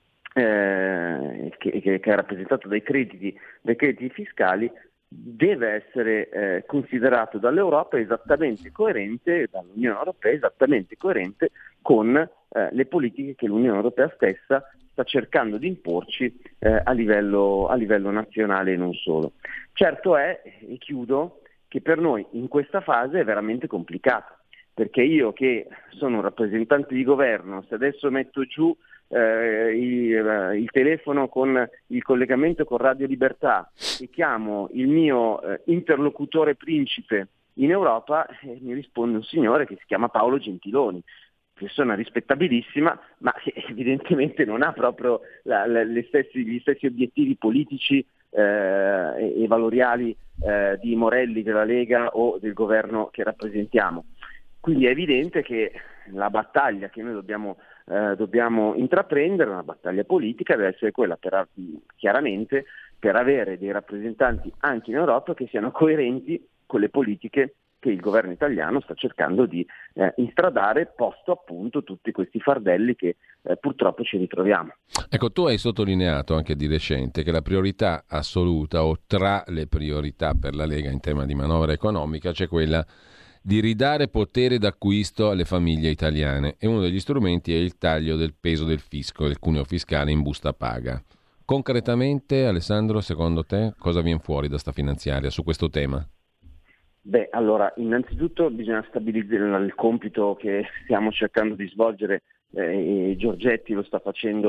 eh, che, che, che è rappresentato dai crediti, dai crediti fiscali, deve essere eh, considerato dall'Europa esattamente coerente, dall'Unione Europea esattamente coerente con eh, le politiche che l'Unione Europea stessa sta cercando di imporci eh, a livello, a livello nazionale e non solo. Certo è, e chiudo, che per noi in questa fase è veramente complicato, perché io che sono un rappresentante di governo, se adesso metto giù eh, il, il telefono con il collegamento con Radio Libertà e chiamo il mio eh, interlocutore principe in Europa, eh, mi risponde un signore che si chiama Paolo Gentiloni, persona rispettabilissima, ma che evidentemente non ha proprio la, la, le stessi, gli stessi obiettivi politici eh, e, e valoriali eh, di Morelli, della Lega o del governo che rappresentiamo. Quindi è evidente che la battaglia che noi dobbiamo, eh, dobbiamo intraprendere, una battaglia politica, deve essere quella per, chiaramente per avere dei rappresentanti anche in Europa che siano coerenti con le politiche che il governo italiano sta cercando di eh, instradare, posto appunto tutti questi fardelli che eh, purtroppo ci ritroviamo. Ecco, tu hai sottolineato anche di recente che la priorità assoluta, o tra le priorità per la Lega in tema di manovra economica, c'è quella di ridare potere d'acquisto alle famiglie italiane, e uno degli strumenti è il taglio del peso del fisco, il cuneo fiscale in busta paga. Concretamente, Alessandro, secondo te cosa viene fuori da sta finanziaria su questo tema? Beh, allora, innanzitutto bisogna stabilizzare il compito che stiamo cercando di svolgere, eh, e Giorgetti lo sta facendo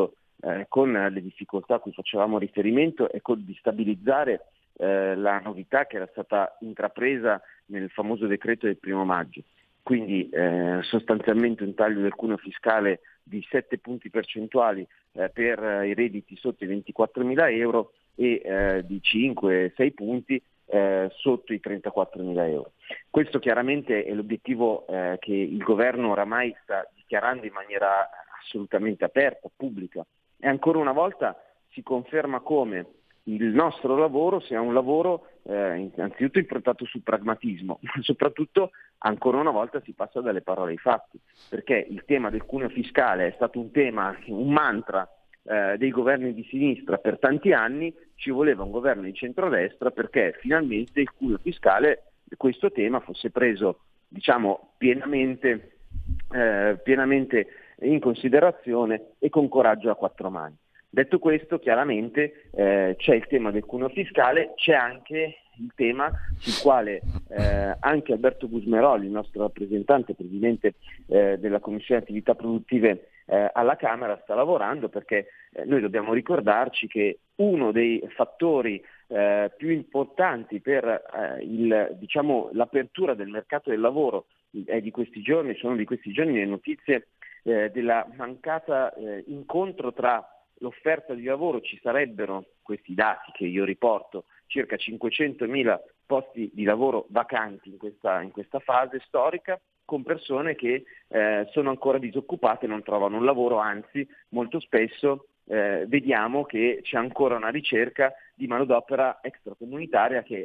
eh, con le difficoltà a cui facevamo riferimento e con di stabilizzare eh, la novità che era stata intrapresa nel famoso decreto del primo maggio. Quindi eh, sostanzialmente un taglio del cuneo fiscale di sette punti percentuali eh, per eh, i redditi sotto i ventiquattromila euro e eh, di cinque sei punti eh, sotto i trentaquattromila euro. Questo chiaramente è l'obiettivo eh, che il governo oramai sta dichiarando in maniera assolutamente aperta, pubblica, e ancora una volta si conferma come il nostro lavoro sia un lavoro eh, innanzitutto improntato sul pragmatismo, ma soprattutto ancora una volta si passa dalle parole ai fatti, perché il tema del cuneo fiscale è stato un tema, un mantra eh, dei governi di sinistra per tanti anni. Ci voleva un governo di centrodestra perché finalmente il cuneo fiscale, questo tema, fosse preso diciamo pienamente, eh, pienamente in considerazione e con coraggio a quattro mani. Detto questo, chiaramente eh, c'è il tema del cuneo fiscale, c'è anche il tema sul quale eh, anche Alberto Gusmeroli, il nostro rappresentante, presidente eh, della Commissione Attività Produttive eh, alla Camera, sta lavorando, perché eh, noi dobbiamo ricordarci che uno dei fattori eh, più importanti per eh, il, diciamo, l'apertura del mercato del lavoro è di questi giorni, sono di questi giorni le notizie eh, della mancata eh, incontro tra l'offerta di lavoro. Ci sarebbero, questi dati che io riporto, circa cinquecentomila posti di lavoro vacanti in questa, in questa fase storica, con persone che eh, sono ancora disoccupate e non trovano un lavoro, anzi molto spesso eh, vediamo che c'è ancora una ricerca di manodopera extracomunitaria che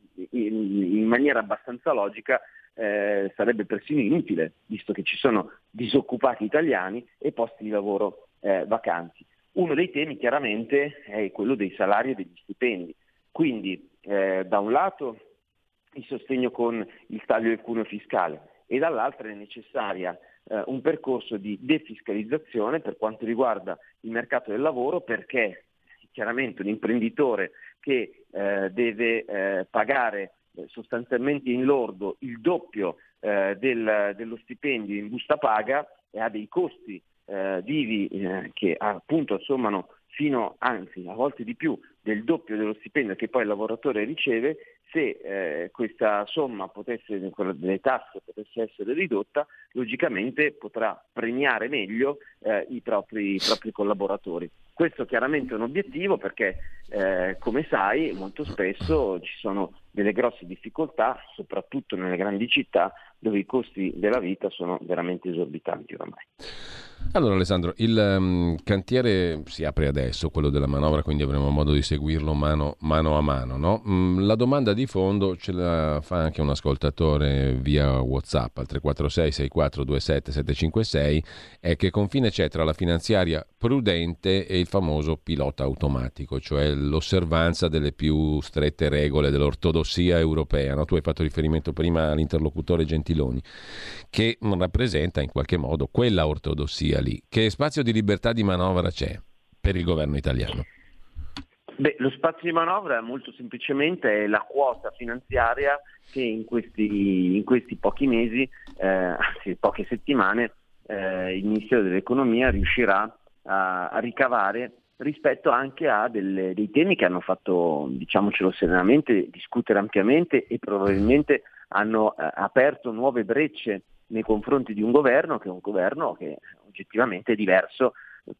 in, in maniera abbastanza logica eh, sarebbe persino inutile, visto che ci sono disoccupati italiani e posti di lavoro eh, vacanti. Uno dei temi chiaramente è quello dei salari e degli stipendi, quindi eh, da un lato il sostegno con il taglio del cuneo fiscale e dall'altro è necessaria eh, un percorso di defiscalizzazione per quanto riguarda il mercato del lavoro, perché chiaramente un imprenditore che eh, deve eh, pagare eh, sostanzialmente in lordo il doppio eh, del, dello stipendio in busta paga e ha dei costi Eh, divi eh, che appunto sommano fino, anzi a volte di più, del doppio dello stipendio che poi il lavoratore riceve. Se eh, questa somma potesse, quella delle tasse potesse essere ridotta, logicamente potrà premiare meglio eh, i, propri, i propri collaboratori. Questo chiaramente è un obiettivo perché, eh, come sai, molto spesso ci sono delle grosse difficoltà, soprattutto nelle grandi città, dove i costi della vita sono veramente esorbitanti oramai. Allora Alessandro, il um, cantiere si apre adesso, quello della manovra, quindi avremo modo di seguirlo mano, mano a mano, no? Mm, la domanda di fondo ce la fa anche un ascoltatore via WhatsApp al tre quattro sei sei quattro due sette sette cinque sei, è che confine c'è tra la finanziaria prudente e il famoso pilota automatico, cioè l'osservanza delle più strette regole dell'ortodossia europea, no? Tu hai fatto riferimento prima all'interlocutore Gentiloni, che rappresenta in qualche modo quella ortodossia lì. Che spazio di libertà di manovra c'è per il governo italiano? Beh, lo spazio di manovra molto semplicemente è la quota finanziaria che in questi, in questi pochi mesi, eh, anzi poche settimane, eh, il Ministero dell'Economia riuscirà a, a ricavare rispetto anche a delle, dei temi che hanno fatto, diciamocelo serenamente, discutere ampiamente e probabilmente hanno eh, aperto nuove brecce nei confronti di un governo che è un governo che oggettivamente è diverso,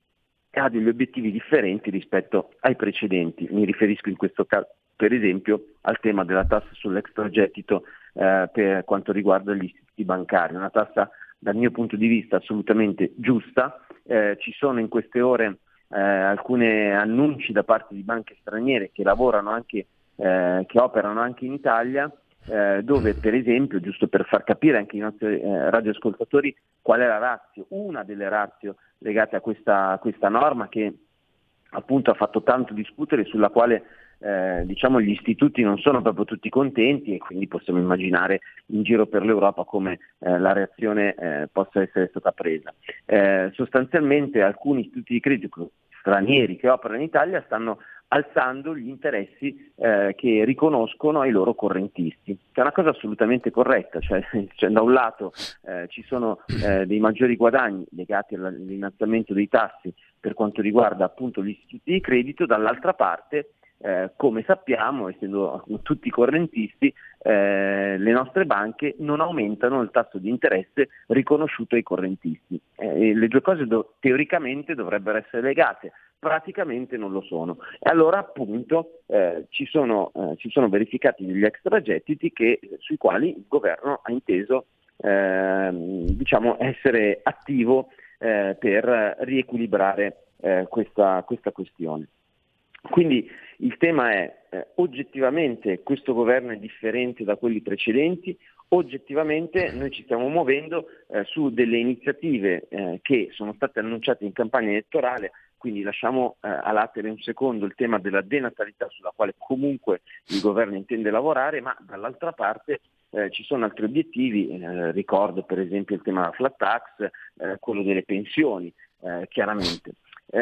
ha degli obiettivi differenti rispetto ai precedenti. Mi riferisco in questo caso per esempio al tema della tassa sull'extragettito eh, per quanto riguarda gli istituti bancari, una tassa dal mio punto di vista assolutamente giusta. Eh, ci sono in queste ore eh, alcuni annunci da parte di banche straniere che lavorano anche, eh, che operano anche in Italia, Eh, dove per esempio, giusto per far capire anche ai nostri eh, radioascoltatori qual è la ratio, una delle ratio legate a questa, a questa norma che appunto ha fatto tanto discutere, sulla quale eh, diciamo gli istituti non sono proprio tutti contenti e quindi possiamo immaginare in giro per l'Europa come eh, la reazione eh, possa essere stata presa. Eh, sostanzialmente alcuni istituti di credito stranieri che operano in Italia stanno alzando gli interessi eh, che riconoscono ai loro correntisti, che è una cosa assolutamente corretta, cioè, cioè da un lato eh, ci sono eh, dei maggiori guadagni legati all'innalzamento dei tassi per quanto riguarda appunto gli istituti di credito, dall'altra parte Eh, come sappiamo, essendo tutti correntisti, eh, le nostre banche non aumentano il tasso di interesse riconosciuto ai correntisti. Eh, le due cose do- teoricamente dovrebbero essere legate, praticamente non lo sono. E allora appunto eh, ci, sono, eh, ci sono verificati degli extragettiti che, sui quali il governo ha inteso eh, diciamo essere attivo eh, per riequilibrare eh, questa, questa questione. Quindi il tema è eh, oggettivamente questo governo è differente da quelli precedenti, oggettivamente noi ci stiamo muovendo eh, su delle iniziative eh, che sono state annunciate in campagna elettorale, quindi lasciamo eh, a latere un secondo il tema della denatalità sulla quale comunque il governo intende lavorare, ma dall'altra parte eh, ci sono altri obiettivi, eh, ricordo per esempio il tema della flat tax, eh, quello delle pensioni, eh, chiaramente.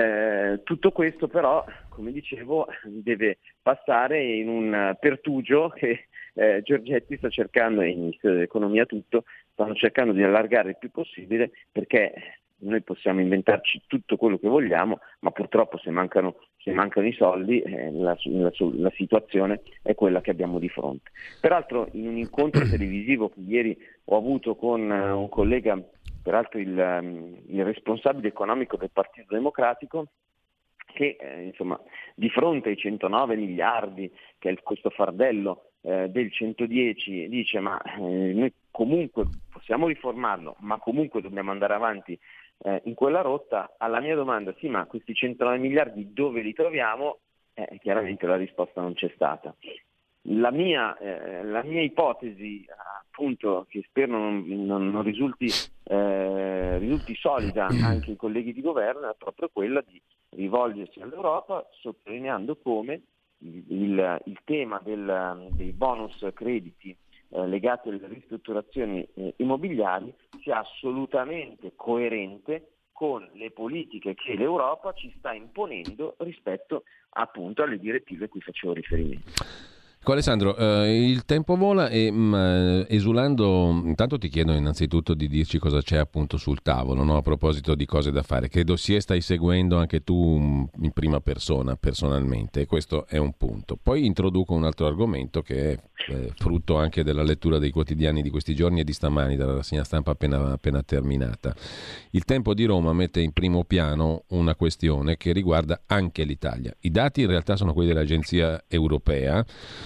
Eh, tutto questo però, come dicevo, deve passare in un pertugio che eh, Giorgetti sta cercando, e il Ministero dell'Economia tutto, stanno cercando di allargare il più possibile, perché noi possiamo inventarci tutto quello che vogliamo, ma purtroppo se mancano, se mancano i soldi eh, la, la, la situazione è quella che abbiamo di fronte. Peraltro in un incontro televisivo che ieri ho avuto con uh, un collega, peraltro il, il responsabile economico del Partito Democratico, che eh, insomma di fronte ai centonove miliardi, che è questo fardello eh, del centodieci, dice ma eh, noi comunque possiamo riformarlo, ma comunque dobbiamo andare avanti eh, in quella rotta. Alla mia domanda, sì, ma questi centonove miliardi dove li troviamo? Eh, chiaramente la risposta non c'è stata. La mia, eh, la mia ipotesi, appunto, che spero non, non, non risulti, eh, risulti solida anche ai colleghi di governo, è proprio quella di rivolgersi all'Europa sottolineando come il, il, il tema del, dei bonus crediti eh, legati alle ristrutturazioni eh, immobiliari sia assolutamente coerente con le politiche che l'Europa ci sta imponendo rispetto appunto alle direttive a cui facevo riferimento. Alessandro, eh, il tempo vola e mh, esulando, intanto ti chiedo innanzitutto di dirci cosa c'è appunto sul tavolo, no? A proposito di cose da fare. Che dossier stai seguendo anche tu mh, in prima persona, personalmente? E questo è un punto. Poi introduco un altro argomento che è eh, frutto anche della lettura dei quotidiani di questi giorni e di stamani, dalla rassegna stampa appena, appena terminata. Il Tempo di Roma mette in primo piano una questione che riguarda anche l'Italia. I dati in realtà sono quelli dell'Agenzia Europea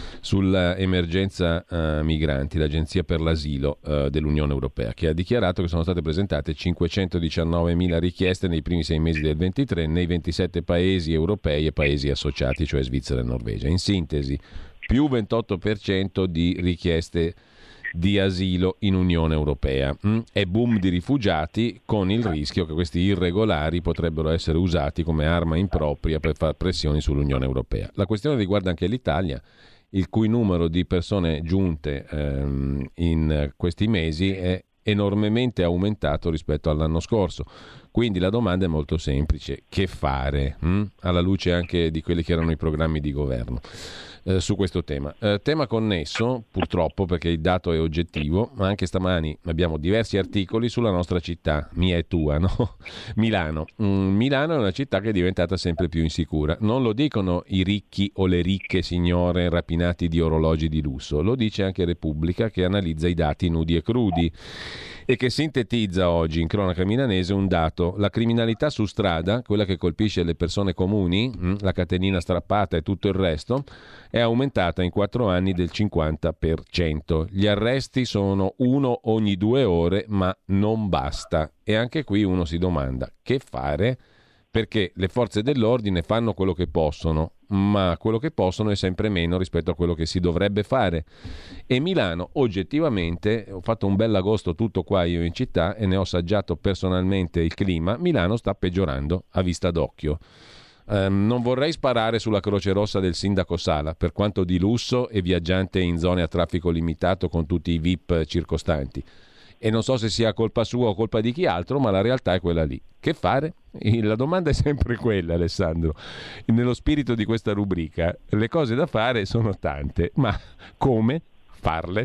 sull'emergenza uh, migranti, l'Agenzia per l'Asilo uh, dell'Unione Europea, che ha dichiarato che sono state presentate cinquecentodiciannovemila richieste nei primi sei mesi del ventitré nei ventisette paesi europei e paesi associati, cioè Svizzera e Norvegia. In sintesi, più ventotto per cento di richieste di asilo in Unione Europea. Mm? E boom di rifugiati, con il rischio che questi irregolari potrebbero essere usati come arma impropria per far pressioni sull'Unione Europea. La questione riguarda anche l'Italia, il cui numero di persone giunte ehm, in questi mesi è enormemente aumentato rispetto all'anno scorso. Quindi la domanda è molto semplice: che fare? Hm? Alla luce anche di quelli che erano i programmi di governo eh, su questo tema. Eh, tema connesso, purtroppo, perché il dato è oggettivo, ma anche stamani abbiamo diversi articoli sulla nostra città, mia e tua, no? Milano. Mm, Milano è una città che è diventata sempre più insicura. Non lo dicono i ricchi o le ricche signore rapinati di orologi di lusso, lo dice anche Repubblica, che analizza i dati nudi e crudi e che sintetizza oggi in cronaca milanese un dato: la criminalità su strada, quella che colpisce le persone comuni, la catenina strappata e tutto il resto, è aumentata in quattro anni del cinquanta per cento. Gli arresti sono uno ogni due ore, ma non basta. E anche qui uno si domanda: che fare? Perché le forze dell'ordine fanno quello che possono, ma quello che possono è sempre meno rispetto a quello che si dovrebbe fare. E Milano, oggettivamente, ho fatto un bel agosto tutto qua io in città e ne ho assaggiato personalmente il clima, Milano sta peggiorando a vista d'occhio. Um, non vorrei sparare sulla Croce Rossa del sindaco Sala, per quanto di lusso e viaggiante in zone a traffico limitato con tutti i V I P circostanti. e non so se sia colpa sua o colpa di chi altro, ma la realtà è quella lì. Che fare? La domanda è sempre quella, Alessandro. Nello spirito di questa rubrica, le cose da fare sono tante, ma come farle?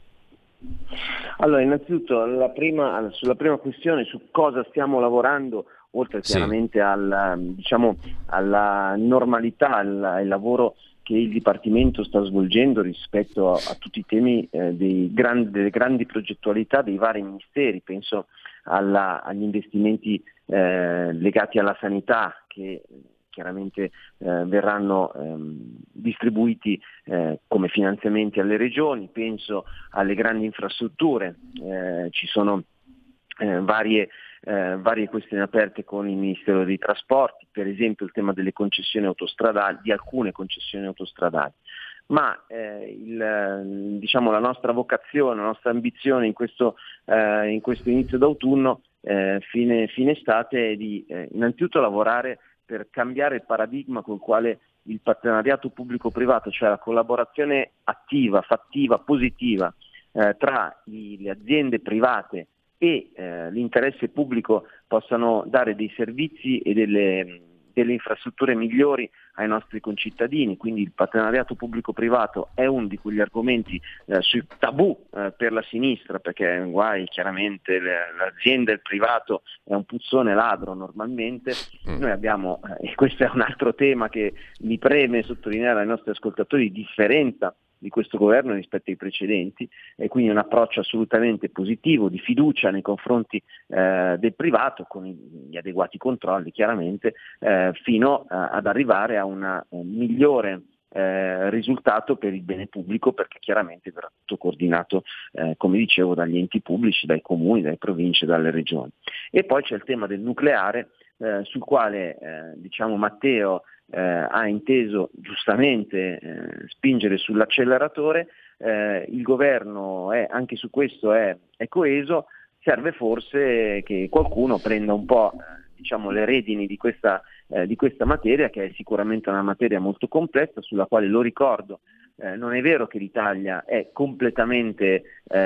Allora, innanzitutto la prima, sulla prima questione, su cosa stiamo lavorando, oltre sì. chiaramente al, diciamo, alla normalità, al, al lavoro che il Dipartimento sta svolgendo rispetto a, a tutti i temi eh, dei grandi, delle grandi progettualità dei vari ministeri. Penso alla, agli investimenti eh, legati alla sanità che chiaramente eh, verranno ehm, distribuiti eh, come finanziamenti alle regioni, penso alle grandi infrastrutture, eh, ci sono eh, varie, eh, varie questioni aperte con il Ministero dei Trasporti, per esempio il tema delle concessioni autostradali, di alcune concessioni autostradali. Ma eh, il, diciamo, la nostra vocazione, la nostra ambizione in questo, eh, in questo inizio d'autunno, eh, fine, fine estate, è di eh, innanzitutto lavorare per cambiare il paradigma col quale il partenariato pubblico-privato, cioè la collaborazione attiva, fattiva, positiva eh, tra i, le aziende private e eh, l'interesse pubblico, possano dare dei servizi e delle, delle infrastrutture migliori ai nostri concittadini. Quindi il partenariato pubblico-privato è uno di quegli argomenti eh, sui tabù eh, per la sinistra, perché guai, chiaramente le, l'azienda e il privato è un puzzone ladro normalmente. Noi abbiamo, eh, e questo è un altro tema che mi preme sottolineare ai nostri ascoltatori, differenza di questo governo rispetto ai precedenti, e quindi un approccio assolutamente positivo, di fiducia nei confronti eh, del privato, con gli adeguati controlli chiaramente, eh, fino a, ad arrivare a un migliore eh, risultato per il bene pubblico, perché chiaramente verrà tutto coordinato, eh, come dicevo, dagli enti pubblici, dai comuni, dalle province, dalle regioni. E poi c'è il tema del nucleare, eh, sul quale eh, diciamo Matteo Eh, ha inteso giustamente eh, spingere sull'acceleratore. Eh, il governo è, anche su questo è, è coeso. Serve forse che qualcuno prenda un po' eh, diciamo le redini di questa, eh, di questa materia, che è sicuramente una materia molto complessa, sulla quale, lo ricordo, eh, non è vero che l'Italia è completamente eh,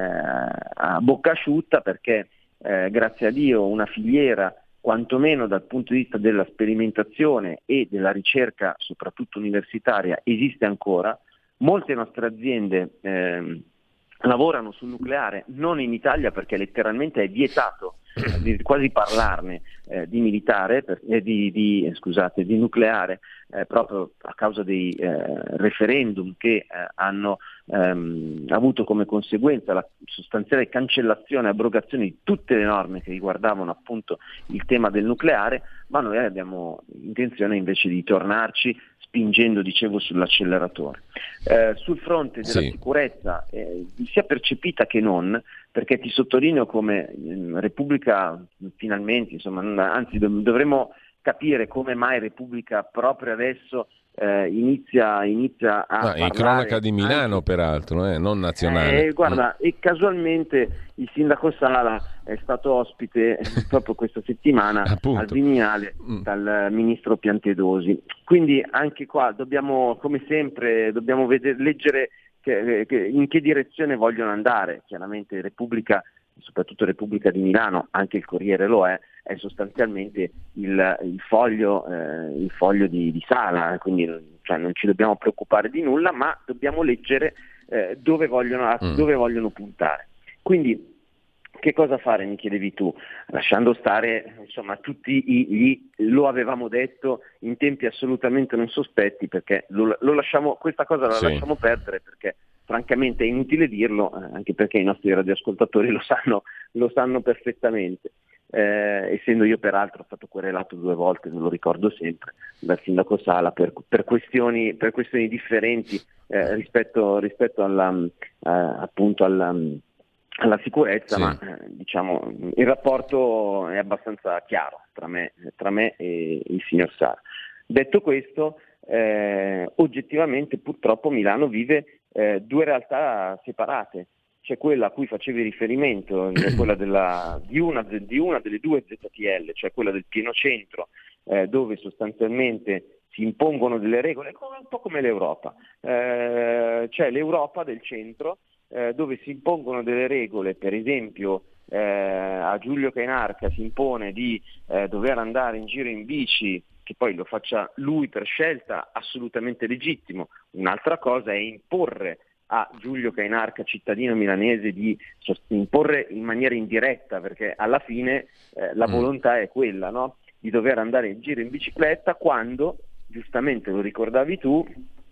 a bocca asciutta, perché eh, grazie a Dio una filiera, quantomeno dal punto di vista della sperimentazione e della ricerca, soprattutto universitaria, esiste ancora. Molte nostre aziende eh, lavorano sul nucleare, non in Italia perché letteralmente è vietato eh, quasi parlarne eh, di militare, per, eh, di, di, eh, scusate, di nucleare, eh, proprio a causa dei eh, referendum che eh, hanno ehm, avuto come conseguenza la sostanziale cancellazione e abrogazione di tutte le norme che riguardavano appunto il tema del nucleare. Ma noi abbiamo intenzione invece di tornarci, spingendo, dicevo, sull'acceleratore. Eh, sul fronte della sì. sicurezza, eh, sia percepita che non, perché ti sottolineo come eh, Repubblica finalmente, insomma, anzi dov- dovremmo capire come mai Repubblica proprio adesso eh, inizia, inizia a ah, parlare. In cronaca di Milano anche, peraltro, eh, non nazionale. Eh, guarda, mm. e casualmente il sindaco Sala è stato ospite proprio questa settimana al Viminale mm. dal ministro Piantedosi. Quindi anche qua dobbiamo, come sempre, dobbiamo vedere, leggere che, che, in che direzione vogliono andare. Chiaramente Repubblica, soprattutto Repubblica di Milano, anche il Corriere lo è, è sostanzialmente il, il foglio, eh, il foglio di, di Sala, quindi cioè, non ci dobbiamo preoccupare di nulla, ma dobbiamo leggere eh, dove vogliono, mm. dove vogliono puntare. Quindi che cosa fare, mi chiedevi tu, lasciando stare insomma tutti i, gli, lo avevamo detto in tempi assolutamente non sospetti, perché lo, lo lasciamo, questa cosa la sì. lasciamo perdere, perché francamente è inutile dirlo, eh, anche perché i nostri radioascoltatori lo sanno, lo sanno perfettamente. Eh, essendo io peraltro stato querelato due volte, ve lo ricordo sempre, dal sindaco Sala per, per, questioni, per questioni differenti eh, rispetto, rispetto alla, eh, appunto alla, alla sicurezza, sì. ma eh, diciamo il rapporto è abbastanza chiaro tra me, tra me e il signor Sala. Detto questo, eh, oggettivamente purtroppo Milano vive eh, due realtà separate. C'è quella a cui facevi riferimento, cioè quella della, di, una, di una delle due Z T L, cioè quella del pieno centro, eh, dove sostanzialmente si impongono delle regole, un po' come l'Europa. Eh, c'è l'Europa del centro eh, dove si impongono delle regole, per esempio eh, a Giulio Cainarca si impone di eh, dover andare in giro in bici, che poi lo faccia lui per scelta, assolutamente legittimo. Un'altra cosa è imporre a Giulio Cainarca, cittadino milanese, di imporre in maniera indiretta, perché alla fine eh, la volontà è quella, no? Di dover andare in giro in bicicletta quando, giustamente lo ricordavi tu,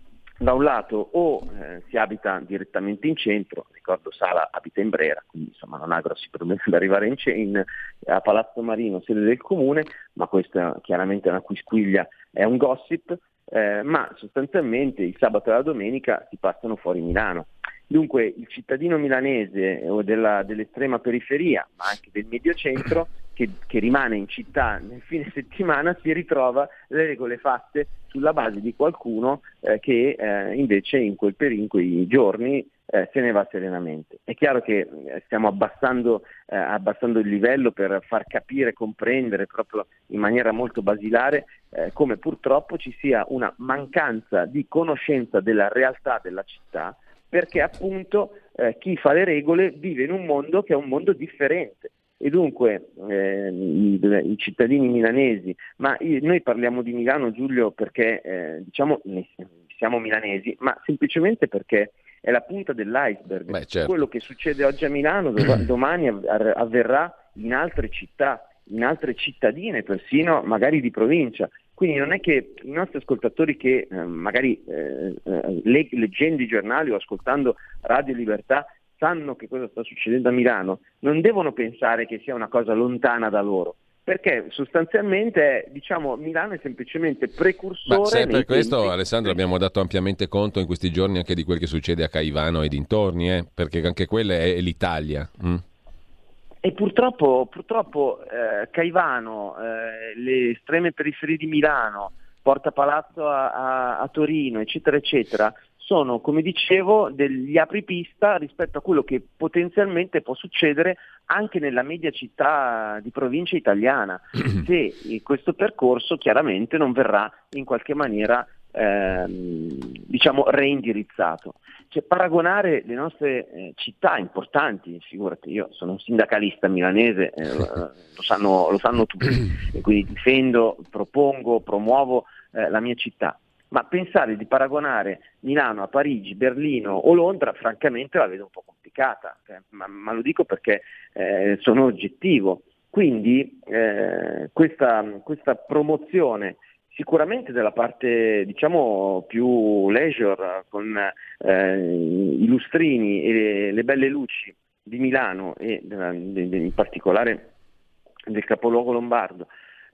da un lato o eh, si abita direttamente in centro, ricordo Sala abita in Brera, quindi insomma non ha grossi problemi ad arrivare in, in, a Palazzo Marino, sede del comune, ma questa chiaramente è una quisquiglia, è un gossip, eh, ma sostanzialmente il sabato e la domenica si passano fuori Milano. Dunque il cittadino milanese o della, dell'estrema periferia, ma anche del medio centro, che, che rimane in città nel fine settimana, si ritrova le regole fatte sulla base di qualcuno eh, che eh, invece in, quel per, in quei giorni eh, se ne va serenamente. È chiaro che eh, stiamo abbassando, eh, abbassando il livello per far capire, comprendere proprio in maniera molto basilare eh, come purtroppo ci sia una mancanza di conoscenza della realtà della città, perché appunto eh, chi fa le regole vive in un mondo che è un mondo differente e dunque eh, i, i cittadini milanesi, ma io, noi parliamo di Milano, Giulio, perché eh, diciamo siamo milanesi, ma semplicemente perché è la punta dell'iceberg. Beh, certo. Quello che succede oggi a Milano dov- domani av- avverrà in altre città, in altre cittadine persino, magari di provincia. Quindi non è che i nostri ascoltatori che eh, magari eh, eh, leg- leggendo i giornali o ascoltando Radio Libertà sanno che cosa sta succedendo a Milano, non devono pensare che sia una cosa lontana da loro, perché sostanzialmente è, diciamo, Milano è semplicemente precursore. Ma se per questo, tempi... Alessandro, abbiamo dato ampiamente conto in questi giorni anche di quel che succede a Caivano e dintorni, eh? Perché anche quella è l'Italia. Mm? E purtroppo, purtroppo eh, Caivano, eh, le estreme periferie di Milano, Porta Palazzo a, a, a Torino, eccetera, eccetera, sono, come dicevo, degli apripista rispetto a quello che potenzialmente può succedere anche nella media città di provincia italiana, se questo percorso chiaramente non verrà in qualche maniera ehm, diciamo reindirizzato. Cioè, paragonare le nostre eh, città importanti, figurati, io sono un sindacalista milanese, eh, lo, sanno, lo sanno tutti, e quindi difendo, propongo, promuovo eh, la mia città. Ma pensare di paragonare Milano a Parigi, Berlino o Londra, francamente la vedo un po' complicata, eh, ma, ma lo dico perché eh, sono oggettivo. Quindi eh, questa, questa promozione sicuramente della parte, diciamo, più leisure, con eh, i lustrini e le, le belle luci di Milano e de, de, in particolare del capoluogo lombardo,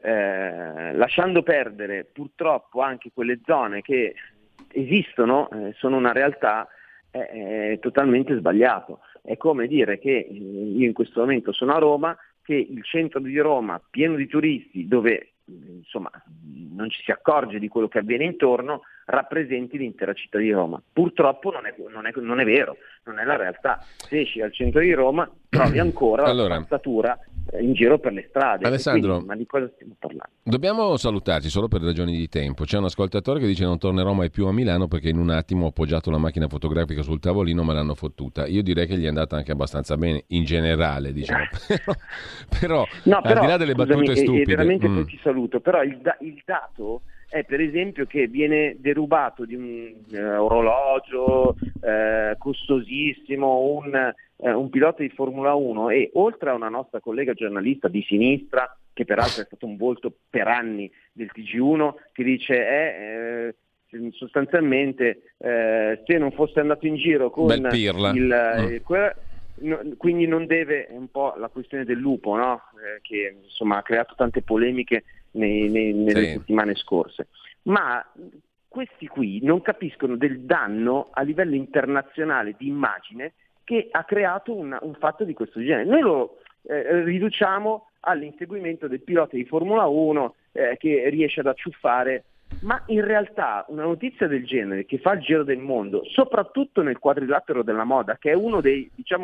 Eh, lasciando perdere purtroppo anche quelle zone che esistono, eh, sono una realtà, eh, è totalmente sbagliato. È come dire che eh, io in questo momento sono a Roma, che il centro di Roma pieno di turisti, dove insomma non ci si accorge di quello che avviene intorno, rappresenti l'intera città di Roma. Purtroppo non è, non è, non è vero, non è la realtà. Se esci al centro di Roma trovi ancora allora, la spazzatura in giro per le strade. Alessandro, quindi, ma di cosa stiamo parlando? Dobbiamo salutarci solo per ragioni di tempo. C'è un ascoltatore che dice non tornerò mai più a Milano perché in un attimo ho appoggiato la macchina fotografica sul tavolino, me l'hanno fottuta. Io direi che gli è andata anche abbastanza bene in generale, diciamo. però, però, no, però al di là delle scusami, battute stupide, e veramente mm. poi ti saluto, però il, da- il dato è per esempio che viene derubato di un eh, orologio eh, costosissimo un, eh, un pilota di Formula uno, e oltre a una nostra collega giornalista di sinistra, che peraltro è stato un volto per anni del T G uno, che dice eh, eh, sostanzialmente eh, se non fosse andato in giro con Bel pirla. il, mm. eh, que- no, quindi non deve, è un po' la questione del lupo, no? eh, che insomma ha creato tante polemiche Nei, nei, nelle sì. settimane scorse, ma questi qui non capiscono del danno a livello internazionale di immagine che ha creato un, un fatto di questo genere. Noi lo eh, riduciamo all'inseguimento del pilota di Formula uno eh, che riesce ad acciuffare, ma in realtà una notizia del genere che fa il giro del mondo, soprattutto nel quadrilatero della moda, che è uno dei, diciamo,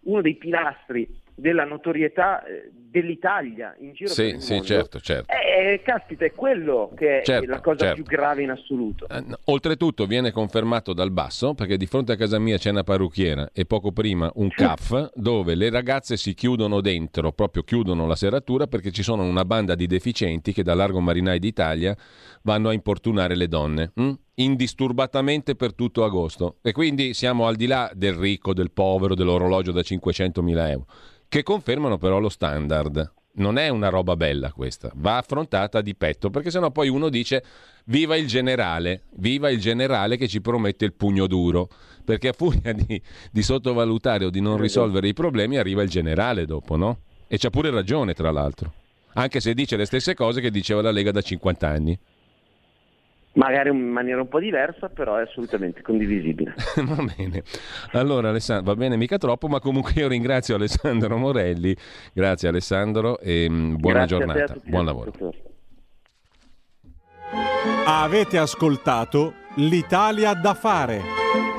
uno dei pilastri della notorietà eh, dell'Italia in giro sì, per il sì, mondo. certo, certo. Eh, caspita, è quello che certo, è la cosa certo. più grave in assoluto. Eh, no, oltretutto viene confermato dal basso, perché di fronte a casa mia c'è una parrucchiera e poco prima un C A F dove le ragazze si chiudono dentro, proprio chiudono la serratura, perché ci sono una banda di deficienti che da Largo Marinai d'Italia vanno a importunare le donne hm? indisturbatamente per tutto agosto, e quindi siamo al di là del ricco, del povero, dell'orologio da cinquecentomila euro, che confermano però lo standard. Non è una roba bella questa, va affrontata di petto, perché sennò poi uno dice viva il generale, viva il generale che ci promette il pugno duro, perché a furia di, di sottovalutare o di non risolvere i problemi arriva il generale dopo, no? E c'ha pure ragione, tra l'altro, anche se dice le stesse cose che diceva la Lega da cinquanta anni. Magari in maniera un po' diversa, però è assolutamente condivisibile. Va bene. Allora, Alessandro, va bene, mica troppo, ma comunque io ringrazio Alessandro Morelli. Grazie Alessandro e mh, buona Grazie giornata. Buon lavoro. Avete ascoltato l'Italia da fare.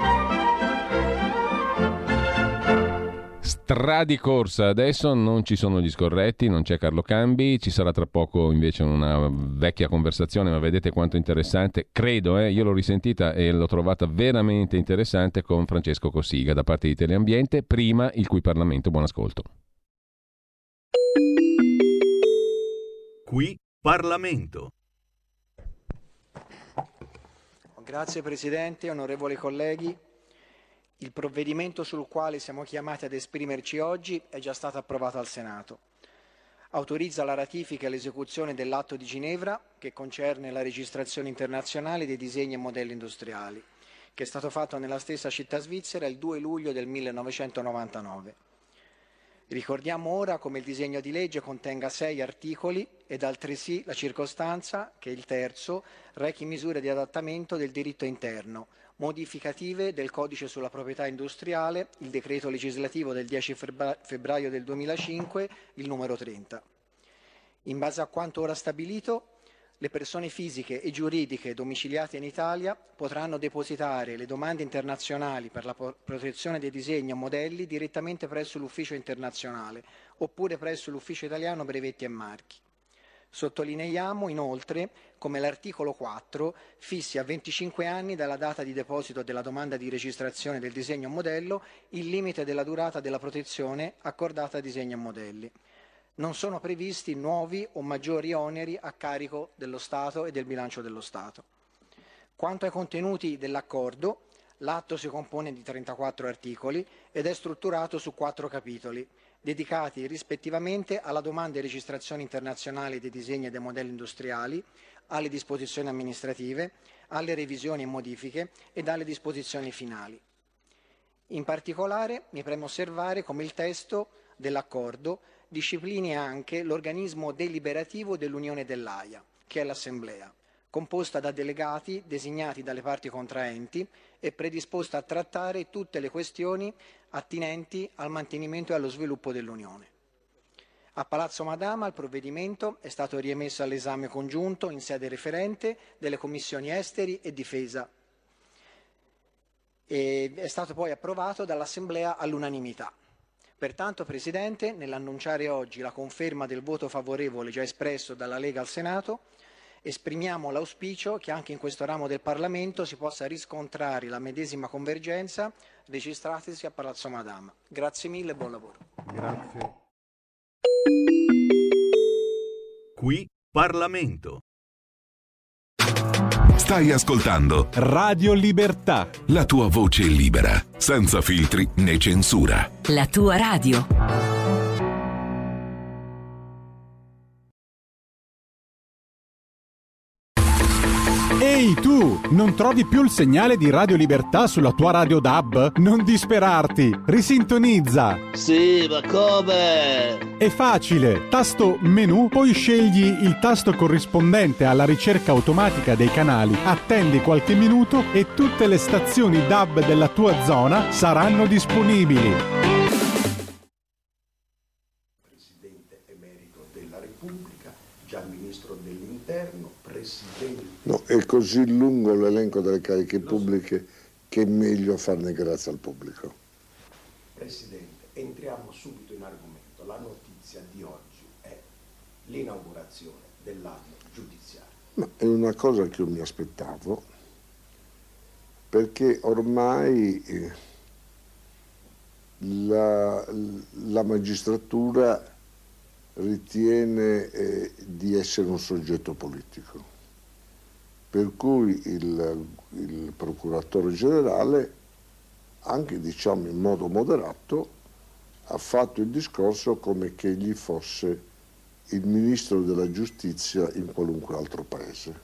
Stradi corsa, adesso non ci sono gli scorretti, non c'è Carlo Cambi, ci sarà tra poco invece una vecchia conversazione, ma vedete quanto interessante, credo, eh, io l'ho risentita e l'ho trovata veramente interessante, con Francesco Cossiga da parte di Teleambiente, prima il Qui Parlamento. Buon ascolto. Qui Parlamento. Grazie Presidente, onorevoli colleghi. Il provvedimento sul quale siamo chiamati ad esprimerci oggi è già stato approvato al Senato. Autorizza la ratifica e l'esecuzione dell'atto di Ginevra che concerne la registrazione internazionale dei disegni e modelli industriali, che è stato fatto nella stessa città svizzera il due luglio del millenovecentonovantanove. Ricordiamo ora come il disegno di legge contenga sei articoli ed altresì la circostanza che il terzo rechi misure di adattamento del diritto interno, modificative del codice sulla proprietà industriale, il decreto legislativo del dieci febbraio del duemilacinque, il numero trenta. In base a quanto ora stabilito, le persone fisiche e giuridiche domiciliate in Italia potranno depositare le domande internazionali per la protezione dei disegni o modelli direttamente presso l'ufficio internazionale oppure presso l'ufficio italiano brevetti e marchi. Sottolineiamo inoltre come l'articolo quattro fissi a venticinque anni dalla data di deposito della domanda di registrazione del disegno o modello il limite della durata della protezione accordata a disegni e modelli. Non sono previsti nuovi o maggiori oneri a carico dello Stato e del bilancio dello Stato. Quanto ai contenuti dell'accordo, l'atto si compone di trentaquattro articoli ed è strutturato su quattro capitoli, dedicati rispettivamente alla domanda di registrazione internazionale dei disegni e dei modelli industriali, alle disposizioni amministrative, alle revisioni e modifiche ed alle disposizioni finali. In particolare mi preme osservare come il testo dell'accordo disciplini anche l'organismo deliberativo dell'Unione dell'Aia, che è l'Assemblea, composta da delegati designati dalle parti contraenti e predisposta a trattare tutte le questioni attinenti al mantenimento e allo sviluppo dell'Unione. A Palazzo Madama il provvedimento è stato riemesso all'esame congiunto in sede referente delle commissioni esteri e difesa e è stato poi approvato dall'Assemblea all'unanimità. Pertanto, Presidente, nell'annunciare oggi la conferma del voto favorevole già espresso dalla Lega al Senato, esprimiamo l'auspicio che anche in questo ramo del Parlamento si possa riscontrare la medesima convergenza registratasi a Palazzo Madama. Grazie mille e buon lavoro. Grazie. Qui Parlamento. Stai ascoltando Radio Libertà. La tua voce libera, senza filtri né censura. La tua radio. Ehi tu, non trovi più il segnale di Radio Libertà sulla tua radio D A B? Non disperarti, risintonizza. Sì, ma come? È facile, tasto menu, poi scegli il tasto corrispondente alla ricerca automatica dei canali, attendi qualche minuto e tutte le stazioni D A B della tua zona saranno disponibili. Presidente emerito della Repubblica, già Ministro dell'Interno, Presidente... No, è così lungo l'elenco delle cariche pubbliche che è meglio farne grazia al pubblico. Presidente entriamo subito in argomento. La notizia di oggi è l'inaugurazione dell'anno giudiziario. Ma è una cosa che io mi aspettavo, perché ormai eh, la, la magistratura ritiene eh, di essere un soggetto politico, per cui il, il procuratore generale, anche diciamo in modo moderato, ha fatto il discorso come che egli fosse il ministro della giustizia in qualunque altro paese.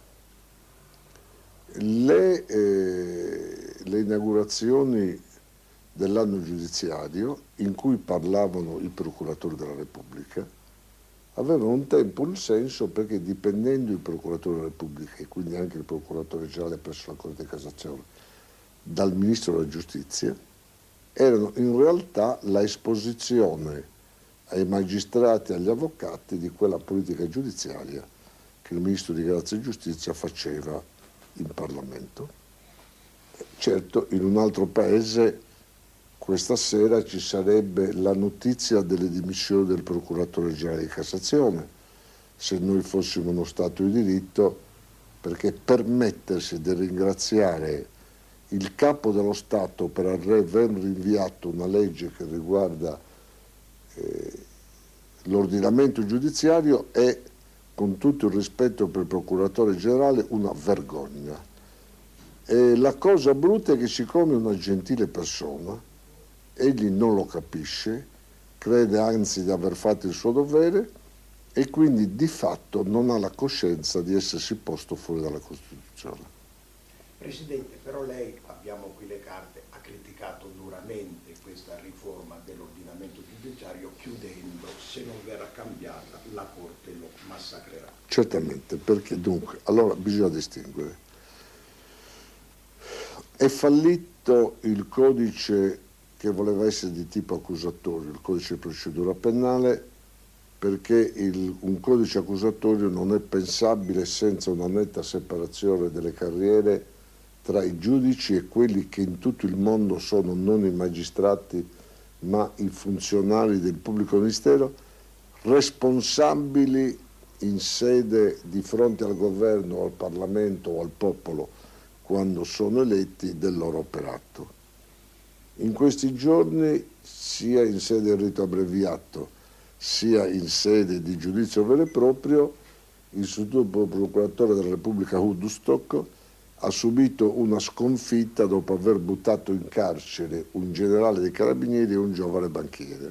Le, eh, le inaugurazioni dell'anno giudiziario, in cui parlavano i procuratori della Repubblica, avevano un tempo un senso, perché dipendendo il procuratore della Repubblica, e quindi anche il procuratore generale presso la Corte di Cassazione, dal ministro della giustizia, erano in realtà la esposizione ai magistrati e agli avvocati di quella politica giudiziaria che il ministro di Grazia e Giustizia faceva in Parlamento. Certo, in un altro paese questa sera ci sarebbe la notizia delle dimissioni del procuratore generale di Cassazione, se noi fossimo uno Stato di diritto, perché permettersi di ringraziare il capo dello Stato per aver rinviato una legge che riguarda eh, l'ordinamento giudiziario è, con tutto il rispetto per il procuratore generale, una vergogna. E la cosa brutta è che, siccome è una gentile persona, egli non lo capisce, crede anzi di aver fatto il suo dovere e quindi di fatto non ha la coscienza di essersi posto fuori dalla Costituzione. Presidente, però lei, abbiamo qui le carte, ha criticato duramente questa riforma dell'ordinamento giudiziario, chiudendo: se non verrà cambiata la Corte lo massacrerà. Certamente, perché dunque, allora bisogna distinguere. È fallito il codice che voleva essere di tipo accusatorio, il codice di procedura penale, perché il, un codice accusatorio non è pensabile senza una netta separazione delle carriere tra i giudici e quelli che in tutto il mondo sono non i magistrati ma i funzionari del pubblico ministero, responsabili in sede di fronte al governo, al Parlamento o al popolo quando sono eletti del loro operato. In questi giorni, sia in sede di rito abbreviato, sia in sede di giudizio vero e proprio, il sostituto procuratore della Repubblica Woodstock ha subito una sconfitta dopo aver buttato in carcere un generale dei carabinieri e un giovane banchiere.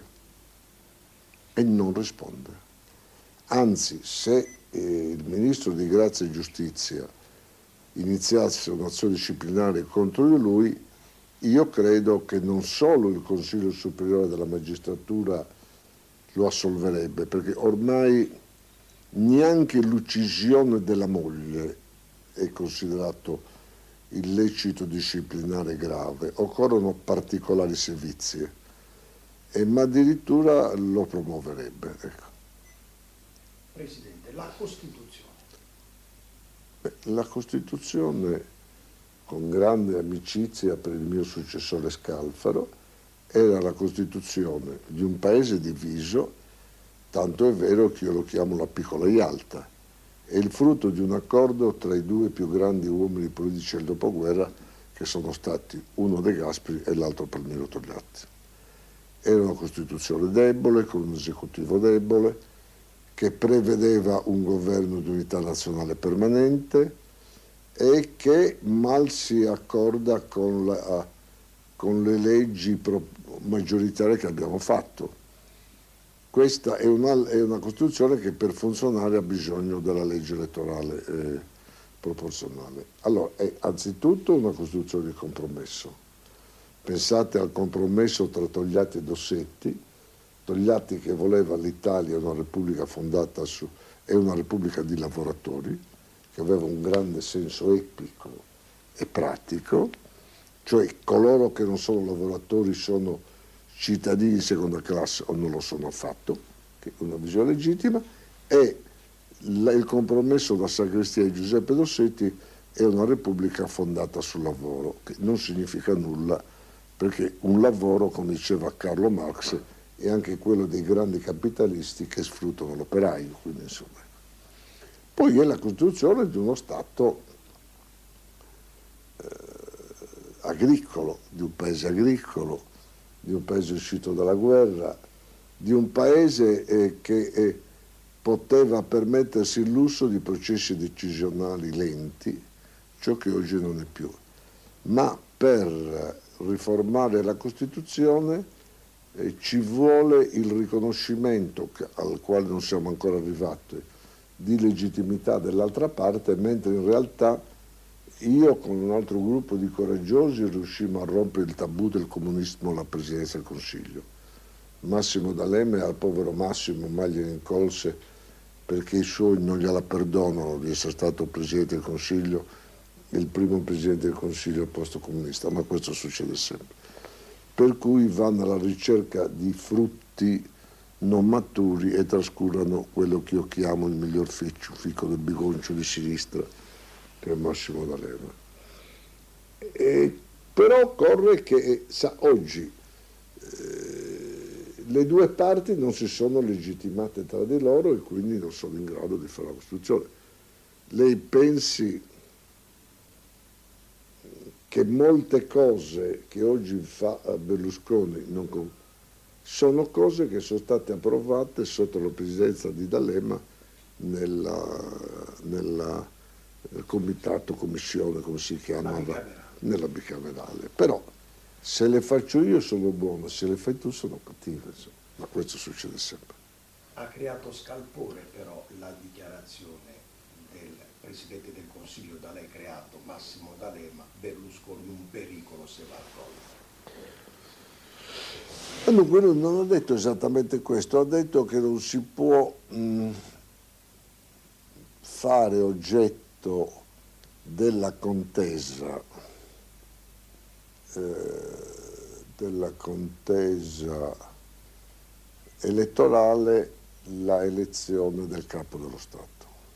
E non risponde. Anzi, se eh, il ministro di Grazia e Giustizia iniziasse un'azione disciplinare contro di lui, io credo che non solo il Consiglio Superiore della Magistratura lo assolverebbe, perché ormai neanche l'uccisione della moglie è considerato illecito disciplinare grave, occorrono particolari sevizie, e, ma addirittura lo promuoverebbe. Ecco. Presidente, la Costituzione. Beh, la Costituzione, con grande amicizia per il mio successore Scalfaro, era la Costituzione di un paese diviso, tanto è vero che io lo chiamo la piccola Yalta. È il frutto di un accordo tra i due più grandi uomini politici del dopoguerra, che sono stati uno De Gasperi e l'altro Palmiro Togliatti. Era una Costituzione debole, con un esecutivo debole, che prevedeva un governo di unità nazionale permanente e che mal si accorda con, la, con le leggi pro, maggioritarie che abbiamo fatto. Questa è una, è una Costituzione che per funzionare ha bisogno della legge elettorale eh, proporzionale. Allora, è anzitutto una Costituzione di compromesso. Pensate al compromesso tra Togliatti e Dossetti, Togliatti che voleva l'Italia una repubblica fondata su, è una repubblica di lavoratori, che aveva un grande senso etico e pratico, cioè coloro che non sono lavoratori sono cittadini di seconda classe o non lo sono affatto, che è una visione legittima, e la, il compromesso da Sagrestia di Giuseppe Dossetti è una repubblica fondata sul lavoro, che non significa nulla perché un lavoro, come diceva Carlo Marx, è anche quello dei grandi capitalisti che sfruttano l'operaio. Quindi, insomma. Poi è la costruzione di uno Stato eh, agricolo, di un paese agricolo, di un paese uscito dalla guerra, di un paese eh, che eh, poteva permettersi il lusso di processi decisionali lenti, ciò che oggi non è più. Ma per riformare la Costituzione eh, ci vuole il riconoscimento, che, al quale non siamo ancora arrivati, di legittimità dell'altra parte, mentre in realtà io con un altro gruppo di coraggiosi riuscimmo a rompere il tabù del comunismo alla Presidenza del Consiglio. Massimo D'Alema, al povero Massimo mai gliene incolse perché i suoi non gliela perdonano di essere stato Presidente del Consiglio, il primo Presidente del Consiglio post-comunista, ma questo succede sempre. Per cui vanno alla ricerca di frutti non maturi e trascurano quello che io chiamo il miglior fico, fico del bigoncio di sinistra, che è Massimo D'Alema. E, però occorre che sa, oggi eh, le due parti non si sono legittimate tra di loro e quindi non sono in grado di fare la Costituzione. Lei pensi che molte cose che oggi fa Berlusconi non con... sono cose che sono state approvate sotto la presidenza di D'Alema nella, nella comitato, commissione, come si chiamava, nella bicamerale. Però se le faccio io sono buone, se le fai tu sono cattive, insomma. Ma questo succede sempre. Ha creato scalpore però la dichiarazione del Presidente del Consiglio da lei creato, Massimo D'Alema, Berlusconi un pericolo se va a cogliere. Dunque lui non ha detto esattamente questo, ha detto che non si può mh, fare oggetto della contesa eh, della contesa elettorale la elezione del capo dello Stato.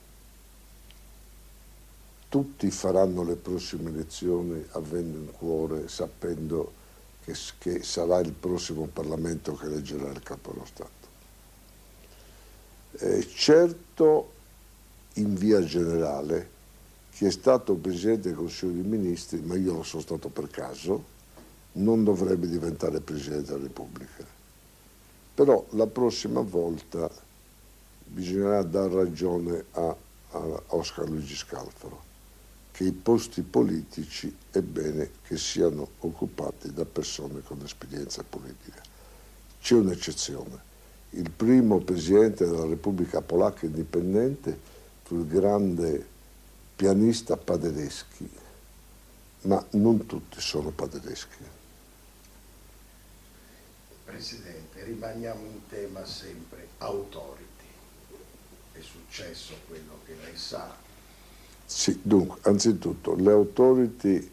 Tutti faranno le prossime elezioni avendo in cuore, sapendo che, che sarà il prossimo Parlamento che eleggerà il capo dello Stato. Eh, certo, in via generale, chi è stato Presidente del Consiglio dei Ministri, ma io non sono stato per caso, non dovrebbe diventare Presidente della Repubblica. Però la prossima volta bisognerà dar ragione a, a Oscar Luigi Scalfaro, che i posti politici è bene che siano occupati da persone con esperienza politica. C'è un'eccezione. Il primo Presidente della Repubblica Polacca indipendente fu il grande pianista Paderewski, ma non tutti sono Paderewski. Presidente, rimaniamo in tema sempre authority. È successo quello che lei sa. Sì, dunque, anzitutto, le authority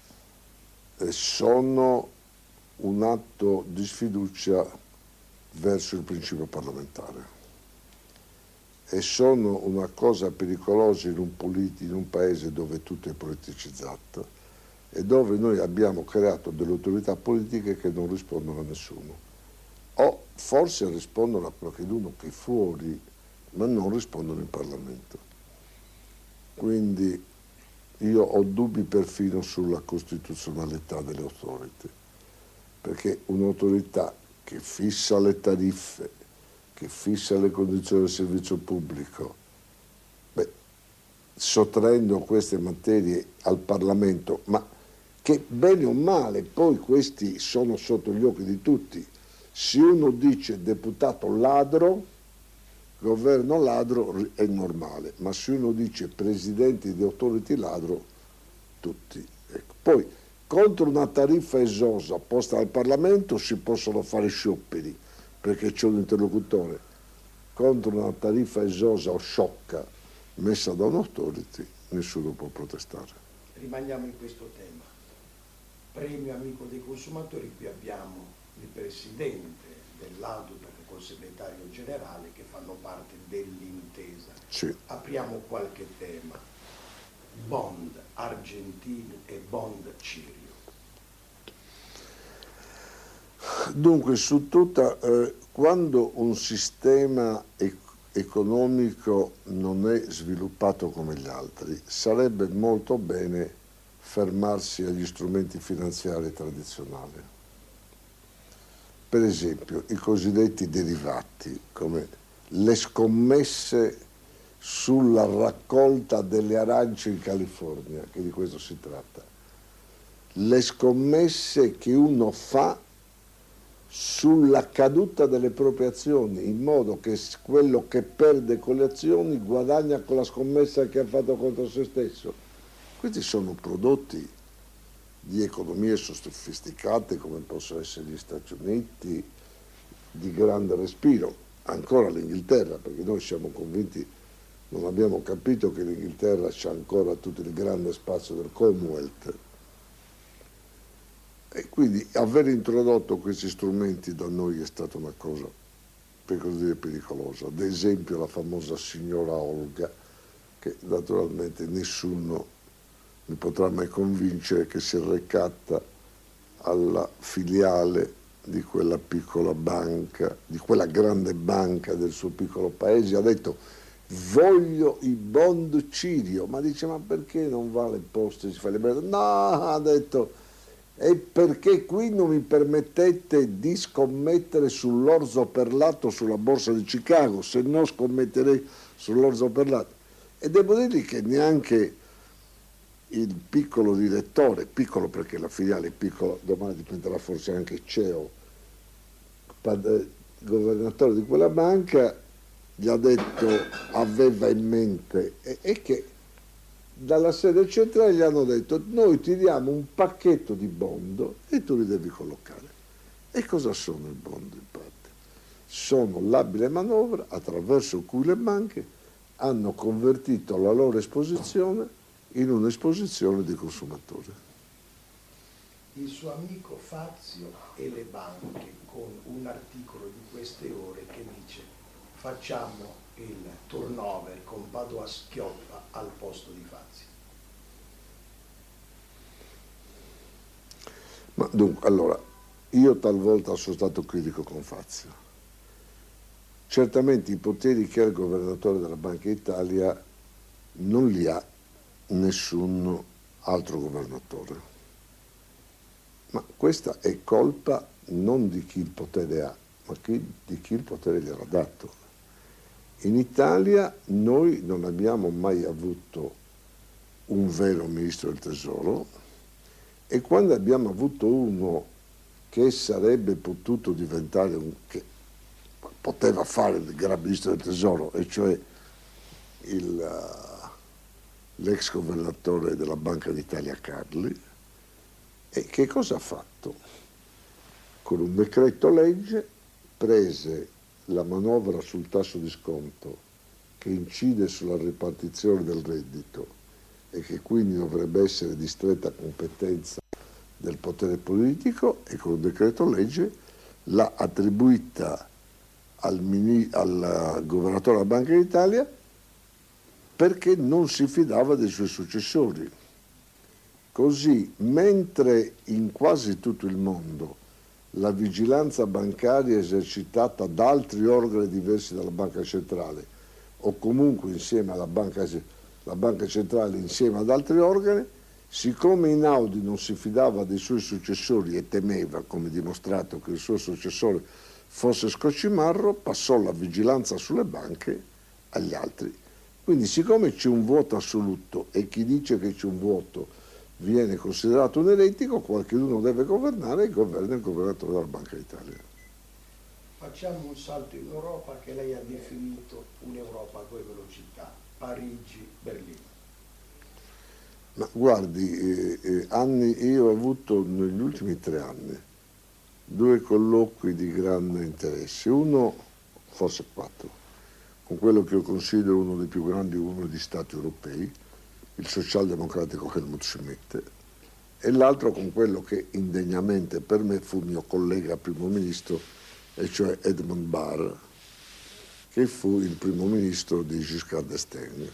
sono un atto di sfiducia verso il principio parlamentare e sono una cosa pericolosa in un, politi- in un paese dove tutto è politicizzato e dove noi abbiamo creato delle autorità politiche che non rispondono a nessuno. O forse rispondono a qualcuno che è fuori, ma non rispondono in Parlamento. Quindi io ho dubbi perfino sulla costituzionalità delle authority, perché un'autorità che fissa le tariffe, che fissa le condizioni del servizio pubblico, beh, sottraendo queste materie al Parlamento, ma che bene o male poi questi sono sotto gli occhi di tutti. Se uno dice deputato ladro, governo ladro è normale, ma se uno dice presidente di authority ladro, tutti. Ecco. Poi contro una tariffa esosa posta dal Parlamento si possono fare scioperi perché c'è un interlocutore. Contro una tariffa esosa o sciocca messa da un'authority nessuno può protestare. Rimaniamo in questo tema. Premio amico dei consumatori, qui abbiamo il presidente dell'A D U P e il segretario generale che fanno parte dell'intesa. Sì. Apriamo qualche tema. Bond argentini e bond cirio. Dunque, su tutta, eh, quando un sistema ec- economico non è sviluppato come gli altri, sarebbe molto bene fermarsi agli strumenti finanziari tradizionali. Per esempio, i cosiddetti derivati, come le scommesse sulla raccolta delle arance in California, che di questo si tratta. Le scommesse che uno fa sulla caduta delle proprie azioni, in modo che quello che perde con le azioni guadagna con la scommessa che ha fatto contro se stesso. Questi sono prodotti di economie sofisticate come possono essere gli Stati Uniti, di grande respiro, ancora l'Inghilterra, perché noi siamo convinti, non abbiamo capito che l'Inghilterra c'ha ancora tutto il grande spazio del Commonwealth. E quindi aver introdotto questi strumenti da noi è stata una cosa, per così dire, pericolosa. Ad esempio la famosa signora Olga, che naturalmente nessuno mi potrà mai convincere che si è recata alla filiale di quella piccola banca, di quella grande banca del suo piccolo paese, ha detto voglio i bond Cirio, ma dice ma perché non va alle poste, si fa le belle? No, ha detto, e perché qui non mi permettete di scommettere sull'orzo perlato sulla borsa di Chicago, se no scommetterei sull'orzo perlato. E devo dirgli che neanche il piccolo direttore, piccolo perché la filiale è piccola, domani dipenderà forse anche C E O, governatore di quella banca, gli ha detto, aveva in mente, e, e che dalla sede centrale gli hanno detto noi ti diamo un pacchetto di bond e tu li devi collocare. E cosa sono i bond in parte? Sono l'abile manovra attraverso cui le banche hanno convertito la loro esposizione in un'esposizione di consumatori. Il suo amico Fazio e le banche, con un articolo di queste ore che dice facciamo il turnover con Padoa-Schioppa al posto di Fazio. Ma dunque, allora, io talvolta sono stato critico con Fazio. Certamente i poteri che ha il governatore della Banca d'Italia non li ha nessun altro governatore. Ma questa è colpa non di chi il potere ha, ma chi, di chi il potere gliel'ha dato. In Italia noi non abbiamo mai avuto un vero ministro del tesoro e quando abbiamo avuto uno che sarebbe potuto diventare un, che poteva fare il gran ministro del tesoro, e cioè il, uh, l'ex governatore della Banca d'Italia Carli, e che cosa ha fatto? Con un decreto legge prese la manovra sul tasso di sconto che incide sulla ripartizione del reddito e che quindi dovrebbe essere di stretta competenza del potere politico, e con un decreto legge l'ha attribuita al, mini, al governatore della Banca d'Italia perché non si fidava dei suoi successori. Così, mentre in quasi tutto il mondo la vigilanza bancaria è esercitata da altri organi diversi dalla Banca Centrale o comunque insieme alla Banca, la Banca Centrale insieme ad altri organi, siccome Einaudi non si fidava dei suoi successori e temeva, come dimostrato, che il suo successore fosse Scocimarro, passò la vigilanza sulle banche agli altri. Quindi siccome c'è un vuoto assoluto e chi dice che c'è un vuoto viene considerato un eretico, qualcuno deve governare, e governa il governatore della Banca d'Italia. Facciamo un salto in Europa che lei ha definito un'Europa a due velocità, Parigi, Berlino. Ma guardi, eh, eh, anni, io ho avuto negli ultimi tre anni due colloqui di grande interesse, uno, forse quattro, con quello che io considero uno dei più grandi uomini di Stati europei, il socialdemocratico Helmut Schmidt, e l'altro con quello che indegnamente per me fu mio collega primo ministro, e cioè Edmund Barr, che fu il primo ministro di Giscard d'Estaing.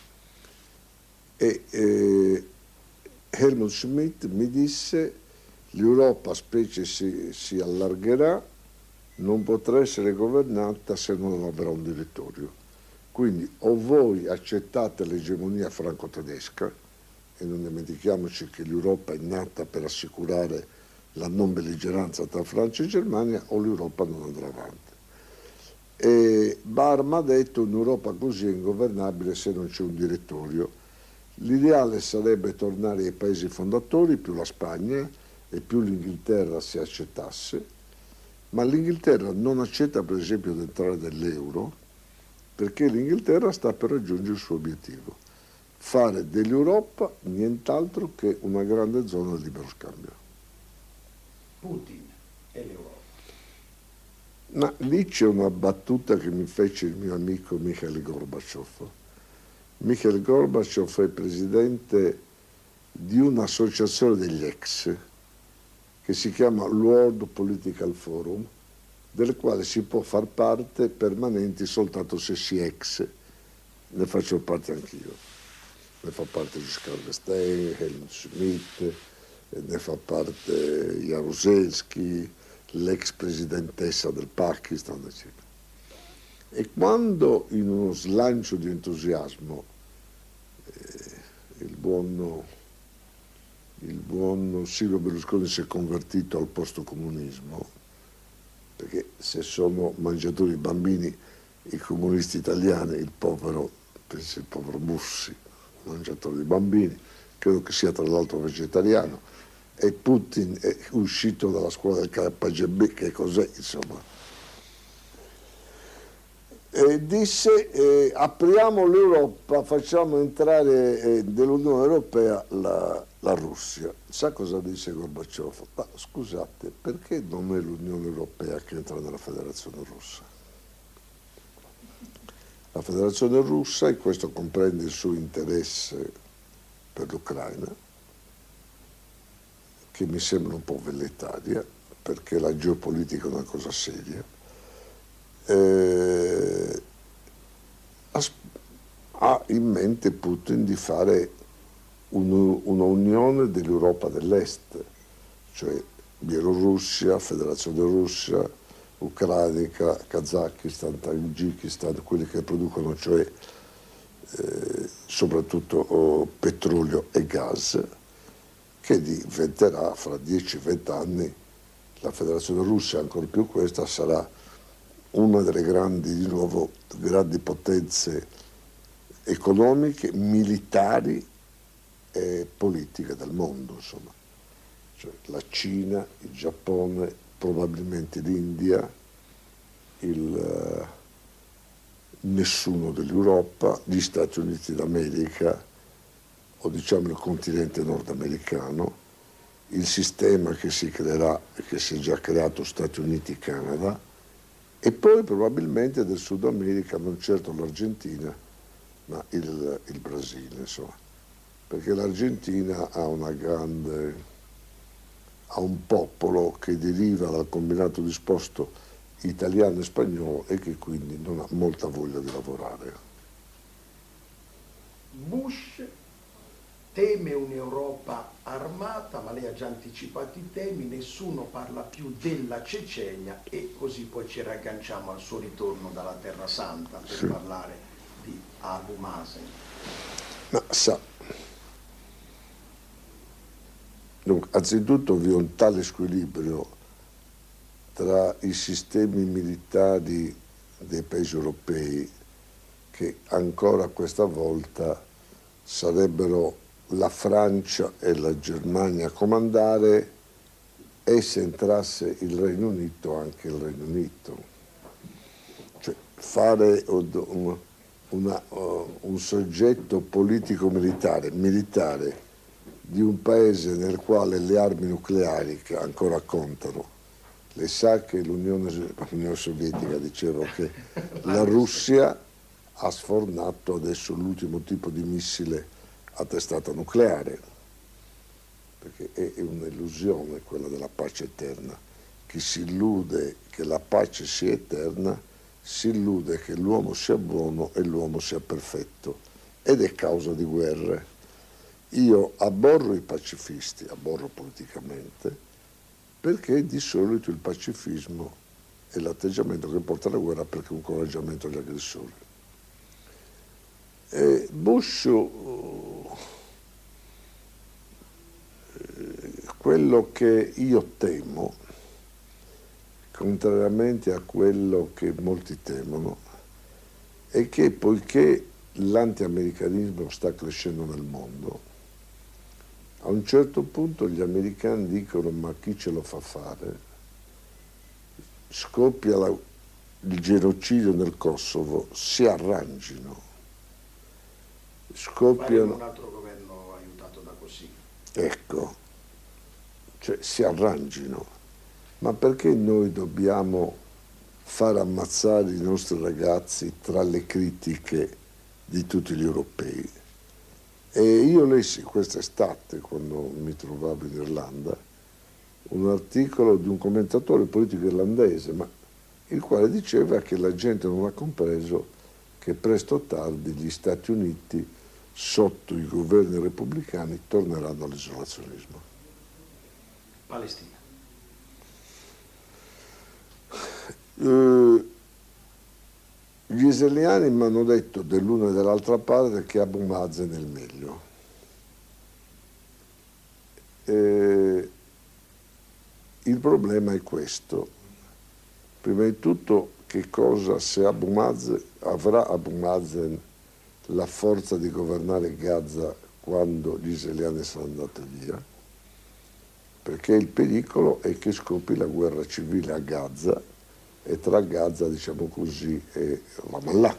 E eh, Helmut Schmidt mi disse l'Europa, specie si, si allargherà, non potrà essere governata se non avrà un direttorio. Quindi o voi accettate l'egemonia franco-tedesca, e non dimentichiamoci che l'Europa è nata per assicurare la non belligeranza tra Francia e Germania, o l'Europa non andrà avanti. E Barma ha detto un'Europa così è ingovernabile se non c'è un direttorio. L'ideale sarebbe tornare ai paesi fondatori, più la Spagna e più l'Inghilterra se accettasse, ma l'Inghilterra non accetta per esempio di entrare nell'euro perché l'Inghilterra sta per raggiungere il suo obiettivo, fare dell'Europa nient'altro che una grande zona di libero scambio. Putin e l'Europa. Ma lì c'è una battuta che mi fece il mio amico Mikhail Gorbachev. Mikhail Gorbachev è presidente di un'associazione degli ex che si chiama World Political Forum, del quale si può far parte permanenti soltanto se si è ex. Ne faccio parte anch'io. Ne fa parte Giscard d'Estaing, Helmut Schmidt, ne fa parte Jaruzelski, l'ex presidentessa del Pakistan, eccetera. E quando in uno slancio di entusiasmo eh, il buon, il buon Silvio Berlusconi si è convertito al post-comunismo, perché se sono mangiatori bambini i comunisti italiani, il povero, penso il povero Mussi, mangiatore di bambini, credo che sia tra l'altro vegetariano, e Putin è uscito dalla scuola del K G B, che cos'è, insomma. E disse eh, apriamo l'Europa, facciamo entrare eh, nell'Unione Europea la, la Russia. Sa cosa disse Gorbaciov? Ma scusate, perché non è l'Unione Europea che entra nella Federazione Russa? La Federazione Russa, e questo comprende il suo interesse per l'Ucraina, che mi sembra un po' velletaria, perché la geopolitica è una cosa seria, eh, ha in mente Putin di fare un'unione dell'Europa dell'Est, cioè Bielorussia, Federazione Russia, Ucraina, Kazakistan, Tagikistan, quelli che producono cioè eh, soprattutto oh, petrolio e gas, che diventerà fra dieci venti anni, la Federazione Russa, ancora più questa, sarà una delle grandi, di nuovo, grandi potenze economiche, militari e politiche del mondo, insomma. Cioè, la Cina, il Giappone, probabilmente l'India, il, uh, nessuno dell'Europa, gli Stati Uniti d'America, o diciamo il continente nordamericano, il sistema che si creerà e che si è già creato Stati Uniti-Canada, e poi probabilmente del Sud America, non certo l'Argentina, ma il, il Brasile, insomma. Perché l'Argentina ha una grande, ha un popolo che deriva dal combinato disposto italiano e spagnolo e che quindi non ha molta voglia di lavorare. Bush teme un'Europa armata, ma lei ha già anticipato i temi, nessuno parla più della Cecenia, e così poi ci ragganciamo al suo ritorno dalla Terra Santa per sì. parlare di Abu Mazen. Ma sa, dunque, anzitutto vi è un tale squilibrio tra i sistemi militari dei paesi europei che ancora questa volta sarebbero la Francia e la Germania a comandare, e se entrasse il Regno Unito anche il Regno Unito. Cioè fare un, una, uh, un soggetto politico-militare militare di un paese nel quale le armi nucleari che ancora contano, lei sa che l'Unione, l'Unione Sovietica diceva che la Russia ha sfornato adesso l'ultimo tipo di missile a testata nucleare, perché è un'illusione quella della pace eterna. Chi si illude che la pace sia eterna si illude che l'uomo sia buono e l'uomo sia perfetto, ed è causa di guerre. Io abborro i pacifisti, abborro politicamente, perché di solito il pacifismo è l'atteggiamento che porta alla guerra, perché è un incoraggiamento agli aggressori. E Bush, quello che io temo, contrariamente a quello che molti temono, è che poiché l'anti-americanismo sta crescendo nel mondo, a un certo punto gli americani dicono: ma chi ce lo fa fare? Scoppia la, il genocidio nel Kosovo, si arrangino. Scoppiano. Un altro governo aiutato da così. Ecco, cioè si arrangino. Ma perché noi dobbiamo far ammazzare i nostri ragazzi tra le critiche di tutti gli europei? E io lessi quest'estate, quando mi trovavo in Irlanda, un articolo di un commentatore politico irlandese, ma il quale diceva che la gente non ha compreso che presto o tardi gli Stati Uniti, sotto i governi repubblicani, torneranno all'isolazionismo. Palestina. Eh, gli israeliani mi hanno detto dell'una e dell'altra parte che Abu Mazen è il meglio. Eh, il problema è questo. Prima di tutto, che cosa se Abu Mazen, avrà Abu Mazen la forza di governare Gaza quando gli israeliani saranno andati via? Perché il pericolo è che scoppi la guerra civile a Gaza, e tra Gaza, diciamo così, e Ramallah.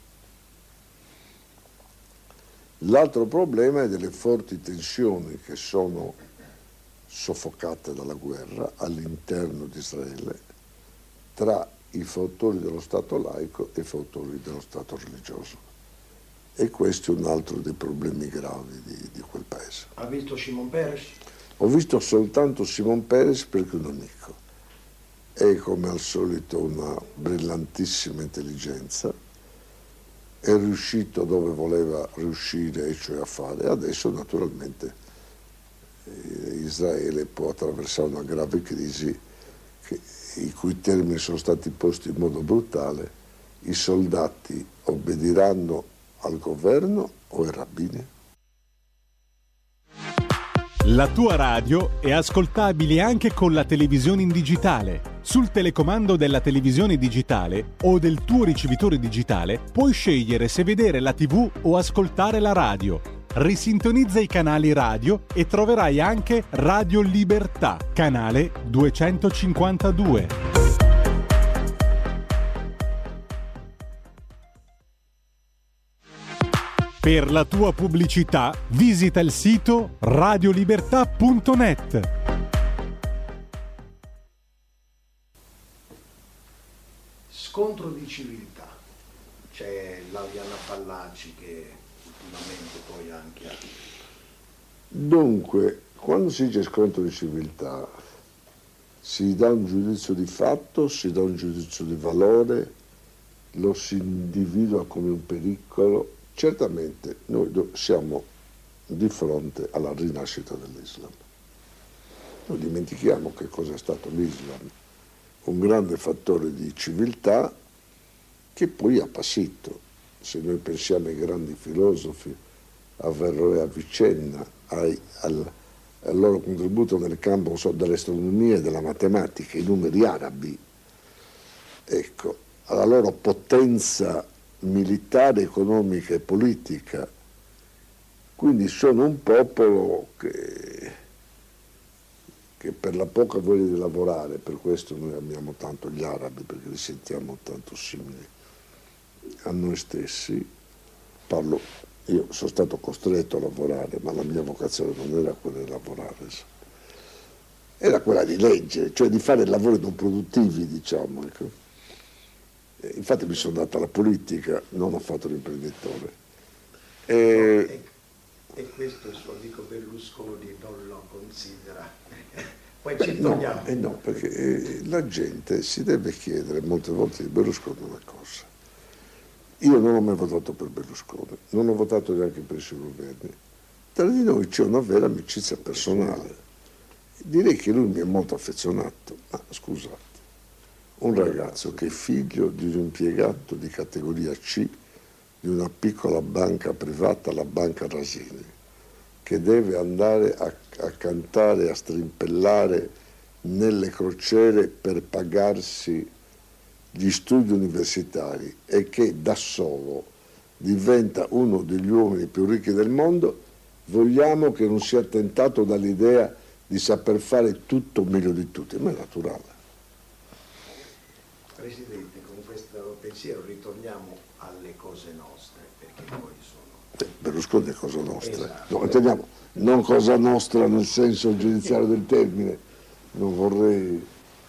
L'altro problema è delle forti tensioni che sono soffocate dalla guerra all'interno di Israele tra i fautori dello Stato laico e i fautori dello Stato religioso. E questo è un altro dei problemi gravi di, di quel paese. Ha visto Shimon Peres? Ho visto soltanto Shimon Peres perché è un amico. È come al solito una brillantissima intelligenza, è riuscito dove voleva riuscire, e cioè a fare. Adesso naturalmente eh, Israele può attraversare una grave crisi che, i cui termini sono stati posti in modo brutale. I soldati obbediranno al governo o ai rabbini? La tua radio è ascoltabile anche con la televisione in digitale. Sul telecomando della televisione digitale o del tuo ricevitore digitale puoi scegliere se vedere la tivù o ascoltare la radio. Risintonizza i canali radio e troverai anche Radio Libertà, canale duecentocinquantadue. Per la tua pubblicità visita il sito radiolibertà punto net. Scontro di civiltà. C'è Lauriana Fallaci che ultimamente poi anche ha... Dunque, quando si dice scontro di civiltà, si dà un giudizio di fatto, si dà un giudizio di valore, lo si individua come un pericolo. Certamente noi siamo di fronte alla rinascita dell'Islam. Non dimentichiamo che cosa è stato l'Islam, un grande fattore di civiltà che poi è appassito. Se noi pensiamo ai grandi filosofi, a Averroè, a Vicenna, ai, al, al loro contributo nel campo non so, dell'astronomia e della matematica, i numeri arabi, ecco, alla loro potenza militare, economica e politica. Quindi sono un popolo che, che per la poca voglia di lavorare, per questo noi amiamo tanto gli arabi, perché li sentiamo tanto simili a noi stessi. Parlo, io sono stato costretto a lavorare, ma la mia vocazione non era quella di lavorare, era quella di leggere, cioè di fare lavori non produttivi, diciamo, ecco. Infatti mi sono dato alla politica, non ho fatto l'imprenditore. E, e, e questo il suo amico Berlusconi non lo considera. Poi ci togliamo. No, eh no, perché eh, la gente si deve chiedere molte volte di Berlusconi una cosa. Io non ho mai votato per Berlusconi, non ho votato neanche per i suoi governi. Tra di noi c'è una vera amicizia personale. direi che lui mi è molto affezionato, ma scusate, un ragazzo che è figlio di un impiegato di categoria C di una piccola banca privata, la Banca Rasini, che deve andare a, a cantare, a strimpellare nelle crociere per pagarsi gli studi universitari e che da solo diventa uno degli uomini più ricchi del mondo, vogliamo che non sia tentato dall'idea di saper fare tutto meglio di tutti, ma è naturale. Presidente, con questo pensiero ritorniamo alle cose nostre, perché poi sono... Eh, Berlusconi è cosa nostra, Esatto. no, intendiamo, non cosa nostra nel senso giudiziario del termine, non vorrei...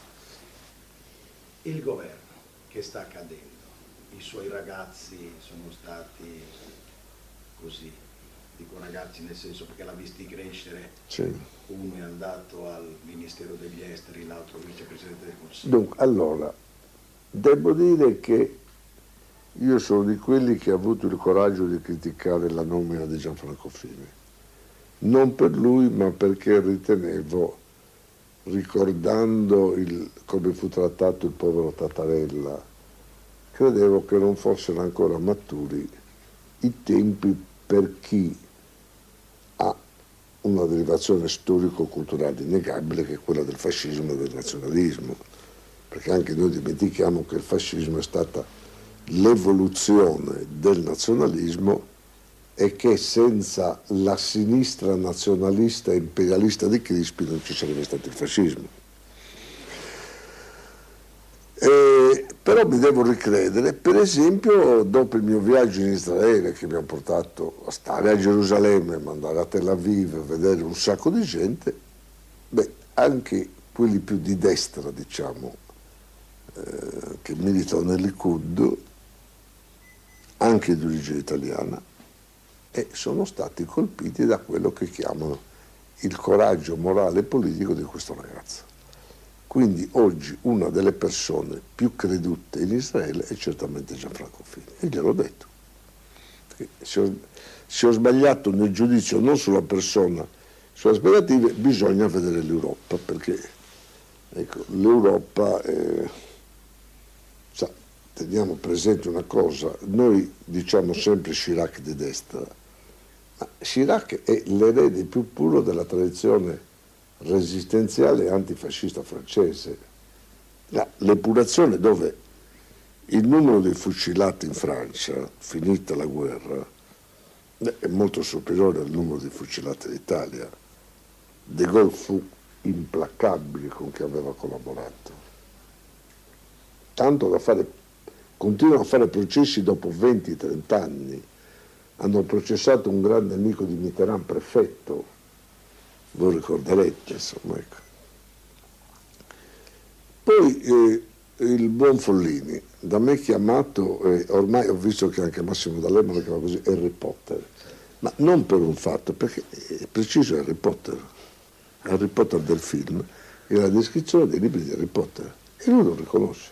Il governo che sta accadendo, i suoi ragazzi sono stati così, dico ragazzi nel senso perché l'ha visti crescere, Sì. uno è andato al Ministero degli Esteri, l'altro vicepresidente del Consiglio. Dunque, allora, devo dire che io sono di quelli che ha avuto il coraggio di criticare la nomina di Gianfranco Fini, non per lui ma perché ritenevo, ricordando il, come fu trattato il povero Tattarella, credevo che non fossero ancora maturi i tempi per chi ha una derivazione storico-culturale innegabile che è quella del fascismo e del nazionalismo, perché anche noi dimentichiamo che il fascismo è stata l'evoluzione del nazionalismo e che senza la sinistra nazionalista e imperialista di Crispi non ci sarebbe stato il fascismo. E, però mi devo ricredere, per esempio dopo il mio viaggio in Israele che mi ha portato a stare a Gerusalemme, mandare a Tel Aviv, a vedere un sacco di gente, beh, anche quelli più di destra, diciamo, eh, che militano nel Likud, anche di origine italiana, e sono stati colpiti da quello che chiamano il coraggio morale e politico di questo ragazzo. Quindi oggi una delle persone più credute in Israele è certamente Gianfranco Fini, e gliel'ho detto. Se ho, se ho sbagliato nel giudizio non sulla persona, sulle aspettative, bisogna vedere l'Europa, perché ecco, l'Europa, eh, sa, teniamo presente una cosa, noi diciamo sempre Chirac di destra, ma Chirac è l'erede più puro della tradizione resistenziale e antifascista francese. La, l'epurazione dove il numero dei fucilati in Francia, finita la guerra, è molto superiore al numero di fucilati in Italia. De Gaulle fu implacabile con chi aveva collaborato. Tanto da fare, continuano a fare processi dopo venti trenta anni. Hanno processato un grande amico di Mitterrand, prefetto, voi ricorderete, insomma, ecco. Poi eh, il buon Follini, da me chiamato, eh, ormai ho visto che anche Massimo D'Alema lo chiama così, Harry Potter, ma non per un fatto, perché è preciso Harry Potter, Harry Potter del film, è la descrizione dei libri di Harry Potter, e lui lo riconosce.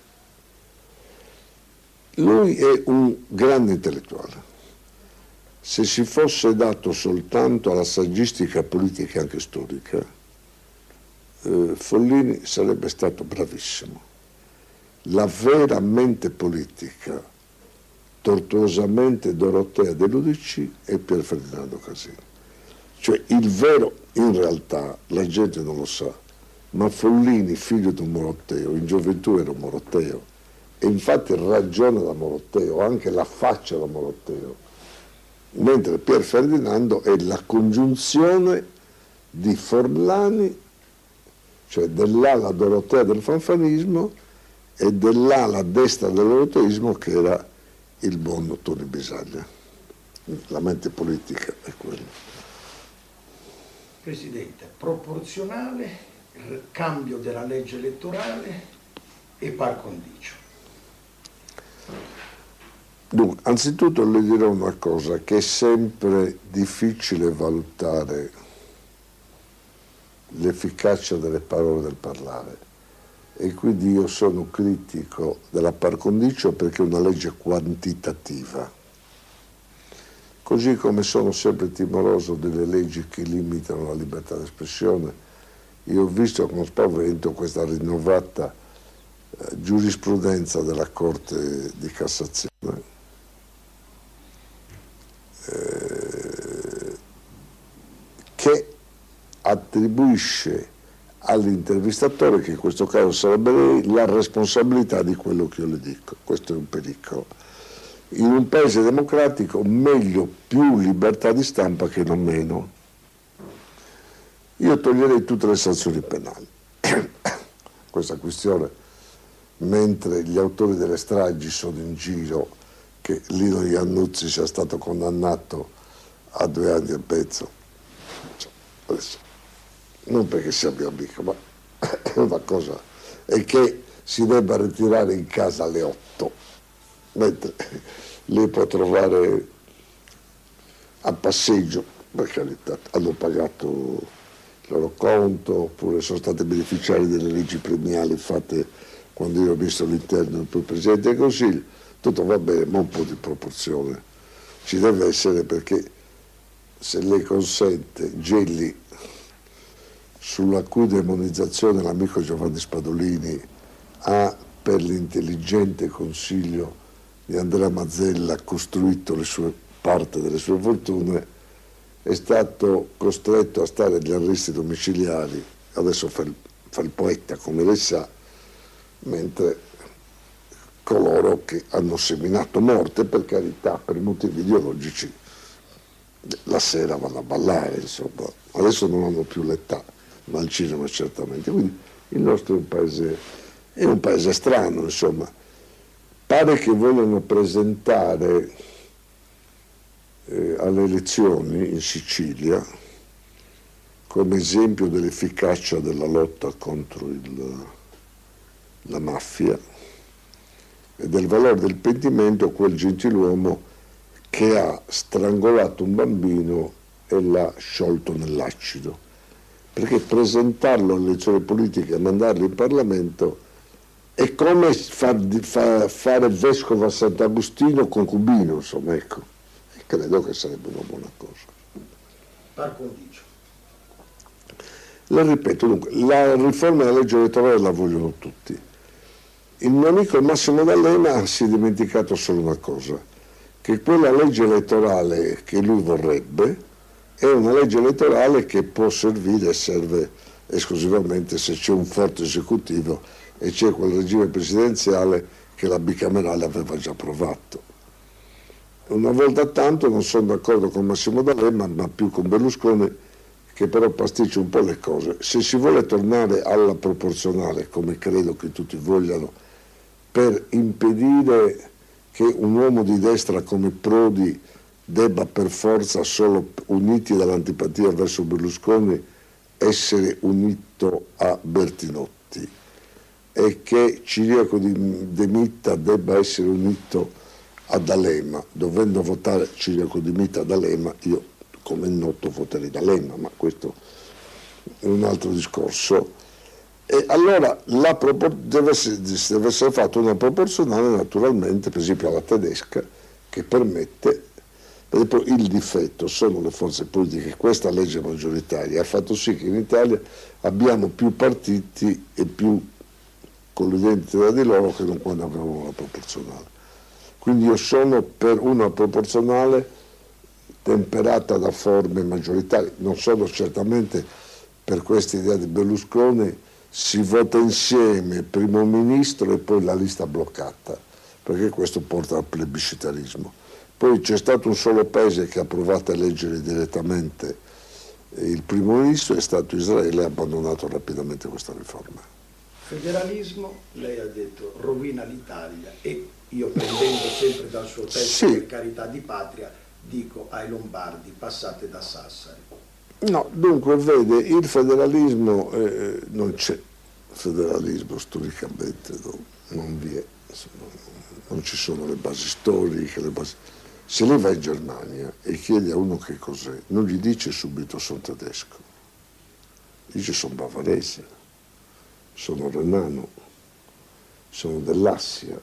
Lui è un grande intellettuale. Se si fosse dato soltanto alla saggistica politica e anche storica, eh, Follini sarebbe stato bravissimo. La vera mente politica, tortuosamente dorotea dell'U D C, è Pier Ferdinando Casini. Cioè il vero, in realtà, la gente non lo sa, ma Follini, figlio di un Moroteo, in gioventù era un Moroteo, e infatti ragiona da Moroteo, anche la faccia da Moroteo, mentre Pier Ferdinando è la congiunzione di Forlani, cioè dell'ala dorotea del fanfanismo, e dell'ala destra dell'europeismo che era il buon Toni Bisaglia. La mente politica è quella. Presidente, proporzionale, cambio della legge elettorale e par condicio. Dunque, anzitutto le dirò una cosa, che è sempre difficile valutare l'efficacia delle parole del parlare, e quindi io sono critico della par condicio perché è una legge quantitativa, così come sono sempre timoroso delle leggi che limitano la libertà d'espressione, io ho visto con spavento questa rinnovata eh, giurisprudenza della Corte di Cassazione, eh, che attribuisce all'intervistatore, che in questo caso sarebbe lei, la responsabilità di quello che io le dico. Questo è un pericolo. In un paese democratico meglio più libertà di stampa che non meno. Io toglierei tutte le sanzioni penali. Questa questione, mentre gli autori delle stragi sono in giro, che Lino Iannuzzi sia stato condannato a due anni e mezzo, cioè, adesso, non perché sia mio amico, ma è una cosa, è che si debba ritirare in casa alle otto, mentre lei può trovare a passeggio, per carità, hanno pagato il loro conto, oppure sono stati beneficiari delle leggi premiali fatte quando io ho visto l'interno e poi Presidente del Consiglio, tutto va bene, ma un po' di proporzione ci deve essere, perché se lei consente, Gelli, sulla cui demonizzazione l'amico Giovanni Spadolini ha, per l'intelligente consiglio di Andrea Mazzella, costruito le sue, parte delle sue fortune, è stato costretto a stare agli arresti domiciliari, adesso fa il, fa il poeta come lei sa, mentre coloro che hanno seminato morte, per carità, per motivi ideologici, la sera vanno a ballare, insomma, adesso non hanno più l'età, ma al cinema certamente. Quindi il nostro è un paese, è un paese strano, insomma. Pare che vogliono presentare eh, alle elezioni in Sicilia, come esempio dell'efficacia della lotta contro il, la mafia e del valore del pentimento, quel gentiluomo che ha strangolato un bambino e l'ha sciolto nell'acido. Perché presentarlo alle elezioni politiche e mandarlo in Parlamento è come far, far, fare vescovo a Sant'Agostino concubino, insomma, ecco. E credo che sarebbe una buona cosa. Par condicio. La ripeto, dunque, la riforma della legge elettorale la vogliono tutti. Il mio amico Massimo D'Alema si è dimenticato solo una cosa, che quella legge elettorale che lui vorrebbe è una legge elettorale che può servire e serve esclusivamente se c'è un forte esecutivo e c'è quel regime presidenziale che la bicamerale aveva già approvato. Una volta tanto non sono d'accordo con Massimo D'Alema, ma più con Berlusconi, che però pasticcia un po' le cose. Se si vuole tornare alla proporzionale, come credo che tutti vogliano, per impedire che un uomo di destra come Prodi debba per forza, solo uniti dall'antipatia verso Berlusconi, essere unito a Bertinotti, e che Ciriaco De Mita debba essere unito a D'Alema, dovendo votare Ciriaco De Mita a D'Alema, io come è noto voterei D'Alema, ma questo è un altro discorso. E allora la propor- deve, essere, deve essere fatta una proporzionale, naturalmente, per esempio alla tedesca, che permette. Il difetto sono le forze politiche. Questa legge maggioritaria ha fatto sì che in Italia abbiamo più partiti e più colludenti tra di loro che non quando avevamo la proporzionale. Quindi io sono per una proporzionale temperata da forme maggioritarie. Non sono certamente per questa idea di Berlusconi, si vota insieme primo ministro e poi la lista bloccata, perché questo porta al plebiscitarismo. Poi c'è stato un solo paese che ha provato a eleggere direttamente il primo ministro, è stato Israele, e ha abbandonato rapidamente questa riforma. Federalismo, lei ha detto, rovina l'Italia, e io prendendo sempre dal suo testo, sì, per carità di patria, dico ai Lombardi, passate da Sassari. No, dunque, vede, il federalismo, eh, non c'è federalismo storicamente, no, non vi è, non ci sono le basi storiche, le basi... Se lei va in Germania e chiede a uno che cos'è, non gli dice subito sono tedesco, dice sono bavarese, sono renano, sono dell'Assia.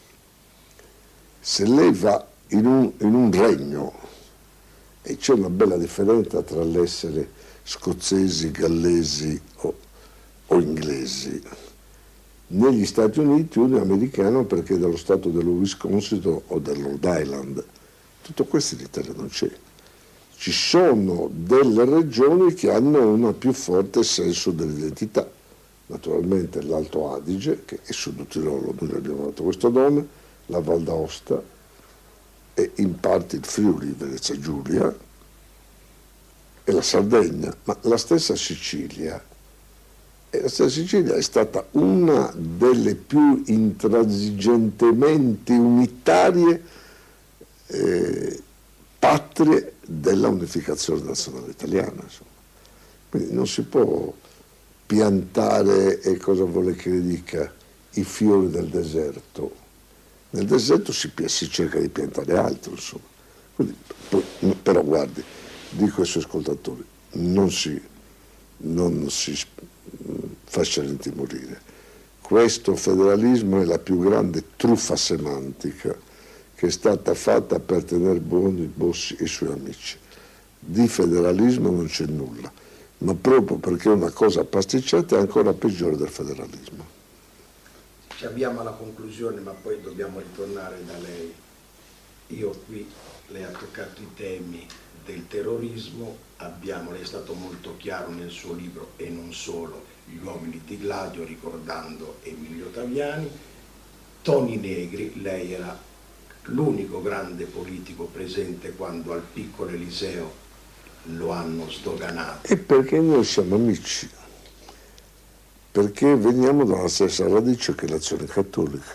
Se lei va in un, in un regno, e c'è una bella differenza tra l'essere scozzesi, gallesi o o inglesi. Negli Stati Uniti uno è americano perché è dello stato dello Wisconsin o del Rhode Island. Tutto questo in Italia non c'è. Ci sono delle regioni che hanno un più forte senso dell'identità. Naturalmente l'Alto Adige, che è Sud Tirolo, noi le abbiamo dato questo nome, la Val d'Aosta e in parte il Friuli, Venezia Giulia e la Sardegna, ma la stessa Sicilia. E la stessa Sicilia è stata una delle più intransigentemente unitarie eh, patrie della unificazione nazionale italiana. Insomma. Quindi non si può piantare, e cosa vuole che le dica, i fiori del deserto. Nel deserto si, si cerca di piantare altro, insomma. Quindi, poi, però guardi, dico ai suoi ascoltatori, non si, non si facciano intimorire. Questo federalismo è la più grande truffa semantica che è stata fatta per tenere buoni Bossi e i suoi amici. Di federalismo non c'è nulla, ma proprio perché è una cosa pasticciata è ancora peggiore del federalismo. Ci avviamo alla conclusione, ma poi dobbiamo ritornare da lei. Io qui, lei ha toccato i temi del terrorismo, abbiamo, lei è stato molto chiaro nel suo libro e non solo, Gli uomini di Gladio, ricordando Emilio Taviani. Toni Negri, lei era l'unico grande politico presente quando al piccolo Eliseo lo hanno sdoganato. E perché noi siamo amici, perché veniamo dalla stessa radice che l'Azione Cattolica.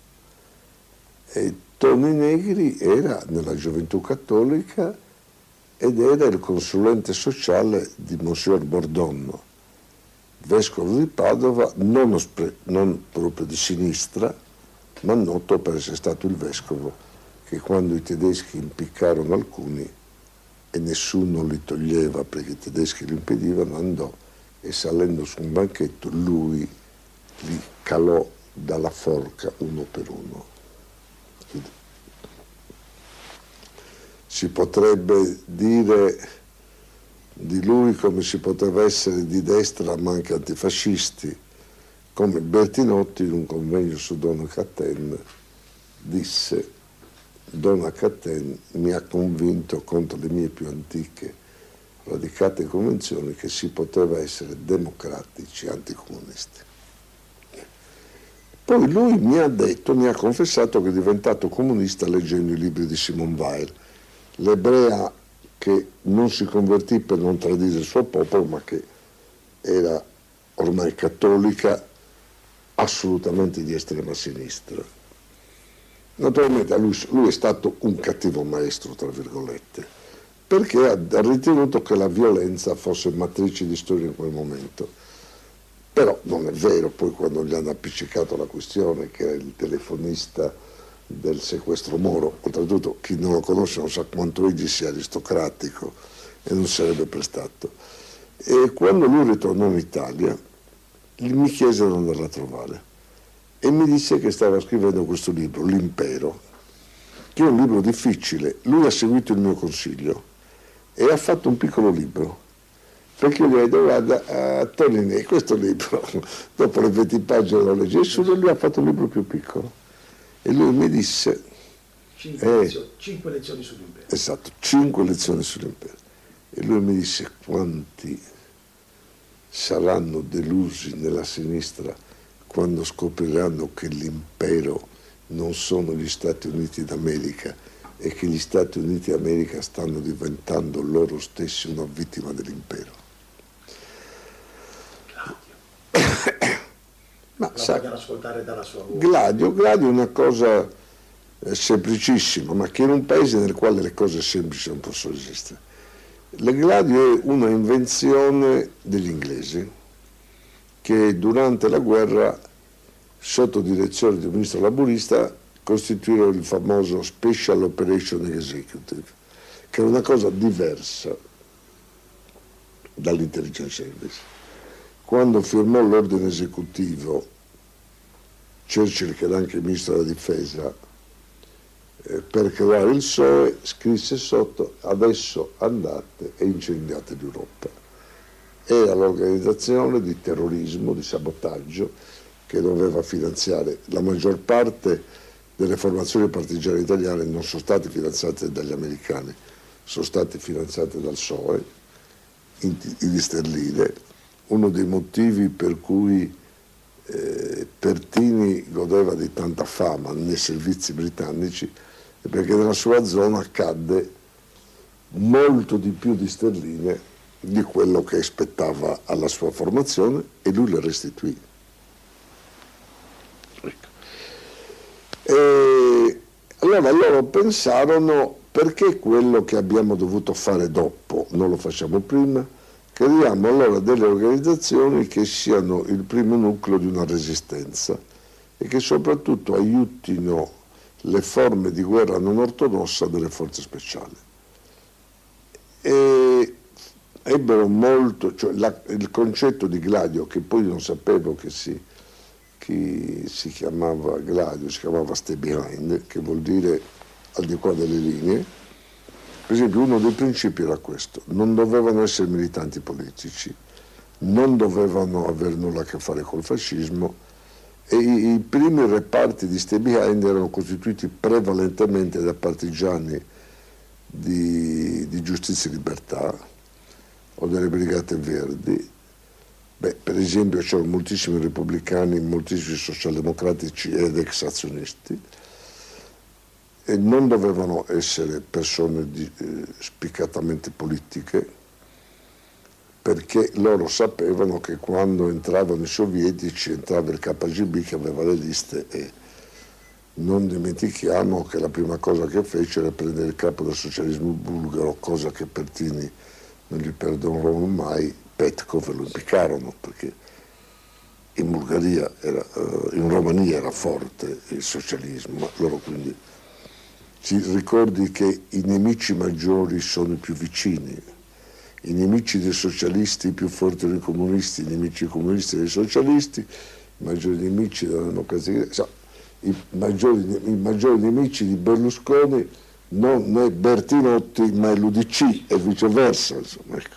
E Toni Negri era nella Gioventù Cattolica ed era il consulente sociale di Monsignor Bordonno, vescovo di Padova, non, non proprio di sinistra, ma noto per essere stato il vescovo che quando i tedeschi impiccarono alcuni e nessuno li toglieva perché i tedeschi li impedivano, andò e salendo su un banchetto lui li calò dalla forca uno per uno. Quindi, si potrebbe dire di lui come si poteva essere di destra ma anche antifascisti, come Bertinotti in un convegno su Donna Cattin disse: Donna Cattin mi ha convinto contro le mie più antiche radicate convenzioni che si poteva essere democratici anticomunisti. Poi lui mi ha detto, mi ha confessato che è diventato comunista leggendo i libri di Simone Weil, l'ebrea che non si convertì per non tradire il suo popolo, ma che era ormai cattolica, assolutamente di estrema sinistra. Naturalmente lui, lui è stato un cattivo maestro, tra virgolette, perché ha, ha ritenuto che la violenza fosse matrice di storia in quel momento. Però non è vero, poi quando gli hanno appiccicato la questione che era il telefonista del sequestro Moro, oltretutto chi non lo conosce non sa quanto egli sia aristocratico e non sarebbe prestato. E quando lui ritornò in Italia mi chiese di andarla a trovare e mi disse che stava scrivendo questo libro, L'Impero, che è un libro difficile. Lui ha seguito il mio consiglio e ha fatto un piccolo libro, perché io gli ho detto: guarda, a Toni, questo libro dopo le venti pagine lo leggi, e solo lui ha fatto un libro più piccolo. E lui mi disse cinque, eh, lezioni, cinque lezioni sull'impero. Esatto, cinque lezioni sull'impero. E lui mi disse: quanti saranno delusi nella sinistra quando scopriranno che l'impero non sono gli Stati Uniti d'America e che gli Stati Uniti d'America stanno diventando loro stessi una vittima dell'impero. Ma la vogliono ascoltare dalla sua voce. Gladio, Gladio è una cosa eh, semplicissima, ma che in un paese nel quale le cose semplici non possono esistere. Le Gladio è una invenzione degli inglesi che durante la guerra, sotto direzione di un ministro laburista, costituirono il famoso Special Operation Executive, che è una cosa diversa dall'intelligence service. Quando firmò l'ordine esecutivo, Churchill, che era anche ministro della difesa, eh, per creare il S O E, scrisse sotto: adesso andate e incendiate l'Europa. era l'organizzazione di terrorismo, di sabotaggio, che doveva finanziare. La maggior parte delle formazioni partigiane italiane non sono state finanziate dagli americani, sono state finanziate dal S O E, in, in sterline. Uno dei motivi per cui eh, Pertini godeva di tanta fama nei servizi britannici è perché nella sua zona cadde molto di più di sterline di quello che aspettava alla sua formazione e lui le restituì. Ecco. E allora loro pensarono: perché quello che abbiamo dovuto fare dopo non lo facciamo prima? Creiamo allora delle organizzazioni che siano il primo nucleo di una resistenza e che soprattutto aiutino le forme di guerra non ortodossa delle forze speciali. E ebbero molto, cioè la, il concetto di Gladio, che poi non sapevo che si, chi si chiamava Gladio, si chiamava Stay Behind, che vuol dire al di qua delle linee. Per esempio, uno dei principi era questo: non dovevano essere militanti politici, non dovevano avere nulla a che fare col fascismo, e i, i primi reparti di Stay Behind erano costituiti prevalentemente da partigiani di, di Giustizia e Libertà o delle Brigate Verdi. Beh, per esempio c'erano moltissimi repubblicani, moltissimi socialdemocratici ed ex azionisti, e non dovevano essere persone di, eh, spiccatamente politiche, perché loro sapevano che quando entravano i sovietici entrava il K G B che aveva le liste, e non dimentichiamo che la prima cosa che fece era prendere il capo del socialismo bulgaro, cosa che Pertini non gli perdonarono mai. Petkov lo impiccarono perché in Bulgaria era, in Romania era forte il socialismo, ma loro quindi si ricordi che i nemici maggiori sono i più vicini, i nemici dei socialisti più forti dei comunisti, i nemici comunisti dei socialisti, i maggiori nemici della democrazia, so, i, maggiori, i maggiori nemici di Berlusconi non è Bertinotti ma è l'U D C e viceversa, insomma, ecco.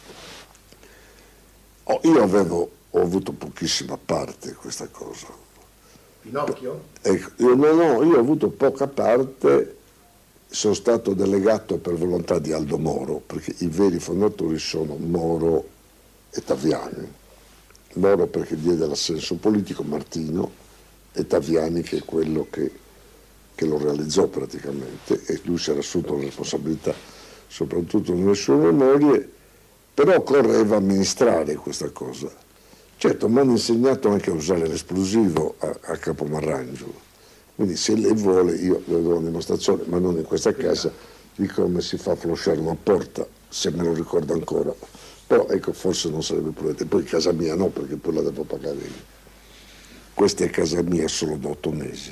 Oh, io avevo, ho avuto pochissima parte in questa cosa. Pinocchio? Ecco, io, no, no, io ho avuto poca parte, sono stato delegato per volontà di Aldo Moro, perché i veri fondatori sono Moro e Taviani. Moro perché diede l'assenso politico, Martino, e Taviani che è quello che, che lo realizzò praticamente, e lui si era assunto la responsabilità soprattutto nelle sue memorie. Però occorreva amministrare questa cosa. Certo, mi hanno insegnato anche a usare l'esplosivo a, a Capomarrangio, quindi se lei vuole io le do una dimostrazione, ma non in questa casa, di come si fa a flosciare una porta, se me lo ricordo ancora. Però ecco, forse non sarebbe prudente. Poi casa mia no, perché poi la devo pagare io. Questa è casa mia solo da otto mesi,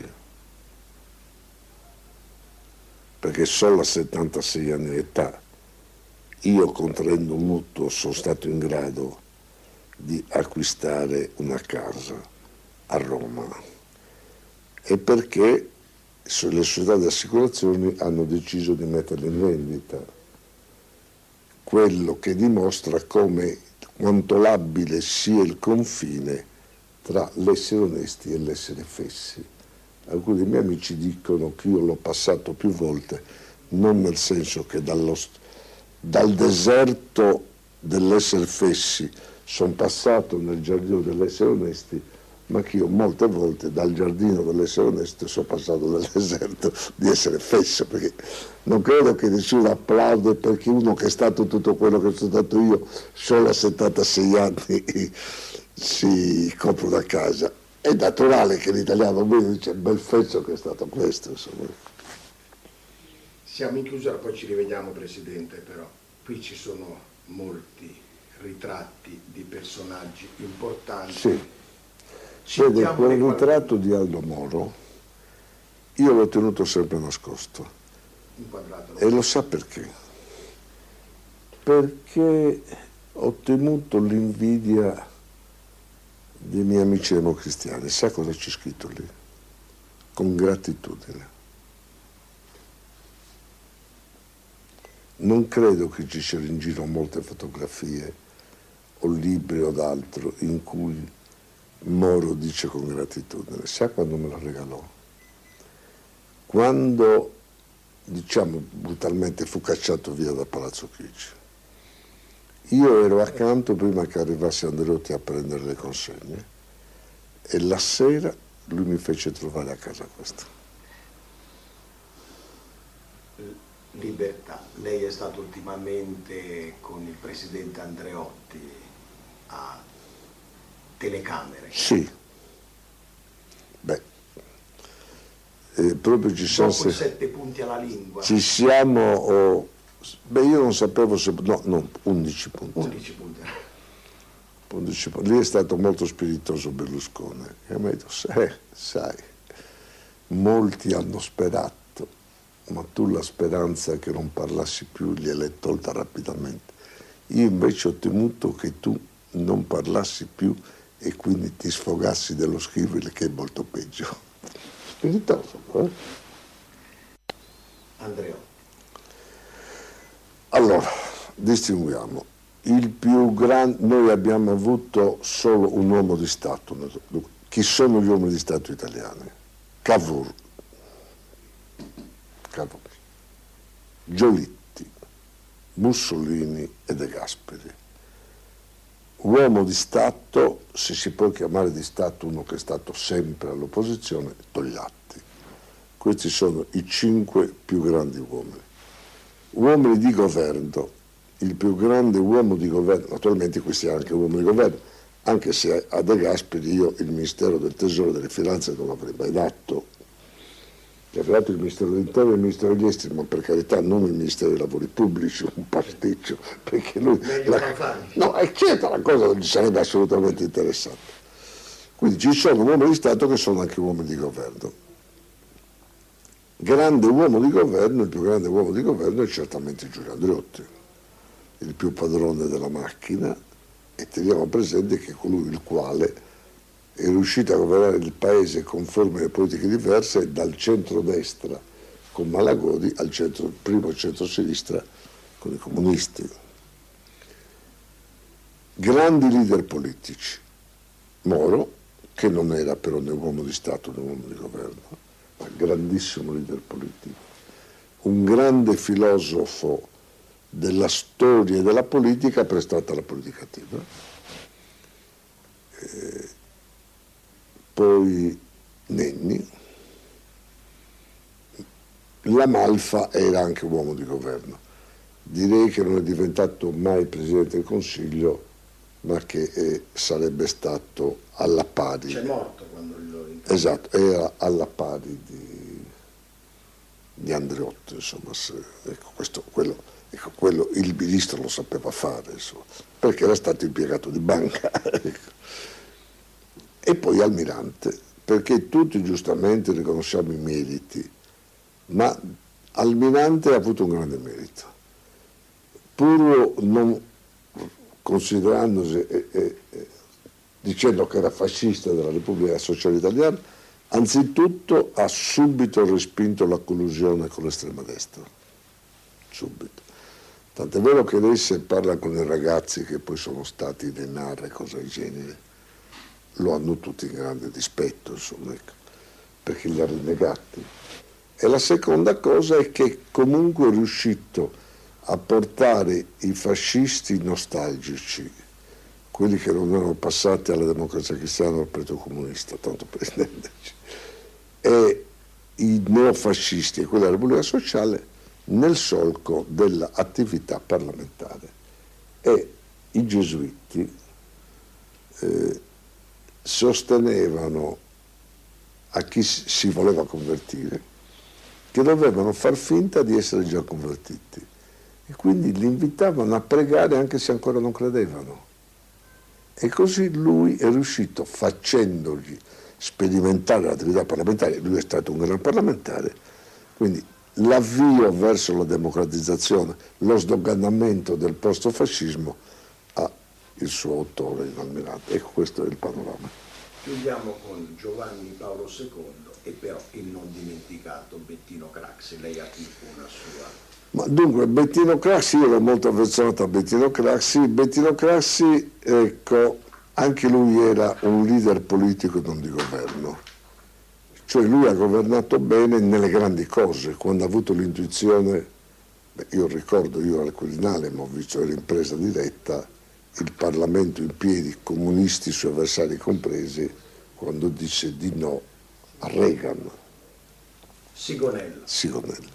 perché solo a settantasei anni di età io, contraendo un mutuo, sono stato in grado di acquistare una casa a Roma, e perché le società di assicurazioni hanno deciso di metterla in vendita, quello che dimostra come quanto labile sia il confine tra l'essere onesti e l'essere fessi. Alcuni dei miei amici dicono che io l'ho passato più volte, non nel senso che dallo Dal deserto dell'essere fessi sono passato nel giardino dell'essere onesti, ma che io molte volte dal giardino dell'essere onesti sono passato dal deserto di essere fesso, perché non credo che nessuno applaude perché uno che è stato tutto quello che sono stato io solo a settantasei anni si compra una casa. È naturale che l'italiano bene dice bel fesso che è stato questo, insomma. Siamo in chiusura, poi ci rivediamo, Presidente, però qui ci sono molti ritratti di personaggi importanti. Sì, vede, quel ritratto di Aldo Moro io l'ho tenuto sempre nascosto. Inquadratelo. E lo sa perché? Perché ho temuto l'invidia dei miei amici democristiani. Sa cosa c'è scritto lì? Con gratitudine. Non credo che ci siano in giro molte fotografie o libri o d'altro in cui Moro dice con gratitudine. Sa quando me la regalò? Quando, diciamo brutalmente, fu cacciato via da Palazzo Chigi. Io ero accanto prima che arrivasse Andreotti a prendere le consegne e la sera lui mi fece trovare a casa questa. Libertà, lei è stato ultimamente con il presidente Andreotti a telecamere. Sì. Beh, eh, proprio ci siamo... Dopo sette punti alla lingua. Ci siamo... Oh, beh, io non sapevo se... No, no, undici punti. undici punti. undici punti. Lì è stato molto spiritoso Berlusconi. E mi ha detto, sai, sai, molti hanno sperato, ma tu la speranza che non parlassi più gliel'hai tolta rapidamente. Io invece ho temuto che tu non parlassi più e quindi ti sfogassi dello scrivere, che è molto peggio. Spiritoso, eh? Andrea. Allora, distinguiamo. Il più grande, noi abbiamo avuto solo un uomo di Stato. Chi sono gli uomini di Stato italiani? Cavour, Cavour, Giolitti, Mussolini e De Gasperi. Uomo di Stato, se si può chiamare di Stato uno che è stato sempre all'opposizione, Togliatti. Questi sono i cinque più grandi uomini. Uomini di governo, il più grande uomo di governo, naturalmente questi anche uomini di governo, anche se a De Gasperi io il Ministero del Tesoro e delle Finanze non l'avrei mai dato. Gli avrei dato il Ministero dell'Interno e il Ministero degli Esteri, ma per carità non il Ministero dei Lavori Pubblici, un pasticcio, perché lui... La, no, eccetera, la cosa non gli sarebbe assolutamente interessante. Quindi ci sono uomini di Stato che sono anche uomini di governo. Grande uomo di governo, il più grande uomo di governo è certamente Giulio Andreotti, il più padrone della macchina, e teniamo presente che colui il quale è riuscito a governare il paese con forme e politiche diverse dal centrodestra con Malagodi al centro, primo centro-sinistra con i comunisti. Grandi leader politici. Moro, che non era però né uomo di Stato né uomo di governo, ma grandissimo leader politico. Un grande filosofo della storia e della politica prestata alla politica attiva. Eh, poi Nenni. La Malfa era anche uomo di governo. Direi che non è diventato mai Presidente del Consiglio, ma che eh, sarebbe stato alla pari. C'è morto quando lo incarica. Esatto, era alla pari di, di Andreotti, insomma, se, ecco, questo, quello, ecco, quello il ministro lo sapeva fare, insomma, perché era stato impiegato di banca. Ecco. E poi Almirante, perché tutti giustamente riconosciamo i meriti, ma Almirante ha avuto un grande merito, pur non considerandosi, eh, eh, dicendo che era fascista della Repubblica Sociale Italiana, anzitutto ha subito respinto la collusione con l'estrema destra, subito. Tant'è vero che lei, se parla con i ragazzi che poi sono stati nei N A R e cose del genere, lo hanno tutti in grande dispetto, insomma, ecco, perché li ha rinnegati. E la seconda cosa è che comunque è riuscito a portare i fascisti nostalgici, quelli che non erano passati alla Democrazia Cristiana o al Partito Comunista, tanto per intenderci, e i neofascisti e quelli della Repubblica Sociale nel solco dell'attività parlamentare. E i gesuiti eh, sostenevano a chi si voleva convertire che dovevano far finta di essere già convertiti e quindi li invitavano a pregare anche se ancora non credevano. E così lui è riuscito, facendogli sperimentare l'attività parlamentare, lui è stato un gran parlamentare, quindi l'avvio verso la democratizzazione, lo sdoganamento del post-fascismo ha il suo autore in Almirante. Ecco, questo è il panorama. Chiudiamo con Giovanni Paolo secondo e però il non dimenticato Bettino Craxi. Lei ha tipo una sua... Ma dunque, Bettino Craxi, io ero molto affezionato a Bettino Craxi. Bettino Craxi, ecco, anche lui era un leader politico non di governo. Cioè lui ha governato bene nelle grandi cose, quando ha avuto l'intuizione, beh, io ricordo, io al Quirinale, ma ho visto l'impresa diretta, il Parlamento in piedi, comunisti, suoi avversari compresi, quando disse di no a Reagan. Sigonella. Sigonella.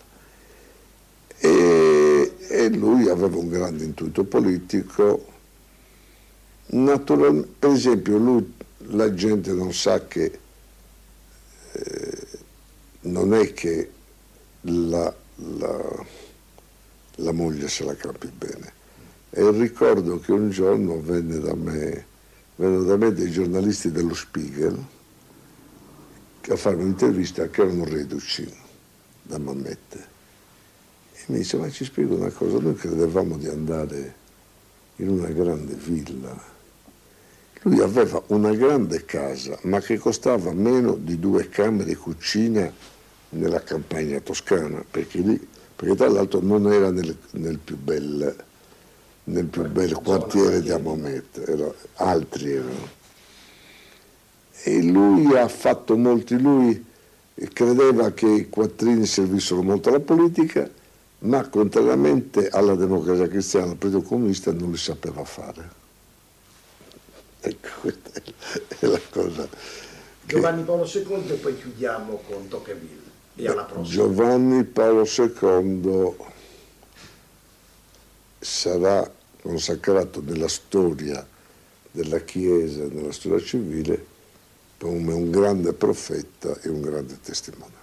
E, e lui aveva un grande intuito politico. Naturalmente, per esempio, lui, la gente non sa che eh, non è che la, la, la moglie se la capi bene. E ricordo che un giorno venne da me, vennero da me dei giornalisti dello Spiegel a fare un'intervista che erano reduci da Mammette. E mi dice, ma ci spiego una cosa, noi credevamo di andare in una grande villa. Lui aveva una grande casa, ma che costava meno di due camere e cucina nella campagna toscana, perché lì, perché tra l'altro non era nel, nel più bel, nel più bel quartiere di Amomet, era, altri erano. E lui ha fatto molti, lui credeva che i quattrini servissero molto alla politica, ma contrariamente alla Democrazia Cristiana, al Partito Comunista, non li sapeva fare. Ecco, questa è la cosa. Che... Giovanni Paolo secondo e poi chiudiamo con Tocqueville. E alla prossima. Giovanni Paolo secondo sarà consacrato nella storia della Chiesa, nella storia civile, come un grande profeta e un grande testimone.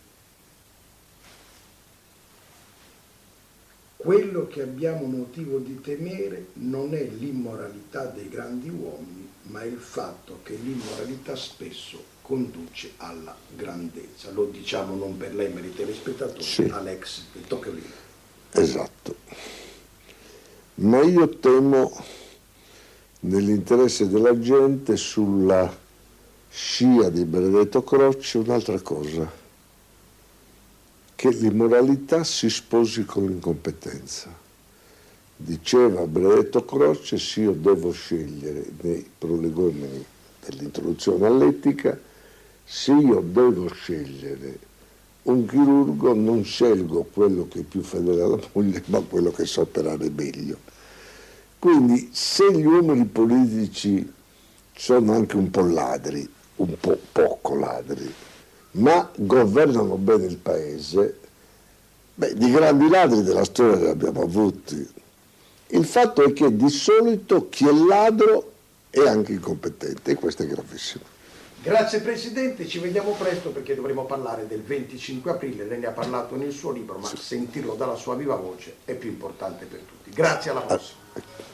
Quello che abbiamo motivo di temere non è l'immoralità dei grandi uomini, ma il fatto che l'immoralità spesso conduce alla grandezza. Lo diciamo non per lei, ma per i telespettatori, sì. Alex Tocqueville. Esatto. Ma io temo, nell'interesse della gente, sulla scia di Benedetto Croce, un'altra cosa. Che l'immoralità si sposi con l'incompetenza. Diceva Benedetto Croce, se io devo scegliere nei prolegomeni dell'introduzione all'etica, se io devo scegliere un chirurgo non scelgo quello che è più fedele alla moglie, ma quello che sa operare meglio. Quindi se gli uomini politici sono anche un po' ladri, un po' poco ladri, ma governano bene il paese, beh, di grandi ladri della storia ne abbiamo avuti. Il fatto è che di solito chi è ladro è anche incompetente e questo è gravissimo. Grazie Presidente, ci vediamo presto perché dovremo parlare del venticinque aprile, lei ne ha parlato nel suo libro, ma sì, sentirlo dalla sua viva voce è più importante per tutti. Grazie, alla prossima.